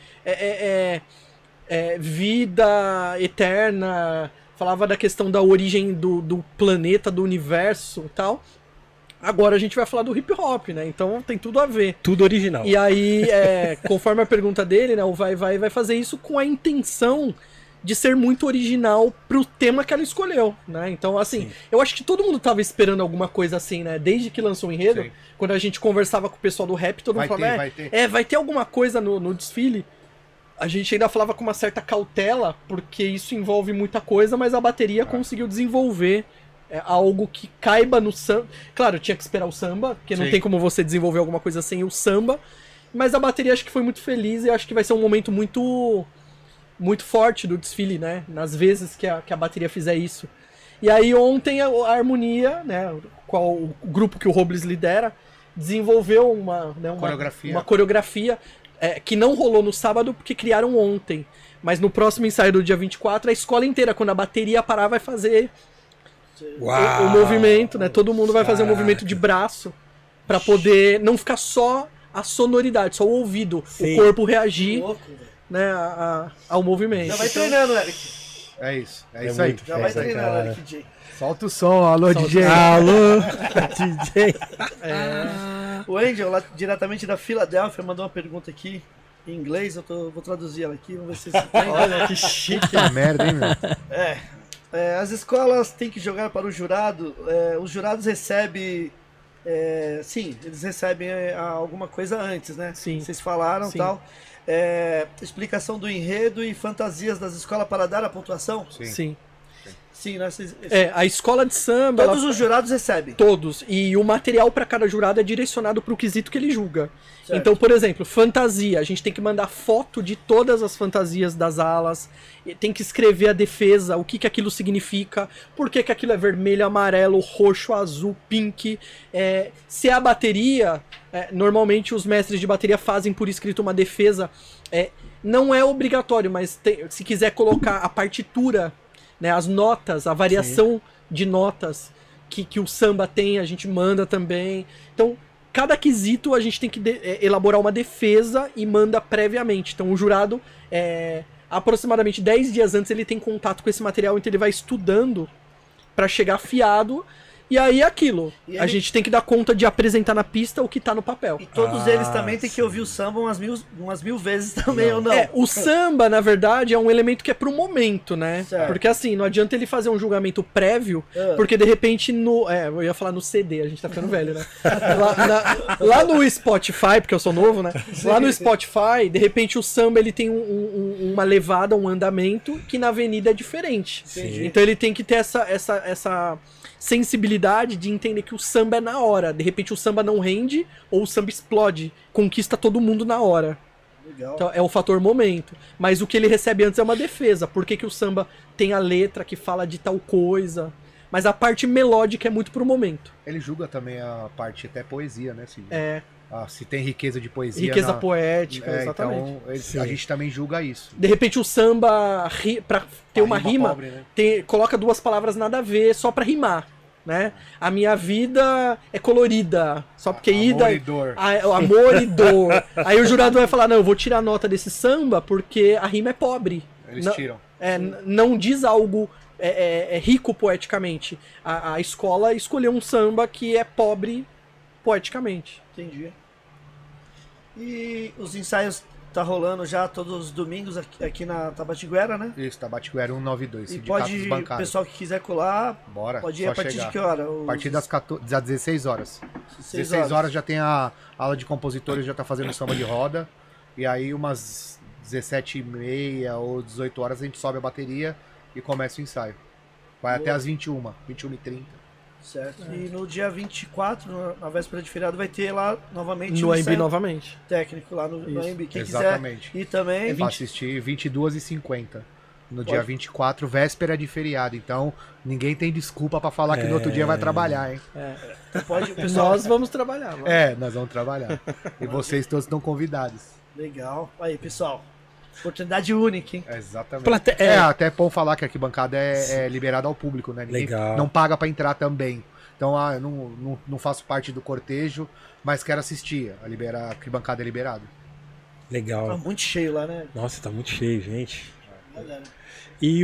vida eterna, falava da questão da origem do planeta, do universo e tal. Agora a gente vai falar do hip hop, né? Então tem tudo a ver. Tudo original. E aí, conforme a pergunta dele, né? O vai fazer isso com a intenção de ser muito original pro tema que ela escolheu, né? Então, assim, eu acho que todo mundo tava esperando alguma coisa assim, né? Desde que lançou o enredo, Sim. quando a gente conversava com o pessoal do rap, todo mundo falava, vai ter alguma coisa no desfile. A gente ainda falava com uma certa cautela, porque isso envolve muita coisa, mas a bateria conseguiu desenvolver algo que caiba no samba. Claro, tinha que esperar o samba, porque não tem como você desenvolver alguma coisa sem o samba, mas a bateria acho que foi muito feliz e acho que vai ser um momento muito muito forte do desfile, né? Nas vezes que a bateria fizer isso. E aí ontem a Harmonia, né, qual o grupo que o Robles lidera, desenvolveu uma coreografia que não rolou no sábado porque criaram ontem. Mas no próximo ensaio do dia 24, a escola inteira, quando a bateria parar, vai fazer o movimento, né? Todo mundo vai fazer um movimento de braço pra poder não ficar só a sonoridade, só o ouvido, o corpo reagir, né, ao movimento. Já vai treinando, Eric. É isso aí. Já vai treinando, Eric J. Solta o som, alô DJ. Alô, DJ. O Angel, lá diretamente da Filadélfia, mandou uma pergunta aqui em inglês. Vou traduzir ela aqui, vamos ver se você tem. Olha que chique. Puta merda, hein, meu? As escolas têm que jogar para o jurado. Os jurados recebem. Sim, eles recebem alguma coisa antes, né? Sim. Vocês falaram e Sim. tal. Explicação do enredo e fantasias das escolas para dar a pontuação? Sim. Sim, né? A escola de samba. Todos os jurados recebem. Todos. E o material para cada jurado é direcionado para o quesito que ele julga. Certo. Então, por exemplo, fantasia. A gente tem que mandar foto de todas as fantasias das alas. Tem que escrever a defesa, o que aquilo significa, por que aquilo é vermelho, amarelo, roxo, azul, pink. Se é a bateria, normalmente os mestres de bateria fazem por escrito uma defesa. Não é obrigatório, mas se quiser colocar a partitura, né, as notas, a variação de notas que o samba tem, a gente manda também. Então, cada quesito a gente tem que elaborar uma defesa e manda previamente. Então, o jurado, aproximadamente 10 dias antes, ele tem contato com esse material, então ele vai estudando para chegar afiado. E aí é aquilo. E A ele- gente tem que dar conta de apresentar na pista o que tá no papel. E todos Ah, eles também têm que sim. ouvir o samba umas mil vezes também, ou não? É, o samba, na verdade, é um elemento que é pro momento, né? Certo. Porque assim, não adianta ele fazer um julgamento prévio, Ah. porque de repente no. Eu ia falar no CD, a gente tá ficando velho, né? Lá no Spotify, porque eu sou novo, né? Lá no Spotify, de repente o samba ele tem uma levada, um andamento que na avenida é diferente. Sim. Então ele tem que ter essa sensibilidade de entender que o samba é na hora. De repente o samba não rende ou o samba explode, conquista todo mundo na hora. Legal. Então, é o fator momento. Mas o que ele recebe antes é uma defesa. Por que, que o samba tem a letra que fala de tal coisa? Mas a parte melódica é muito pro momento. Ele julga também a parte até poesia, né, Cid? É, Se tem riqueza de poesia. riqueza na- poética, exatamente. Então, Sim. a gente também julga isso. De repente o samba, pra ter uma rima, pobre, né? coloca duas palavras nada a ver só pra rimar. Né? A minha vida é colorida. Só porque ida. Amor e dor. Amor e dor. Aí o jurado vai falar: não, eu vou tirar nota desse samba porque a rima é pobre. Eles Não- tiram. Não diz algo rico poeticamente. A escola escolheu um samba que é pobre poeticamente. Entendi. E os ensaios tá rolando já todos os domingos aqui na Tabatinguera, né? Isso, Tabatinguera 192, E Sindicato pode, dos o Bancários. pessoal que quiser colar, Bora, pode ir só a partir chegar. de que hora? A partir das 16 horas. 16 16 horas já tem a aula de compositores, já tá fazendo samba de roda. E aí umas 17h30 ou 18 horas a gente sobe a bateria e começa o ensaio. Vai até as 21h30. Certo. E no dia 24, na véspera de feriado, vai ter lá novamente No um AMB ensaio novamente. técnico lá no Isso. AMB. Quem Exatamente. quiser ir também. Pra assistir 22h50. No dia 24, véspera de feriado. Então, ninguém tem desculpa pra falar que no outro dia vai trabalhar, hein? Pode, o pessoal. Nós vamos trabalhar. Mano. Nós vamos trabalhar. E vocês todos estão convidados. Legal. Aí, pessoal. Oportunidade única, hein? Exatamente. Até é bom falar que a arquibancada é liberada ao público, né? Ninguém Legal. não paga pra entrar também. Então, eu não faço parte do cortejo, mas quero assistir. A arquibancada é liberada. Tá Legal. muito cheio lá, né? Nossa, tá muito cheio, gente. Galera. E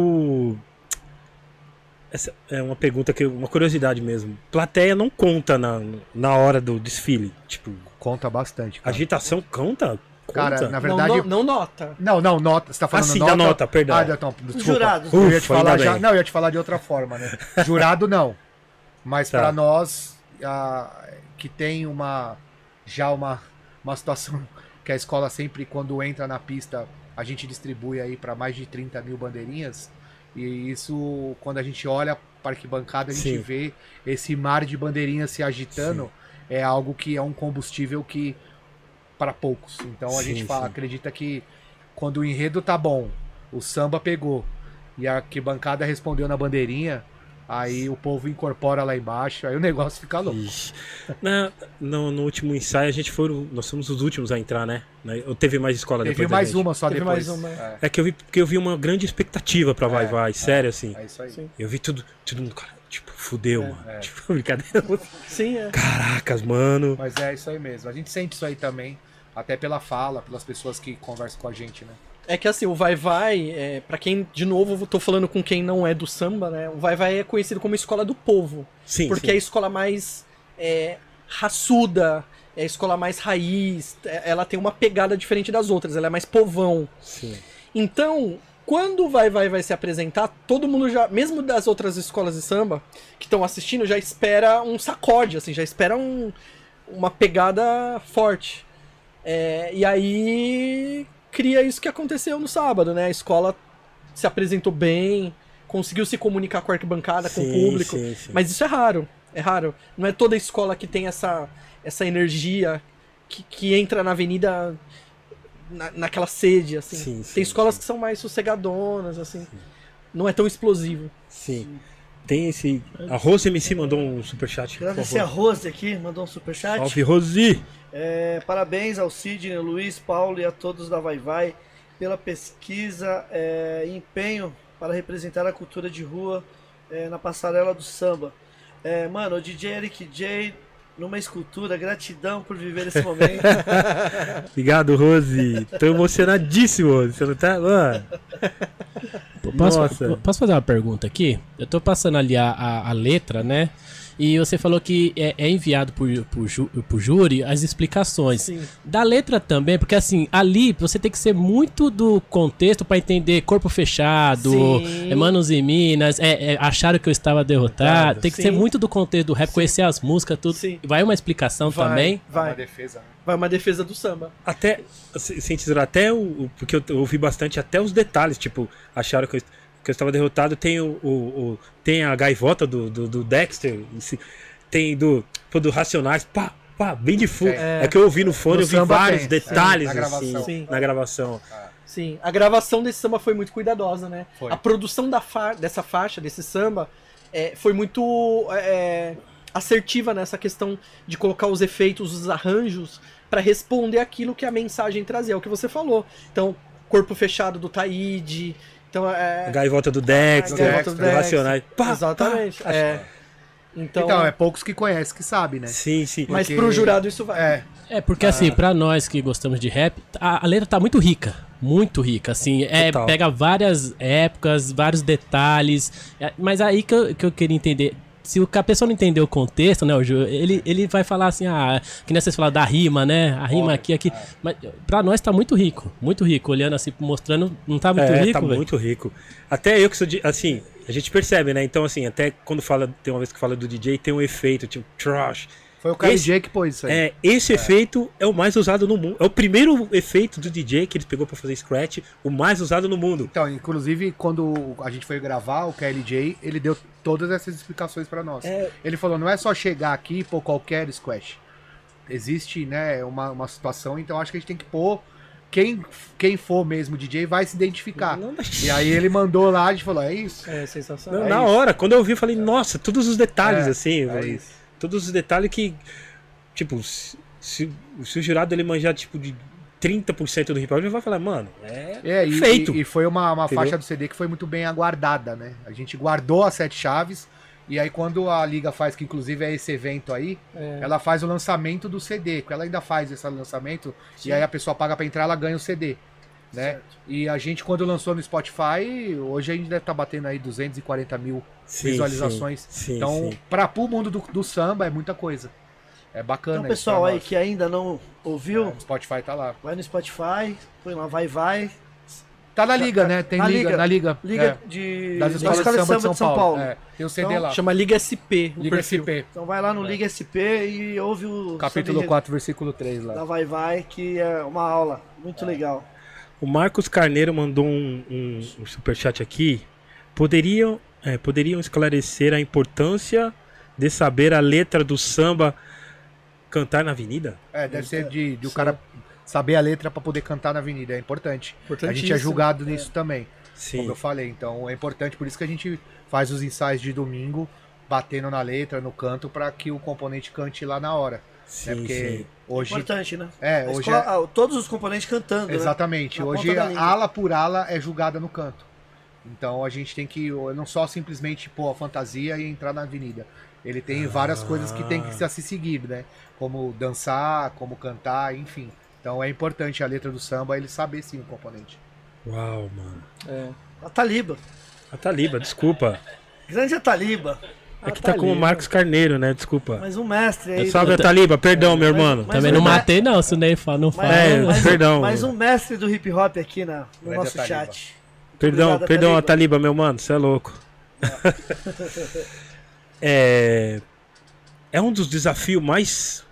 essa é uma pergunta, uma curiosidade mesmo. Plateia não conta na hora do desfile? Tipo, Conta bastante. Cara, agitação conta? Cara, na Não, verdade. não nota. Não, nota. Você tá falando sim, nota? da nota, perdão. Não, Os desculpa. jurados. Eu ia te Ufa, falar ainda já. bem. Não, eu ia te falar de outra forma, né? Jurado não. Mas Tá. pra nós, que tem uma situação que a escola sempre, quando entra na pista, a gente distribui aí pra mais de 30 mil bandeirinhas. E isso, quando a gente olha para a arquibancada, a gente Sim. vê esse mar de bandeirinhas se agitando. É algo que é um combustível que para poucos. Então a Sim, gente sim. acredita que quando o enredo tá bom, o samba pegou e a arquibancada respondeu na bandeirinha, aí o povo incorpora lá embaixo, aí o negócio fica louco. Ixi. No último ensaio, nós fomos os últimos a entrar, né? Ou teve mais escola Teve depois da mais gente? uma só Teve depois. mais uma. É que porque eu vi uma grande expectativa pra Vai Vai, sério, assim. É isso aí. Sim. Eu vi todo mundo, cara, tipo, fudeu, mano. É. Tipo, brincadeira. Sim, é. Caracas, mano. Mas é isso aí mesmo. A gente sente isso aí também, até pela fala, pelas pessoas que conversam com a gente, né? É que assim, o Vai Vai, pra quem, de novo, eu tô falando com quem não é do samba, né? O Vai Vai é conhecido como escola do povo. Sim, Porque sim. é a escola mais raçuda, é a escola mais raiz, ela tem uma pegada diferente das outras, ela é mais povão. Sim. Então, quando o Vai Vai se apresentar, todo mundo já, mesmo das outras escolas de samba que estão assistindo, já espera um sacode, assim, já espera uma pegada forte. E aí cria isso que aconteceu no sábado, né? A escola se apresentou bem, conseguiu se comunicar com a arquibancada, com o Sim, público, sim, sim. mas isso é raro. É raro. Não é toda escola que tem essa energia que entra na avenida naquela sede, assim. Sim, sim, tem escolas sim. que são mais sossegadonas, assim. Não é tão explosivo. Sim. Tem esse. A Rose MC mandou um superchat. por Agradecer a favor. Rose aqui, mandou um superchat. Salve, Rose! Parabéns ao Sidney, Luiz, Paulo e a todos da Vai Vai pela pesquisa e empenho para representar a cultura de rua na passarela do samba. Mano, o DJ Eric J, numa escultura, gratidão por viver esse momento. Obrigado, Rose. Tô emocionadíssimo, Rose. Você não tá? Mano. Posso fazer uma pergunta aqui? Eu tô passando ali a letra, né? E você falou que é enviado pro júri as explicações. Sim. Da letra também, porque assim, ali você tem que ser muito do contexto pra entender Corpo Fechado, Sim. Manos e Minas, acharam que eu estava derrotado. Tem que Sim. ser muito do contexto do rap, conhecer as músicas, tudo. Sim. Vai uma explicação também? Uma Vai. defesa, né? Vai uma defesa do samba. Até, sem tesouro, até porque eu ouvi bastante, até os detalhes, tipo, acharam que eu estava derrotado, tem tem a gaivota do Dexter, tem do Racionais, pá, bem de fundo. É que eu ouvi no fone, No eu vi samba vários tem, detalhes na gravação. assim, Sim. na gravação. Sim, a gravação desse samba foi muito cuidadosa, né? Foi. A produção dessa faixa, desse samba, foi muito assertiva nessa questão de colocar os efeitos, os arranjos, pra responder aquilo que a mensagem trazia, é o que você falou. Então, Corpo Fechado do Taíde, então A gaivota do Dexter, Gaivota do do Dexter. Racionais. Pá, Exatamente. pá. Então, é poucos que conhecem, que sabem, né? Sim, sim. Mas porque- pro jurado isso vai. Porque assim, pra nós que gostamos de rap, a letra tá muito rica. Muito rica, assim. Total. Pega várias épocas, vários detalhes. Mas aí que eu queria entender. Se a pessoa não entender o contexto, né, o Ju, ele vai falar assim, que nem vocês falaram da rima, né? A rima aqui. Mas pra nós tá muito rico. Muito rico. Olhando assim, mostrando, não tá muito rico, tá velho? muito rico. Até eu que sou assim, a gente percebe, né? Então, assim, até quando tem uma vez que fala do DJ, tem um efeito, tipo, trash. Foi o KLJ que pôs isso aí. Esse efeito é o mais usado no mundo. É o primeiro efeito do DJ que eles pegou pra fazer scratch, o mais usado no mundo. Então, inclusive, quando a gente foi gravar o KLJ, ele deu todas essas explicações pra nós. Ele falou, não é só chegar aqui e pôr qualquer squash. Existe, né, uma situação, então acho que a gente tem que pôr quem for mesmo DJ vai se identificar. E aí ele mandou lá, a gente falou, é isso? É sensacional. Na hora, quando eu ouvi, eu falei, nossa, todos os detalhes, assim. isso. Todos os detalhes que, tipo, se o jurado ele manjar, tipo, de 30% do hip hop, ele vai falar, mano, feito. E foi uma Entendeu? faixa do CD que foi muito bem aguardada, né? A gente guardou as 7 chaves, e aí quando a Liga faz, que inclusive é esse evento aí, ela faz o lançamento do CD, porque ela ainda faz esse lançamento, e aí a pessoa paga pra entrar, ela ganha o CD. Né? E a gente, quando lançou no Spotify, hoje a gente deve estar batendo aí 240 mil visualizações. Sim, então, sim. pro mundo do samba é muita coisa. É bacana. Então, isso pra pessoal aí nós. que ainda não ouviu, O Spotify tá lá. vai no Spotify, põe lá, vai. Tá na liga, né? Tem Na liga. Na liga. Liga Das escolas de samba de São Paulo. Tem o CD Então, lá. Chama Liga SP. o Liga perfil. SP. Então vai lá no Liga SP e ouve o Capítulo samba 4, versículo 3 da lá. Vai, que é uma aula muito legal. O Marcos Carneiro mandou um superchat aqui. Poderiam esclarecer a importância de saber a letra do samba cantar na avenida? Deve ser de o cara saber a letra pra poder cantar na avenida. É importante. A gente é julgado nisso também. Sim. Como eu falei. Então é importante, por isso que a gente faz os ensaios de domingo, batendo na letra, no canto, pra que o componente cante lá na hora. Sim, Né? Porque sim. hoje. Importante, né? É, A hoje escola- todos os componentes cantando, Exatamente. Na Hoje ponta da língua. ala por ala é julgada no canto. Então a gente tem que não só simplesmente pôr a fantasia e entrar na avenida. Ele tem várias coisas que tem que se seguir, né? Como dançar, como cantar, enfim. Então é importante a letra do samba ele saber sim o componente. Uau, mano. né? A Taliba. A Taliba, desculpa. Grande Taliba. É que tá com o Marcos Carneiro, né? Desculpa. Mas um mestre aí. Salve a Taliba, perdão, meu irmão. Mas Também um não me- matei, não. Se o Ney fala, não fala. Perdão. Mais um mestre do hip hop aqui no Grande nosso Taliba. chat. Perdão, Obrigado, perdão a Taliba. Taliba, meu mano, você é louco. É um dos desafios mais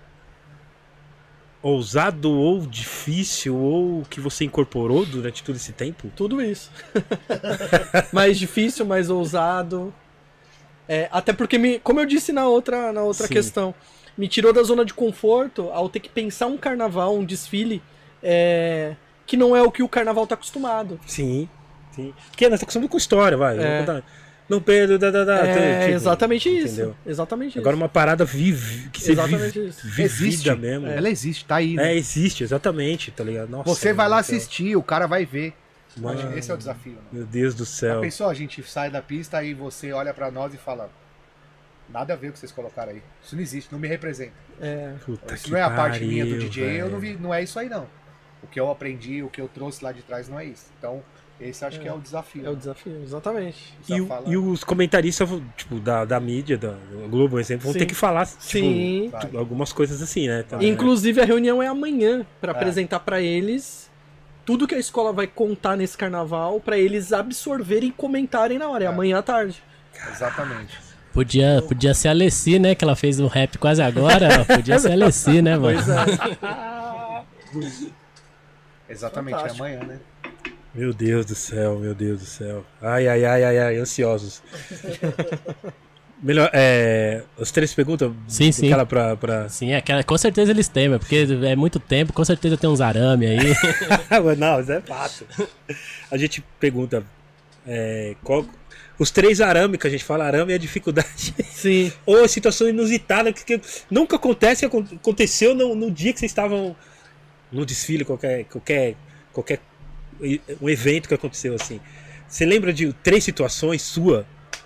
ousado ou difícil ou que você incorporou durante todo esse tempo? Tudo isso. Mais difícil, mais ousado. Até porque, como eu disse na outra Sim. questão, me tirou da zona de conforto ao ter que pensar um carnaval, um desfile, que não é o que o carnaval tá acostumado. Sim, sim. Porque nós estamos acostumando com história, vai. É. Vamos contar. Não, Pedro, tipo, Exatamente isso. entendeu? Exatamente Agora isso. uma parada que você Exatamente isso. vivida Existe. mesmo. Ela existe, tá aí. Né? Existe, exatamente, tá ligado? Nossa, Você vai lá então, assistir, o cara vai ver. Mano, Esse é o desafio. Né? meu Deus do Já céu. pensou? A gente sai da pista e você olha pra nós e fala: nada a ver com o que vocês colocaram aí. Isso não existe, não me representa. Puta Isso que não é a parte minha do pariu, DJ, eu velho. não vi, não é isso aí não. O que eu aprendi, o que eu trouxe lá de trás não é isso. Então, Esse acho que é o desafio. É o desafio, exatamente. E os comentaristas, tipo, da mídia, da Globo, por exemplo, vão Sim. ter que falar Sim. tipo, algumas coisas assim, né? Também, Inclusive a reunião é amanhã, pra apresentar pra eles tudo que a escola vai contar nesse carnaval, pra eles absorverem e comentarem na hora. É amanhã à tarde. Exatamente. Podia ser a Alessi, né? Que ela fez um rap quase agora. Podia ser a Alessi, né, mano? Pois é. Exatamente, é Fantástico. amanhã, né? Meu Deus do céu, meu Deus do céu. Ai, ansiosos. Melhor, as 3 perguntas? Sim, sim. Aquela pra... Sim, com certeza eles têm, mas porque é muito tempo, com certeza tem uns arame aí. Não, isso é fácil. A gente pergunta qual... Os 3 arame que a gente fala, arame é a dificuldade. Sim. Ou a situação inusitada que nunca acontece, aconteceu no dia que vocês estavam no desfile, qualquer um evento que aconteceu assim. Você lembra de 3 situações sua?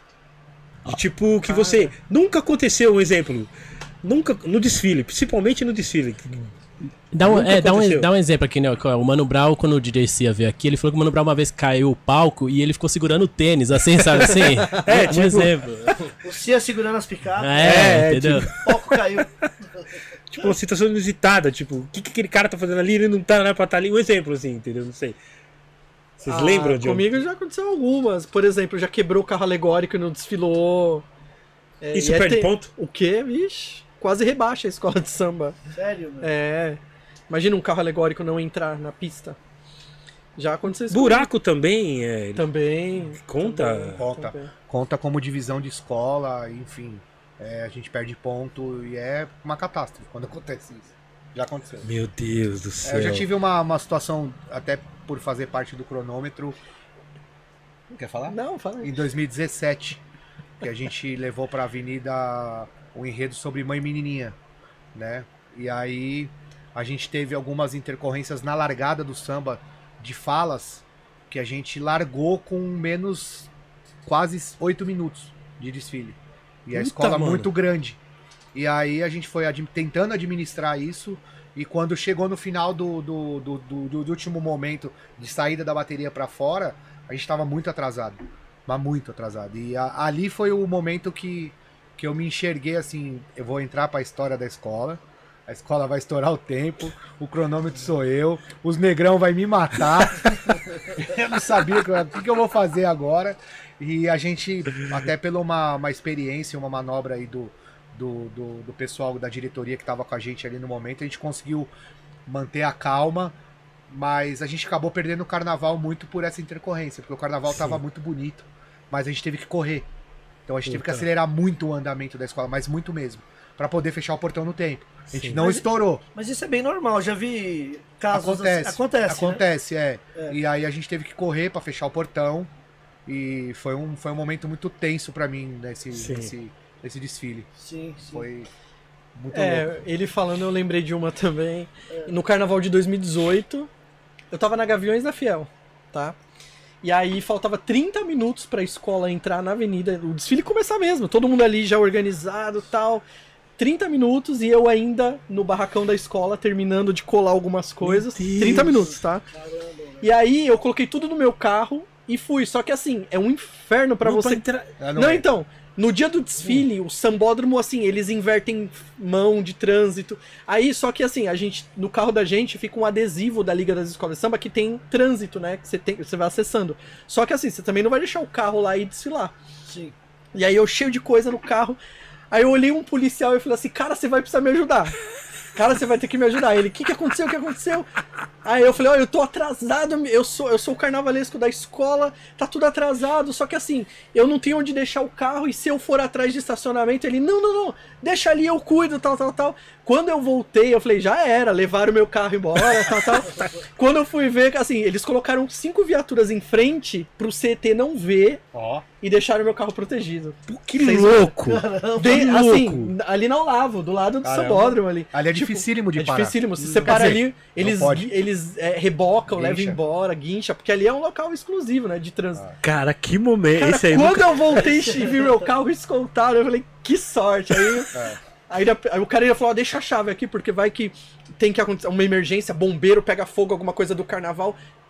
De tipo que você nunca aconteceu, um exemplo, nunca no desfile, principalmente no desfile. Dá um exemplo aqui, né? O Mano Brown, quando o DJ Cia veio aqui, ele falou que o Mano Brown uma vez caiu o palco e ele ficou segurando o tênis, assim, sabe assim? Tipo, um exemplo. O Cia segurando as picapes, Entendeu? o palco caiu. Tipo, uma situação inusitada, tipo, o que aquele cara tá fazendo ali? Ele não tá pra estar ali. Um exemplo, assim, entendeu? Não sei. Vocês lembram de Comigo já aconteceu algumas. Por exemplo, já quebrou o carro alegórico e não desfilou. Isso perde ponto? O quê? Vixe, quase rebaixa a escola de samba. Sério, mano? Imagina um carro alegórico não entrar na pista. Já aconteceu isso. Buraco também Também. conta? Conta como divisão de escola, enfim. A gente perde ponto e é uma catástrofe quando acontece isso. Já aconteceu. Meu Deus do céu. Eu já tive uma situação, até por fazer parte do cronômetro. Quer falar? Não, fala aí. Em 2017, que a gente levou pra avenida um enredo sobre mãe menininha, né? E aí a gente teve algumas intercorrências na largada do samba de falas que a gente largou com menos quase 8 minutos de desfile. E a escola muito grande. E aí a gente foi tentando administrar isso. E quando chegou no final do último momento de saída da bateria pra fora, a gente tava muito atrasado. Mas muito atrasado. E ali foi o momento que eu me enxerguei assim, eu vou entrar pra história da escola. A escola vai estourar o tempo, o cronômetro sou eu, os negrão vai me matar. Eu não sabia o que eu vou fazer agora. E a gente, até pela uma experiência, uma manobra aí do pessoal da diretoria que estava com a gente ali no momento, a gente conseguiu manter a calma, mas a gente acabou perdendo o carnaval muito por essa intercorrência, porque o carnaval estava muito bonito, mas a gente teve que correr. Então a gente teve que acelerar muito o andamento da escola, mas muito mesmo, para poder fechar o portão no tempo. A gente não estourou. Mas isso é bem normal, já vi casos Acontece, Acontece, né? E aí a gente teve que correr para fechar o portão. E foi um momento muito tenso pra mim nesse desfile. Sim. Foi muito louco. Ele falando, eu lembrei de uma também. No carnaval de 2018, eu tava na Gaviões da Fiel, tá? E aí faltava 30 minutos pra escola entrar na avenida, o desfile começar mesmo, todo mundo ali já organizado e tal. 30 minutos e eu ainda no barracão da escola terminando de colar algumas coisas. 30 minutos, tá? Caramba, e aí eu coloquei tudo no meu carro e fui. Só que assim, é um inferno pra você. Então, no dia do desfile, o sambódromo, assim, eles invertem mão de trânsito. Aí, só que assim, a gente, no carro da gente fica um adesivo da Liga das Escolas de Samba que tem trânsito, né? Que você vai acessando. Só que assim, você também não vai deixar o carro lá e desfilar. Sim. E aí eu cheio de coisa no carro. Aí eu olhei um policial e falei assim, cara, você vai precisar me ajudar. Cara, você vai ter que me ajudar. Ele, o que aconteceu? O que aconteceu? Aí eu falei, ó, eu tô atrasado, eu sou o carnavalesco da escola, tá tudo atrasado, só que assim, eu não tenho onde deixar o carro e se eu for atrás de estacionamento, ele, não, deixa ali, eu cuido, tal. Quando eu voltei, eu falei, já era, levaram o meu carro embora, tal. Quando eu fui ver, assim, eles colocaram 5 viaturas em frente pro CT não ver e deixaram o meu carro protegido. Que louco! Assim, ali na Olavo, do lado do sambódromo ali. Ali é dificílimo de parar. É dificílimo, se você para ali, eles rebocam, levam embora, guincha, porque ali é um local exclusivo, né, de trânsito. Cara, que momento! Cara, esse aí quando eu voltei e vi meu carro escoltado, eu falei, que sorte! Aí o cara ia falar, deixa a chave aqui, porque vai que tem que acontecer uma emergência, bombeiro pega fogo, alguma coisa do carnaval.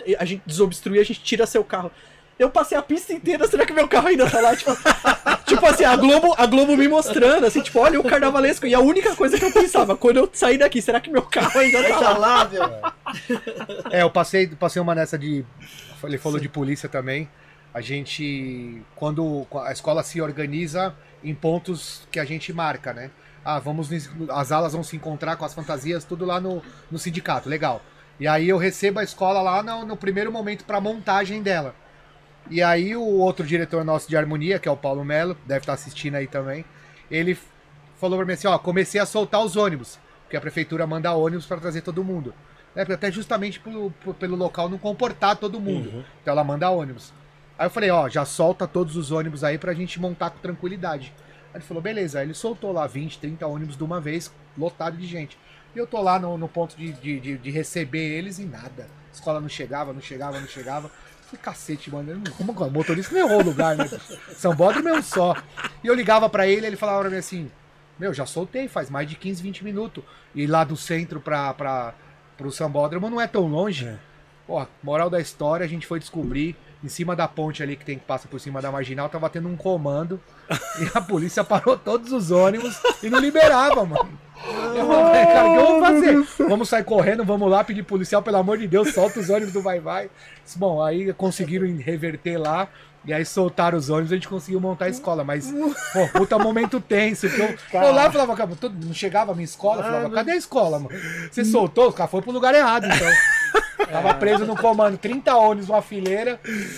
a gente desobstrui, a gente tira seu carro. Eu passei a pista inteira, será que meu carro ainda tá lá? Tipo assim, a Globo me mostrando, assim, tipo, olha o carnavalesco. E a única coisa que eu pensava, quando eu sair daqui, será que meu carro ainda tá lá, meu? Eu passei uma nessa de... Ele falou de polícia também. A gente, quando a escola se organiza em pontos que a gente marca, né? As alas vão se encontrar com as fantasias, tudo lá no sindicato, legal. E aí eu recebo a escola lá no primeiro momento para montagem dela. E aí o outro diretor nosso de harmonia, que é o Paulo Melo, deve estar assistindo aí também, ele falou pra mim assim, ó, comecei a soltar os ônibus, porque a prefeitura manda ônibus para trazer todo mundo. Até justamente pelo local não comportar todo mundo. Uhum. Então ela manda ônibus. Aí eu falei, ó, já solta todos os ônibus aí pra gente montar com tranquilidade. Aí ele falou, beleza. Aí ele soltou lá 20, 30 ônibus de uma vez, lotado de gente. E eu tô lá no ponto de receber eles e nada. A escola não chegava. Falei, cacete, mano. Como o motorista não errou o lugar, né? Sambódromo é um só. E eu ligava pra ele falava pra mim assim, meu, já soltei, faz mais de 15, 20 minutos. E lá do centro pro Sambódromo não é tão longe. Pô, moral da história, a gente foi descobrir, em cima da ponte ali que passa por cima da Marginal, tava tendo um comando e a polícia parou todos os ônibus e não liberava, mano. Eu falei, cara, o que eu vou fazer? Vamos sair correndo, vamos lá pedir policial, pelo amor de Deus, solta os ônibus do vai-vai. Bom, aí conseguiram reverter lá. E aí soltaram os ônibus, a gente conseguiu montar a escola, mas, pô, puta momento tenso, que eu lá falava, cara, não chegava a minha escola, eu falava, cadê a escola, mano? Você soltou, o cara foi pro lugar errado, então. Tava preso no comando, 30 ônibus, uma fileira.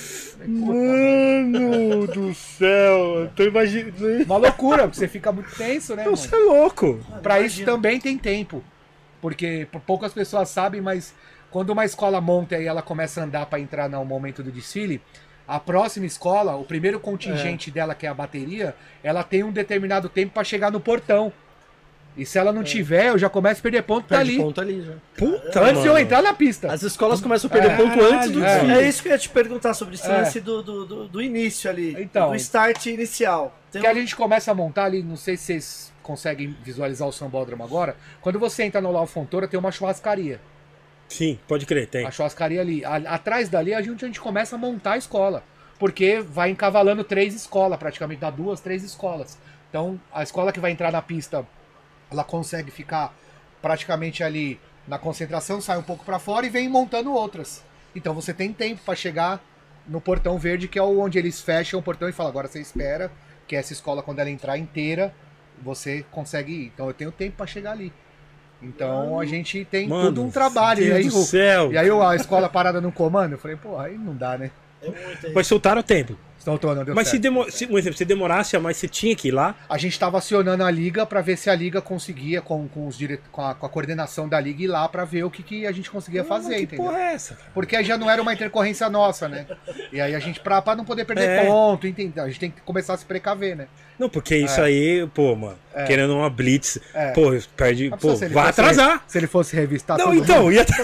Mano do céu, eu tô imaginando. Uma loucura, porque você fica muito tenso, né, mano? Você é louco. Pra isso também tem tempo, porque poucas pessoas sabem, mas quando uma escola monta e ela começa a andar pra entrar no momento do desfile, a próxima escola, o primeiro contingente dela, que é a bateria, ela tem um determinado tempo pra chegar no portão. E se ela não tiver, eu já começo a perder ponto Perde ali. ponto ali já. Puta, Antes de eu entrar na pista. As escolas começam a perder ponto antes do desfile. É isso que eu ia te perguntar sobre esse lance do início ali, então, do start inicial. Que a gente começa a montar ali, não sei se vocês conseguem visualizar o Sambódromo agora. Quando você entra no Lau Fontoura, tem uma churrascaria. Sim, pode crer, tem. A churrascaria ali. Atrás dali a gente começa a montar a escola. Porque vai encavalando 3 escolas, praticamente, dá 2, 3 escolas. Então, a escola que vai entrar na pista, ela consegue ficar praticamente ali na concentração, sai um pouco para fora e vem montando outras. Então você tem tempo para chegar no portão verde, que é onde eles fecham o portão e falam, agora você espera que essa escola, quando ela entrar inteira, você consegue ir. Então eu tenho tempo para chegar ali. Então a gente tem todo um trabalho. Deus do céu. E aí a escola parada no comando, eu falei, pô, aí não dá, né? Mas soltaram o tempo. Não deu mas certo. Um exemplo, se demorasse a mais, você tinha que ir lá? A gente estava acionando a liga para ver se a liga conseguia, com a coordenação da liga, ir lá para ver o que a gente conseguia fazer, que entendeu? Porra é essa, cara? Porque aí já não era uma intercorrência nossa, né? E aí a gente, pra não poder perder ponto, entendeu? A gente tem que começar a se precaver, né? Não, porque isso aí, pô, mano, querendo uma blitz, pô, perde, Mas pô, se ele vai fosse- atrasar. Se ele fosse revistar Não, todo então, mundo, ia...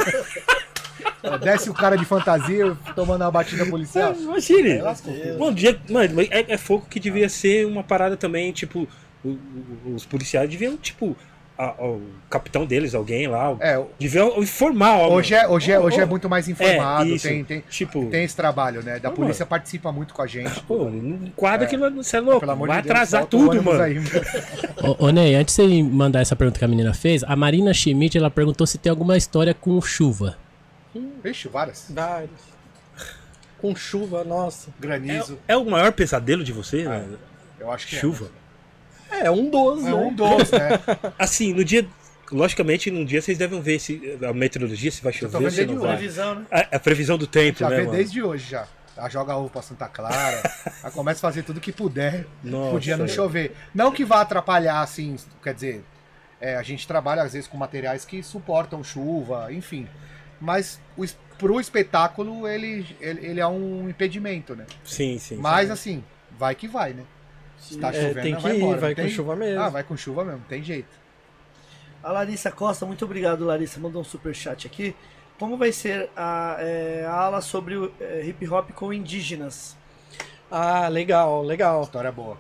desce o cara de fantasia tomando uma batida policial. Imagine. lascou. Mano, é fogo que devia ser uma parada também, tipo, os policiais deviam, tipo, o capitão deles, alguém lá, deviam informar. Ó, Hoje é muito mais informado, isso, tem esse trabalho, né? Da polícia participa muito com a gente. Pô, não quadra que você é louco, Pelo amor vai de Deus, atrasar solta o tudo, ônibus mano. aí. Ô Ney, antes de você mandar essa pergunta que a menina fez, a Marina Schmidt, ela perguntou se tem alguma história com chuva. Vixe, várias. Vários. Com chuva, nossa. Granizo. É o maior pesadelo de você, né? Eu acho que Chuva. É um dos, É né? um dos, né? Assim, no dia... Logicamente, num dia vocês devem ver a meteorologia, se vai tô chover, vendo se não de vai. Previsão, né? A previsão do tempo, Já né, vê mano? desde hoje já. Ela joga ovo pra Santa Clara. Ela começa a fazer tudo que puder. Nossa. Podia não chover. Não que vá atrapalhar, assim, quer dizer, a gente trabalha às vezes com materiais que suportam chuva, enfim. Mas pro espetáculo ele é um impedimento, né? Sim, sim. Mas assim, vai que vai, né? Se tá chovendo, tem que vai ir, embora. vai não com tem? chuva mesmo. Ah, vai com chuva mesmo, tem jeito. A Larissa Costa, muito obrigado, Larissa, mandou um superchat aqui. Como vai ser a aula sobre o hip hop com indígenas? Ah, legal, legal. História boa.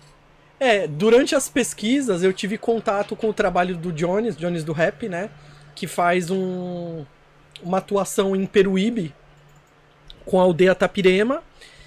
Durante as pesquisas eu tive contato com o trabalho do Jones do Rap, né? Que faz uma atuação em Peruíbe, com a aldeia Tapirema.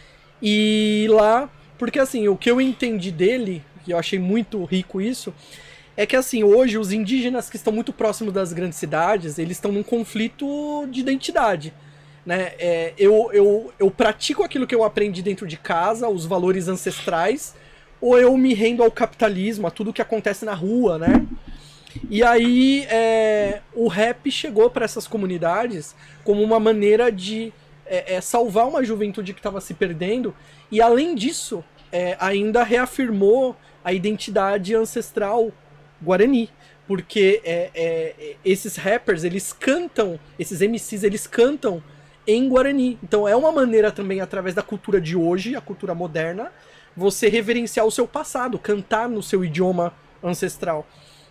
E lá, porque assim, o que eu entendi dele, e eu achei muito rico isso, é que assim, hoje os indígenas que estão muito próximos das grandes cidades, eles estão num conflito de identidade. Né? Eu pratico aquilo que eu aprendi dentro de casa, os valores ancestrais, ou eu me rendo ao capitalismo, a tudo que acontece na rua, né? E aí o rap chegou para essas comunidades como uma maneira de salvar uma juventude que estava se perdendo, e além disso, ainda reafirmou a identidade ancestral guarani, porque esses rappers, eles cantam, esses MCs, eles cantam em guarani. Então é uma maneira também, através da cultura de hoje, a cultura moderna, você reverenciar o seu passado, cantar no seu idioma ancestral.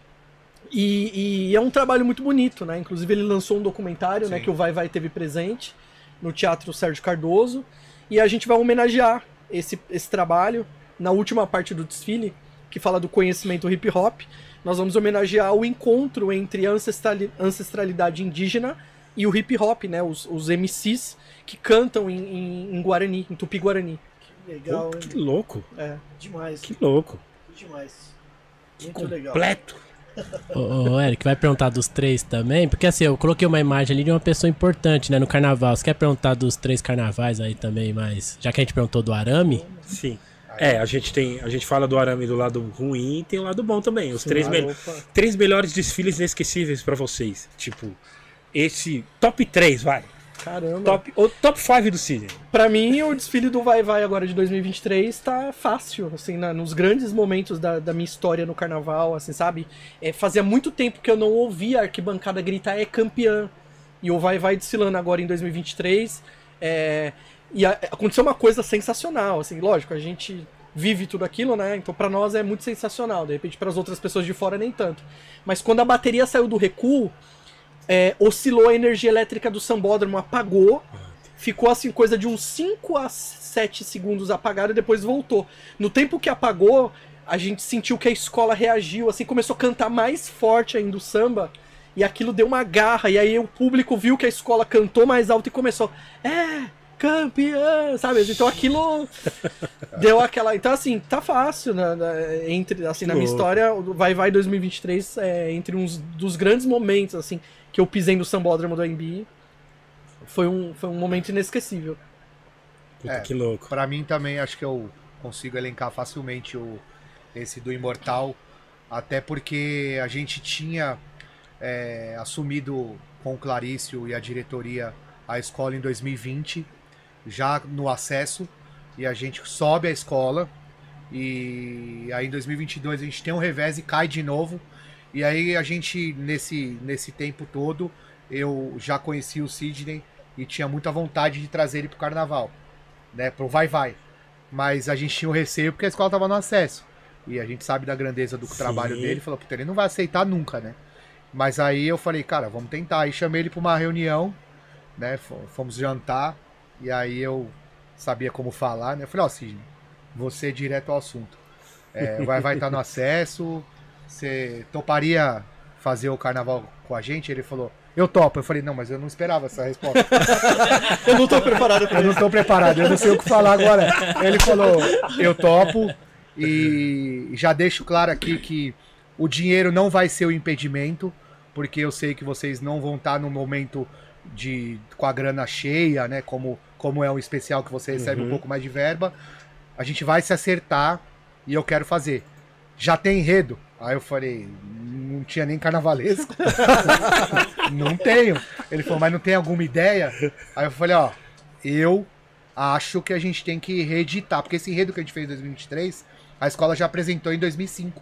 E é um trabalho muito bonito, né? Inclusive ele lançou um documentário, né, que o Vai Vai teve presente no Teatro Sérgio Cardoso, e a gente vai homenagear esse trabalho na última parte do desfile, que fala do conhecimento hip hop. Nós vamos homenagear o encontro entre a ancestralidade indígena e o hip hop, né? Os MCs que cantam em Guarani, em Tupi-Guarani. Legal, Pô, que louco. Demais. Que louco. Demais. Que Muito legal. completo. Ô, Eric, vai perguntar dos 3 também? Porque assim, eu coloquei uma imagem ali de uma pessoa importante, né, no carnaval. Você quer perguntar dos 3 carnavais aí também, mas já que a gente perguntou do arame? Sim. A gente fala do arame do lado ruim e tem o lado bom também. Os 3 melhores desfiles inesquecíveis pra vocês. Tipo, esse top 3, vai. Caramba. O top 5 do Sidney. Pra mim, o desfile do Vai Vai agora de 2023 tá fácil, assim, nos grandes momentos da minha história no carnaval, assim, sabe? Fazia muito tempo que eu não ouvia a arquibancada gritar "é campeã". E o Vai Vai desfilando agora em 2023. Aconteceu uma coisa sensacional, assim, lógico, a gente vive tudo aquilo, né? Então pra nós é muito sensacional, de repente pras outras pessoas de fora nem tanto. Mas quando a bateria saiu do recuo, oscilou a energia elétrica do sambódromo, apagou, ficou assim coisa de uns 5 a 7 segundos apagado e depois voltou. No tempo que apagou, a gente sentiu que a escola reagiu, assim, começou a cantar mais forte ainda o samba, e aquilo deu uma garra, e aí o público viu que a escola cantou mais alto e começou, campeã, sabe? Então aquilo deu aquela... Então assim, tá fácil, né? Entre, assim, na minha história, o Vai Vai 2023 entre uns dos grandes momentos, assim, que eu pisei no sambódromo do AMB. Foi um momento inesquecível. Puta, que louco. Pra mim também, acho que eu consigo elencar facilmente esse do Imortal, até porque a gente tinha assumido com o Clarício e a diretoria a escola em 2020, já no acesso, e a gente sobe a escola, e aí em 2022 a gente tem um revés e cai de novo, e aí a gente, nesse tempo todo, eu já conheci o Sidney e tinha muita vontade de trazer ele pro carnaval, né, pro Vai Vai, mas a gente tinha o receio porque a escola tava no acesso, e a gente sabe da grandeza do trabalho dele, falou, puta, ele não vai aceitar nunca, né, mas aí eu falei, cara, vamos tentar, aí chamei ele pra uma reunião, né, fomos jantar, e aí eu sabia como falar, né, eu falei, Sidney, você direto ao assunto, vai estar no acesso, você toparia fazer o carnaval com a gente? Ele falou, eu topo. Eu falei, não, mas eu não esperava essa resposta. Eu não tô preparado pra isso. Eu não tô preparado, eu não sei o que falar agora. Ele falou, eu topo, e já deixo claro aqui que o dinheiro não vai ser o impedimento, porque eu sei que vocês não vão estar no momento com a grana cheia, né, como é um especial que você recebe um pouco mais de verba. A gente vai se acertar e eu quero fazer. Já tem enredo? Aí eu falei, não tinha nem carnavalesco. Não tenho. Ele falou, mas não tem alguma ideia? Aí eu falei, eu acho que a gente tem que reeditar, porque esse enredo que a gente fez em 2023, a escola já apresentou em 2005.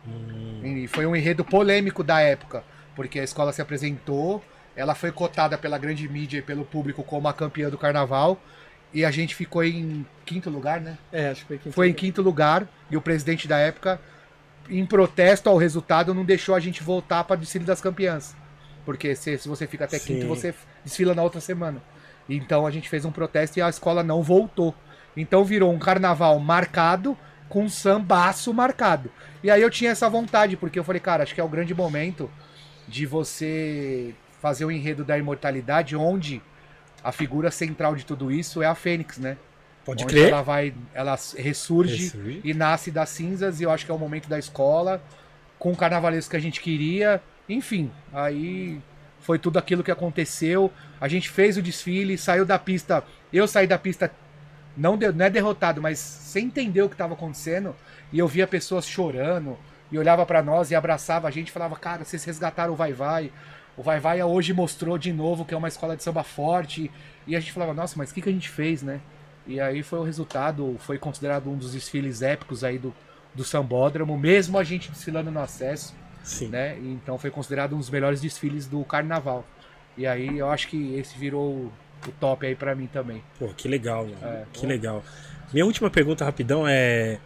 E foi um enredo polêmico da época, porque a escola se apresentou, ela foi cotada pela grande mídia e pelo público como a campeã do carnaval, e a gente ficou em 5º lugar, né? Acho que foi em 5º lugar, e o presidente da época, em protesto ao resultado, não deixou a gente voltar para o desfile das campeãs. Porque se você fica até 5º, você desfila na outra semana. Então a gente fez um protesto e a escola não voltou. Então virou um carnaval marcado com um sambaço marcado. E aí eu tinha essa vontade, porque eu falei, cara, acho que é o grande momento de você fazer o enredo da imortalidade, onde a figura central de tudo isso é a Fênix, né? Pode Onde crer. ela ressurge e nasce das cinzas, e eu acho que é o momento da escola, com o carnavalesco que a gente queria. Enfim, aí foi tudo aquilo que aconteceu. A gente fez o desfile, saiu da pista. Eu saí da pista, não é derrotado, mas sem entender o que estava acontecendo. E eu via pessoas chorando, e olhava para nós e abraçava a gente e falava, cara, vocês resgataram o Vai Vai. O Vai Vai hoje mostrou de novo que é uma escola de samba forte. E a gente falava, nossa, mas o que a gente fez, né? E aí foi o resultado, foi considerado um dos desfiles épicos aí do Sambódromo, mesmo a gente desfilando no acesso. Sim. Né? Então foi considerado um dos melhores desfiles do carnaval. E aí eu acho que esse virou o top aí pra mim também. Pô, que legal, mano. Que legal. Minha última pergunta, rapidão, é...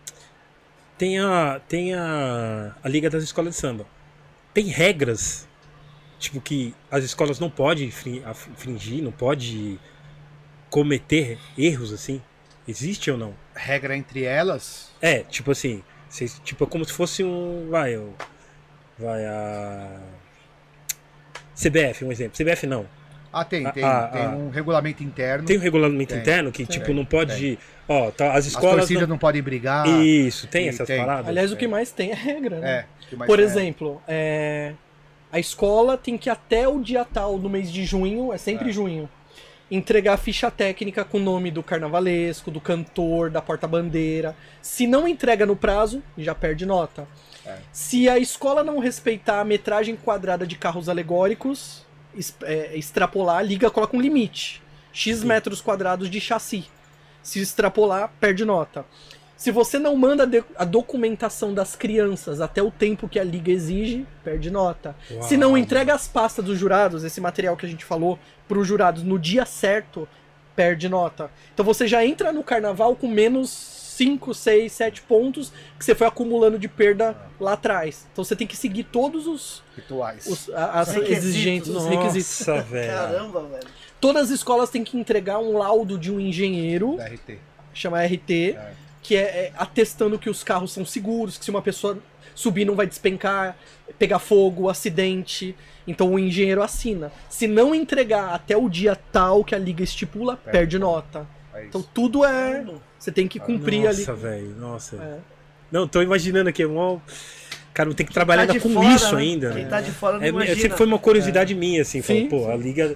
Tem a Liga das Escolas de Samba. Tem regras, tipo, que as escolas não podem infringir, não podem cometer erros, assim? Existe ou não? Regra entre elas? É, tipo assim, tipo, é como se fosse um... Vai a... CBF, um exemplo. CBF não. Tem um regulamento interno. Tem um regulamento interno que, tipo, não pode... Ó, tá, as escolas... As torcidas não podem brigar. Isso, tem essas paradas? Aliás, o que mais tem é regra, né? o que mais Por tem exemplo, a escola tem que até o dia tal, no mês de junho, é sempre junho, entregar a ficha técnica com o nome do carnavalesco, do cantor, da porta-bandeira. Se não entrega no prazo, já perde nota. Se a escola não respeitar a metragem quadrada de carros alegóricos, extrapolar, a liga coloca um limite. X metros quadrados de chassi. Se extrapolar, perde nota. Se você não manda a documentação das crianças até o tempo que a liga exige, perde nota. Uau. Se não entrega as pastas dos jurados, esse material que a gente falou, para os jurados no dia certo, perde nota. Então você já entra no carnaval com menos 5, 6, 7 pontos que você foi acumulando de perda lá atrás. Então você tem que seguir todos os rituais, as exigências, os requisitos. Nossa, velho. Caramba, velho. Todas as escolas têm que entregar um laudo de um engenheiro, da RT. chama RT, que é atestando que os carros são seguros, que se uma pessoa subir não vai despencar, pegar fogo, acidente. Então o engenheiro assina. Se não entregar até o dia tal que a liga estipula, perde nota. Então tudo você tem que cumprir ali. Nossa, velho, nossa. Não, tô imaginando aqui, cara, tem que trabalhar tá de com fora, isso né? ainda. Quem tá de fora não imagina. Sempre foi uma curiosidade minha, assim, Sim, pô, a liga,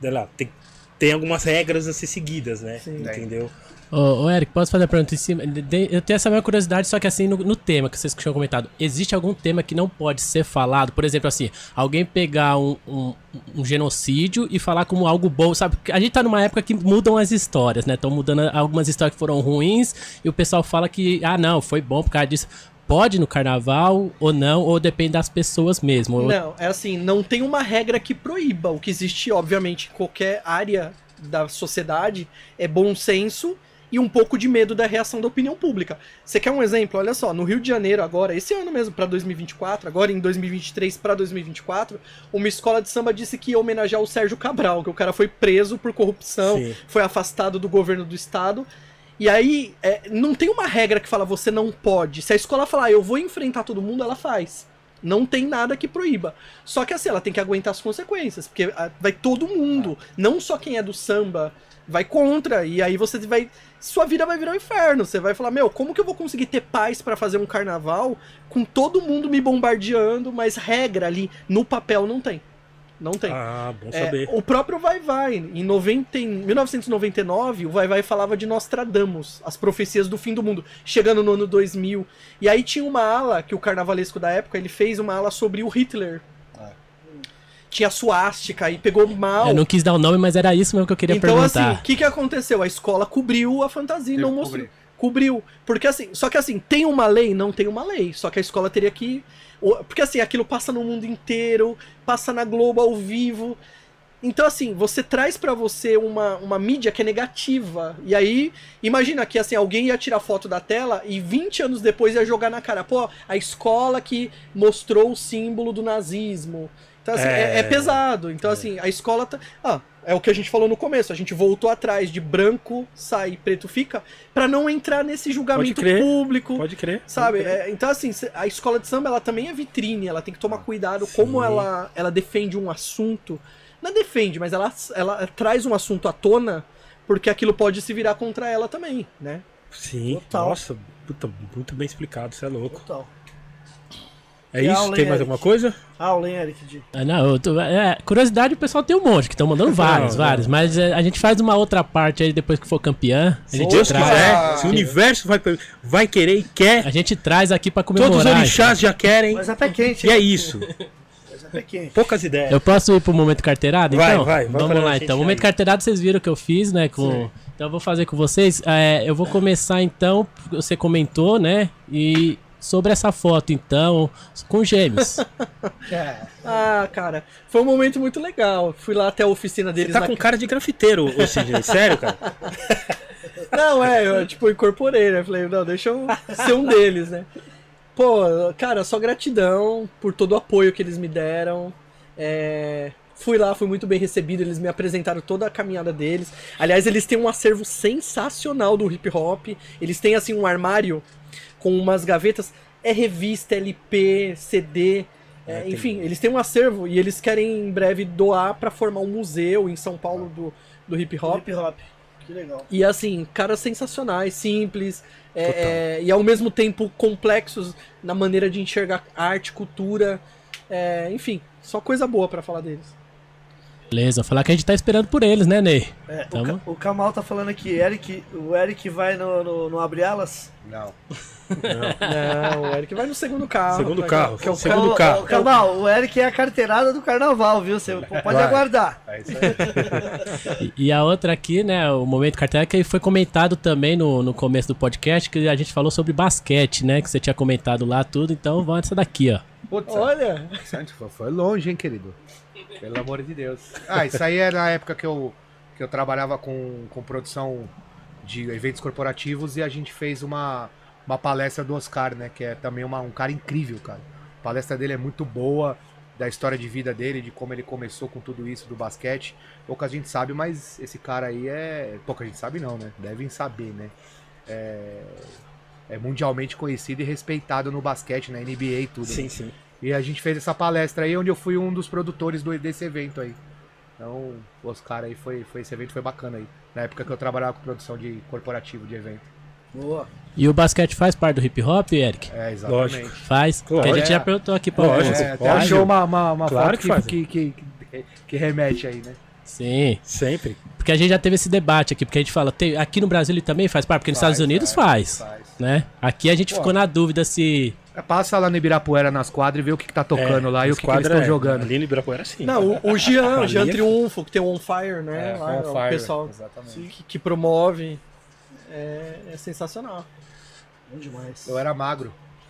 tem algumas regras a ser seguidas, né? Sim. Entendeu? Ô, Eric, posso fazer a pergunta em cima? Eu tenho essa mesma curiosidade, só que assim, no tema que vocês tinham comentado, existe algum tema que não pode ser falado? Por exemplo, assim, alguém pegar um genocídio e falar como algo bom, sabe? A gente tá numa época que mudam as histórias, né? Estão mudando algumas histórias que foram ruins e o pessoal fala que, não, foi bom por causa disso. Pode no carnaval ou não, ou depende das pessoas mesmo? Não, é assim, não tem uma regra que proíba. O que existe, obviamente, em qualquer área da sociedade é bom senso e um pouco de medo da reação da opinião pública. Você quer um exemplo? Olha só, no Rio de Janeiro agora, esse ano mesmo, para 2024, agora em 2023 para 2024, uma escola de samba disse que ia homenagear o Sérgio Cabral, que o cara foi preso por corrupção, foi afastado do governo do estado. E aí, não tem uma regra que fala você não pode. Se a escola falar, eu vou enfrentar todo mundo, ela faz. Não tem nada que proíba. Só que assim, ela tem que aguentar as consequências, porque vai todo mundo, não só quem é do samba, vai contra, e aí você vai... Sua vida vai virar um inferno. Você vai falar, como que eu vou conseguir ter paz pra fazer um carnaval com todo mundo me bombardeando, mas regra ali no papel não tem. Não tem. Ah, bom saber. O próprio Vai Vai, em 1999, o Vai Vai falava de Nostradamus, as profecias do fim do mundo, chegando no ano 2000. E aí tinha uma ala, que o carnavalesco da época, ele fez uma ala sobre o Hitler. Tinha suástica e pegou mal. Eu não quis dar o nome, mas era isso mesmo que eu queria perguntar. Então, assim, o que aconteceu? A escola cobriu a fantasia e não mostrou. Cobriu. Porque assim, só que assim, tem uma lei? Não tem uma lei. Só que a escola teria que... Porque assim, aquilo passa no mundo inteiro, passa na Globo ao vivo. Então assim, você traz pra você uma mídia que é negativa. E aí, imagina que assim, alguém ia tirar foto da tela e 20 anos depois ia jogar na cara. Pô, a escola que mostrou o símbolo do nazismo. Então assim, é pesado. Então assim, a escola tá... é o que a gente falou no começo. A gente voltou atrás de branco sai, preto fica, pra não entrar nesse julgamento público. Pode crer. Sabe? Então assim, a escola de samba, ela também é vitrine. Ela tem que tomar cuidado como ela defende um assunto. não defende, mas ela traz um assunto à tona porque aquilo pode se virar contra ela também, né? Sim, Total. nossa, puta, muito bem explicado, você é louco. Total. É E isso? aula, Tem mais Eric? alguma coisa? Aula, hein, Eric? De... Não, curiosidade o pessoal tem um monte, que estão mandando vários, mas a gente faz uma outra parte aí depois que for campeã. A Se gente Deus traz, quiser, se o universo vai querer e quer, a gente traz aqui pra comemorar. todos os orixás já querem, Mas é pé quente, e é hein? isso. Mas é pé quente. Poucas ideias. Eu posso ir pro momento carteirada, Vai, então? vai Vamos falando lá, a então. gente Momento aí. carteirada vocês viram que eu fiz, né? Então eu vou fazer com vocês. Eu vou começar, então, você comentou, né? E sobre essa foto, então, com gêmeos. Ah, cara, foi um momento muito legal. Fui lá até a oficina Você deles. tá com cara de grafiteiro, ô Sidney, sério, cara? Não, eu tipo incorporei, né? Falei, não, deixa eu ser um deles, né? Pô, cara, só gratidão por todo o apoio que eles me deram. Fui lá, fui muito bem recebido, eles me apresentaram toda a caminhada deles. Aliás, eles têm um acervo sensacional do hip hop. Eles têm, assim, um armário com umas gavetas, revista, LP, CD, enfim, eles têm um acervo e eles querem em breve doar pra formar um museu em São Paulo do hip hop. Hip hop. Que legal. E assim, caras sensacionais, simples, e ao mesmo tempo complexos na maneira de enxergar arte, cultura, enfim, só coisa boa pra falar deles. Beleza, falar que a gente tá esperando por eles, né, Ney? Tamo. O Kamal tá falando aqui, o Eric vai no Abre Alas. Não. Não, o Eric vai no segundo carro. Segundo vai- carro. que é o Segundo carro. Kamal, o Eric é a carteirada do carnaval, viu? Você pode Vai. aguardar. É isso aí. E a outra aqui, né, o momento carteira que foi comentado também no começo do podcast, que a gente falou sobre basquete, né, que você tinha comentado lá tudo, então vamos essa daqui, ó. Putz, Olha, foi longe, hein, querido? Pelo amor de Deus. Ah, isso aí era na época que eu trabalhava com produção de eventos corporativos e a gente fez uma palestra do Oscar, né? Que é também um cara incrível, cara. A palestra dele é muito boa, da história de vida dele, de como ele começou com tudo isso do basquete. Pouca gente sabe, mas esse cara aí pouca gente sabe não, né? Devem saber, né? É mundialmente conhecido e respeitado no basquete, na NBA e tudo. Sim, sim. E a gente fez essa palestra aí, onde eu fui um dos produtores desse evento aí. Então, o Oscar aí esse evento foi bacana aí. Na época que eu trabalhava com produção de corporativo de evento. Boa. E o basquete faz parte do hip hop, Eric? É, exatamente. Lógico. Faz? Porque a gente já perguntou aqui pra Lógico. você. Até achou uma Claro foto que faz. que remete aí, né? Sim. Sempre. Porque a gente já teve esse debate aqui, porque a gente fala, aqui no Brasil ele também faz parte, porque nos Estados Unidos faz, né? Aqui a gente ficou na dúvida se... Passa lá no Ibirapuera nas quadras e vê o que tá tocando lá e o que eles estão jogando. Ali no Ibirapuera, sim. não, o Jean Ali é Triunfo, que tem o On Fire, né? Lá, On o Fire, pessoal exatamente. que promove. É sensacional. Bom demais. Eu era magro.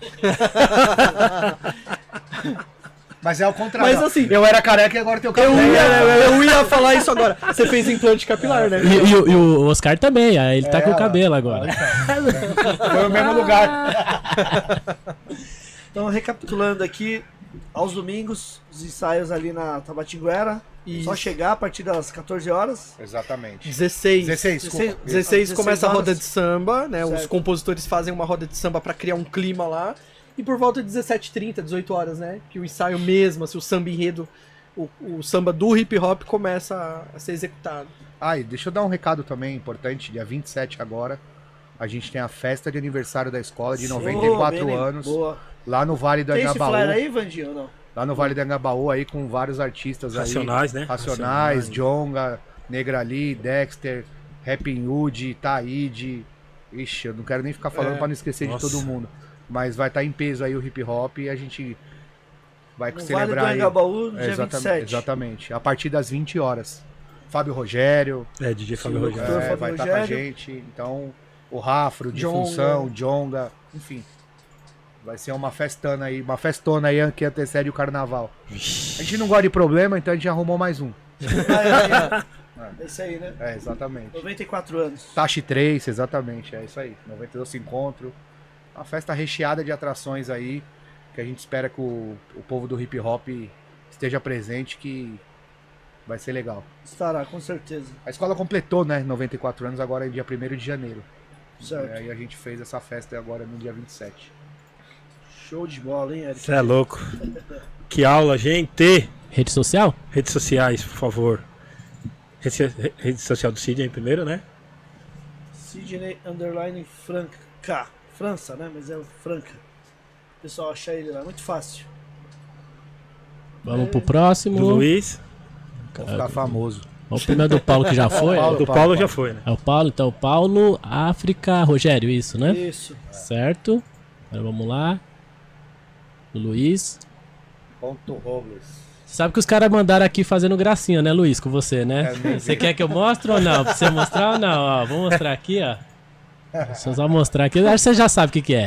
Mas é ao contrário. Mas assim, eu era careca e agora tenho cabelo. eu ia falar isso agora. Você fez implante capilar, né? E o Oscar também, aí ele tá com o cabelo agora. Foi o mesmo lugar. Então, recapitulando aqui, aos domingos, os ensaios ali na Tabatinguera. Isso. Só chegar a partir das 14 horas. Exatamente. 16. 16, 16 começa a roda horas. de samba, né? Os Certo. compositores fazem uma roda de samba pra criar um clima lá. E por volta de 17h30, 18 horas, né? Que o ensaio mesmo, assim, o samba enredo, o samba do hip hop começa a ser executado. Ah, e deixa eu dar um recado também importante. Dia 27 agora, a gente tem a festa de aniversário da escola de 94 Boa, anos. Boa. Lá no Vale do Tem esse flyer Anhangabaú. aí, Vandinho, ou não? Lá no Vale do Anhangabaú aí com vários artistas Racionais, aí. né? Racionais, Djonga, Negrali, Dexter, Rapping Hood, Taíde. Ixi, eu não quero nem ficar falando pra não esquecer Nossa. de todo mundo. Mas vai estar em peso aí o hip hop e a gente vai No Vale do celebrar aí. Anhangabaú, no dia Exatamente, 27. exatamente. A partir das 20 horas. Fábio Rogério, É, DJ Fábio Sim, Rogério. Fábio vai estar com a Rogério. gente. Então, o Rafro, Djonga. Difunção, Djonga, enfim. Vai ser uma festona aí que antecede o carnaval. A gente não gosta de problema, então a gente arrumou mais um. É isso aí, né? É, exatamente. 94 anos. Tashi 3, exatamente, é isso aí. 92 encontro. Uma festa recheada de atrações aí, que a gente espera que o povo do hip hop esteja presente, que vai ser legal. Estará, com certeza. A escola completou, né, 94 anos, agora é dia 1º de janeiro. Certo. Aí a gente fez essa festa agora no dia 27. Show de bola, hein, Eric? Você é louco. Que aula, gente. Rede social? Redes sociais, por favor. Rede social do Sidney primeiro, né? Sidney _ Franca. França, né? Mas é o Franca. O pessoal achar ele lá, muito fácil. Vamos pro próximo. Do Luiz. Vou ficar famoso. Vamos primeiro do Paulo que já foi. Do Paulo já foi, né? É o Paulo, então. Paulo, África, Rogério, isso, né? Isso. Certo. Agora vamos lá. O Luiz. Ponto Robles. Você sabe que os caras mandaram aqui fazendo gracinha, né, Luiz, com você, né? Você quer que eu mostre ou não? Pra você mostrar ou não? Ó, vou mostrar aqui, ó. Deixa eu só mostrar aqui. Eu acho que você já sabe o que é.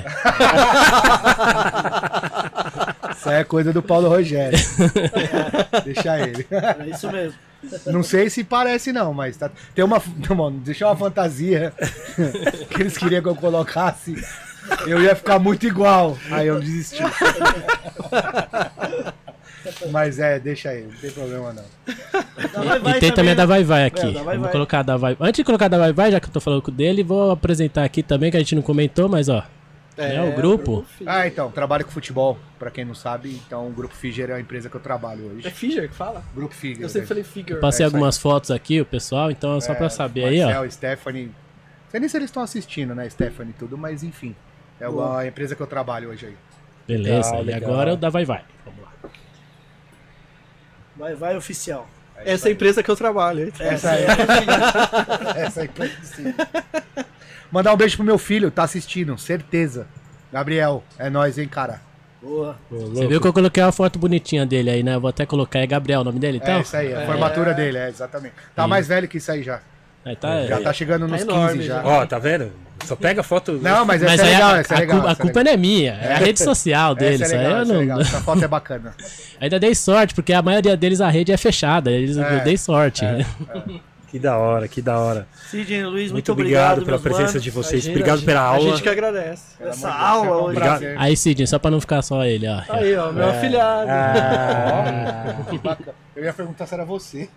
Isso aí é coisa do Paulo Rogério. Deixa ele. É isso mesmo. Não sei se parece não, mas tá... tem uma... Deixa uma fantasia que eles queriam que eu colocasse. Eu ia ficar muito igual. Aí eu desisti. Mas deixa aí, não tem problema não. E tem também a da Vai Vai aqui. Da Vai Vamos Vai. colocar a da Vai. Antes de colocar a da Vai Vai, já que eu tô falando dele, vou apresentar aqui também, que a gente não comentou, mas ó. É o grupo. Ah, então, trabalho com futebol, pra quem não sabe. Então, o Grupo Figure é a empresa que eu trabalho hoje. É Figure que fala? Grupo Figure. Eu sempre falei Figure. Passei É isso algumas fotos aqui, o pessoal, então é só pra saber aí, ó. Marcel, Stephanie. Não sei nem se eles estão assistindo, né, Stephanie e tudo, mas enfim. É a empresa que eu trabalho hoje aí. Beleza, Legal, e legal. agora o da Vai Vai. Vamos lá. Vai oficial. Essa é a empresa que eu trabalho. Essa aí. Essa aí. Sim. Mandar um beijo pro meu filho, tá assistindo, certeza. Gabriel, é nóis, hein, cara. Boa. Você viu que eu coloquei uma foto bonitinha dele aí, né? Eu vou até colocar. É Gabriel o nome dele, então? É isso aí, a formatura dele, exatamente. Tá mais velho que isso aí já. Aí tá, Já tá chegando nos 15 enorme, já. Ó, tá vendo? Só pega foto. Não, mas Mas essa é aí legal, a, essa é a legal. culpa, a essa é culpa legal. não é minha, é a rede social deles. Essa é Aí legal, eu essa é não. legal. Essa foto é bacana. Ainda dei sorte, porque a maioria deles a rede é fechada. Eu dei sorte. Que da hora, que da hora. Sidney e Luiz, Muito obrigado pela presença de vocês. Imagina, Obrigado pela A aula. gente que agradece. Essa aula hoje. Obrigado. Aí, Sidney, só pra não ficar só ele, ó. Aí, ó, meu afilhado. Que bacana. Eu ia perguntar se era você.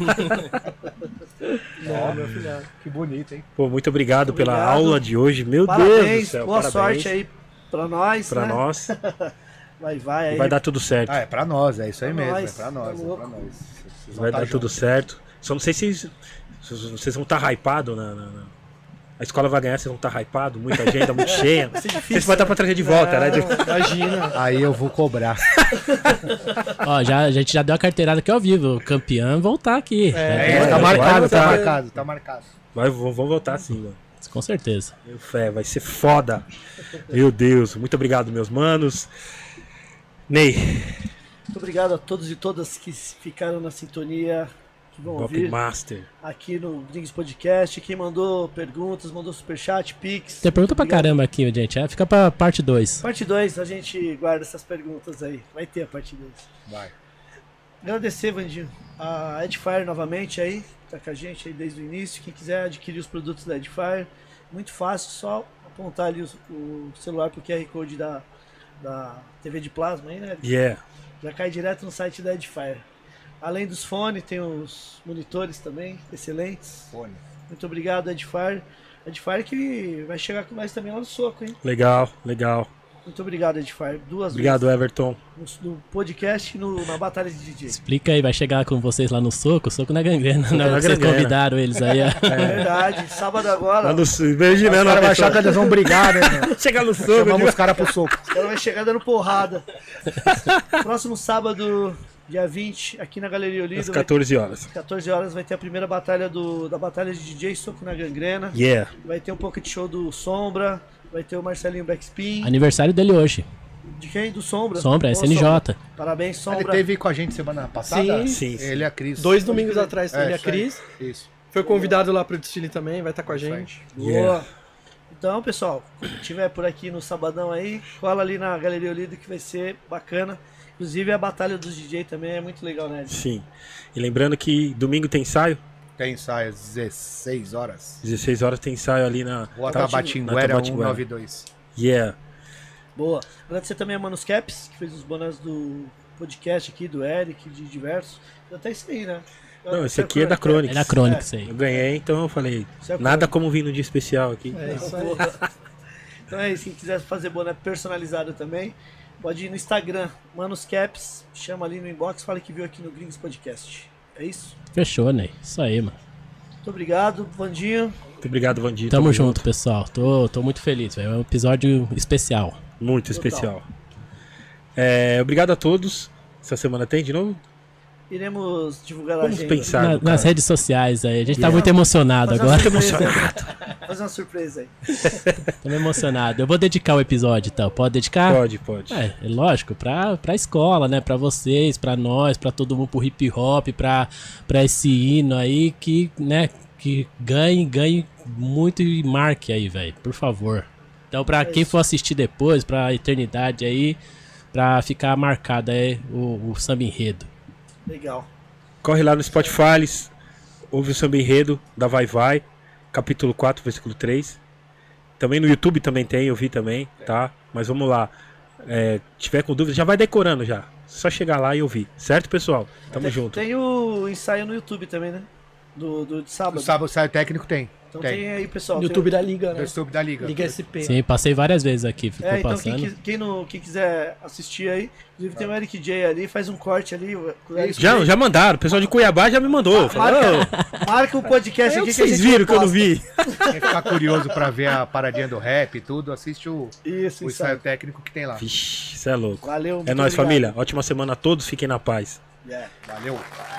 Não, meu afilhado. Que bonito, hein? Pô, muito obrigado pela Obrigado. aula de hoje. Meu Deus do Parabéns, céu. boa parabéns sorte aí pra nós. pra né? nós. Vai aí. Vai dar tudo certo. Ah, é pra nós, é isso aí Pra mesmo. nós, É pra nós, tá é louco. pra nós. Vocês vão Vai tá dar tudo juntos. certo. Só não sei se vocês vão estar hypados A escola vai ganhar, vocês vão estar hypados, muita agenda, muito cheia. Vocês vão dar pra trazer de volta, né? Imagina. Aí eu vou cobrar. Ó, a gente já deu a carteirada aqui ao vivo. O campeão voltar aqui. Tá marcado, tá vai. marcado, tá marcado. Vamos voltar sim, mano. Com certeza. Meu fé, vai ser foda. Meu Deus, muito obrigado, meus manos. Ney, Muito obrigado a todos e todas que ficaram na sintonia, que vão Pop ouvir Master. aqui no Dings Podcast. Quem mandou perguntas, mandou superchat, pix. Tem pergunta pra Obrigado. caramba aqui, gente. Fica pra parte 2. Parte 2, a gente guarda essas perguntas aí. Vai ter a parte 2. Vai. Agradecer, Vandinho, a Edifier novamente aí, que tá com a gente aí desde o início. Quem quiser adquirir os produtos da Edifier, muito fácil, só apontar ali o celular pro QR Code da TV de plasma aí, né? Yeah. Já cai direto no site da Edifier. Além dos fones, tem os monitores também, excelentes. Fone. Muito obrigado, Edifier. Edifier que vai chegar com nós também lá no Soco, hein? Legal, legal. Muito obrigado, Edifier. Duas Obrigado, Everton. vezes. No podcast e na Batalha de DJ. Explica aí, vai chegar com vocês lá no Soco na gangrena. Não, na vocês gangrena. convidaram eles aí. Ó. É verdade. Sábado agora, Lá no Os imaginando caras a vão achar pessoa. que eles vão brigar, né, meu? Chegar no soco. Chamamos os caras pro soco. o cara vai chegar dando porrada. Próximo sábado, dia 20, aqui na Galeria Olido, Às 14 horas. às 14 horas, vai ter a primeira batalha da Batalha de DJ Soco na Gangrena. Yeah. Vai ter um pouco de show do Sombra, vai ter o Marcelinho Backspin. Aniversário dele hoje. De quem? Do Sombra. Sombra, Ô, SNJ. Sombra. Parabéns, Ele Sombra. teve com a gente semana passada? Sim. Ele e a Cris. 2 domingos atrás ele e a isso aí. Cris. Isso. Foi convidado lá pro desfile também, vai estar com a gente. Boa. Yeah. Então, pessoal, quando tiver por aqui no sabadão aí, cola ali na Galeria Olido que vai ser bacana. Inclusive a batalha dos DJ também é muito legal, né? Sim. E lembrando que domingo tem ensaio. Tem ensaio às 16 horas. 16 horas tem ensaio ali na Rua na Tabatinguera Tabatinguera. 192. Yeah. Boa. Agradecer também a Manus Caps, que fez os bonés do podcast aqui, do Eric, de diversos. Até isso aí, né? Não, esse aqui é da Crônica. É da Crônica, isso aí. Eu ganhei, então eu falei, Isso é nada como vir no dia especial aqui. É isso aí. Então é isso, quem quiser fazer boné personalizado também, pode ir no Instagram, Manos Caps, chama ali no inbox, fala que viu aqui no Gringos Podcast. É isso? Fechou, Ney. Isso aí, mano. Muito obrigado, Vandinho. Muito obrigado, Vandinho. Tamo junto, pessoal. Tô muito feliz, velho. É um episódio especial. Muito especial. Obrigado a todos. Essa semana tem de novo? Iremos divulgar a Vamos agenda. pensar. Nas redes sociais aí. A gente tá muito emocionado Fazer uma agora. surpresa. Fazer uma surpresa aí. Tô emocionado. Eu vou dedicar o episódio, então. Pode dedicar? Pode. É lógico, pra escola, né? Pra vocês, pra nós, pra todo mundo, pro hip hop, pra esse hino aí que, né, que ganhe muito e marque aí, velho. Por favor. Então, pra quem for assistir depois, pra eternidade aí, pra ficar marcado aí o samba enredo. Legal. Corre lá no Spotify, ouve o samba enredo da Vai Vai, capítulo 4, versículo 3. Também no YouTube também tem, eu vi também, tá? Mas vamos lá. Tiver com dúvida, já vai decorando já. Só chegar lá e ouvir. Certo, pessoal? Tamo junto. Tem o ensaio no YouTube também, né? De sábado. O sábado sai técnico tem. Então tem aí, pessoal. No YouTube da Liga, né? No YouTube da Liga. Liga SP. Sim, passei várias vezes aqui. Ficou então passando. quem quiser assistir aí, inclusive tem o Eric J ali, faz um corte ali. Já mandaram, o pessoal de Cuiabá já me mandou. Marca o podcast aqui que a Vocês gente viram que eu não reposta. vi. Quem ficar curioso pra ver a paradinha do rap e tudo, assiste o Isso, ensaio técnico que tem lá. Vixe, isso é louco. Valeu, É muito nóis, obrigado. família. Ótima semana a todos, fiquem na paz. Yeah. Valeu.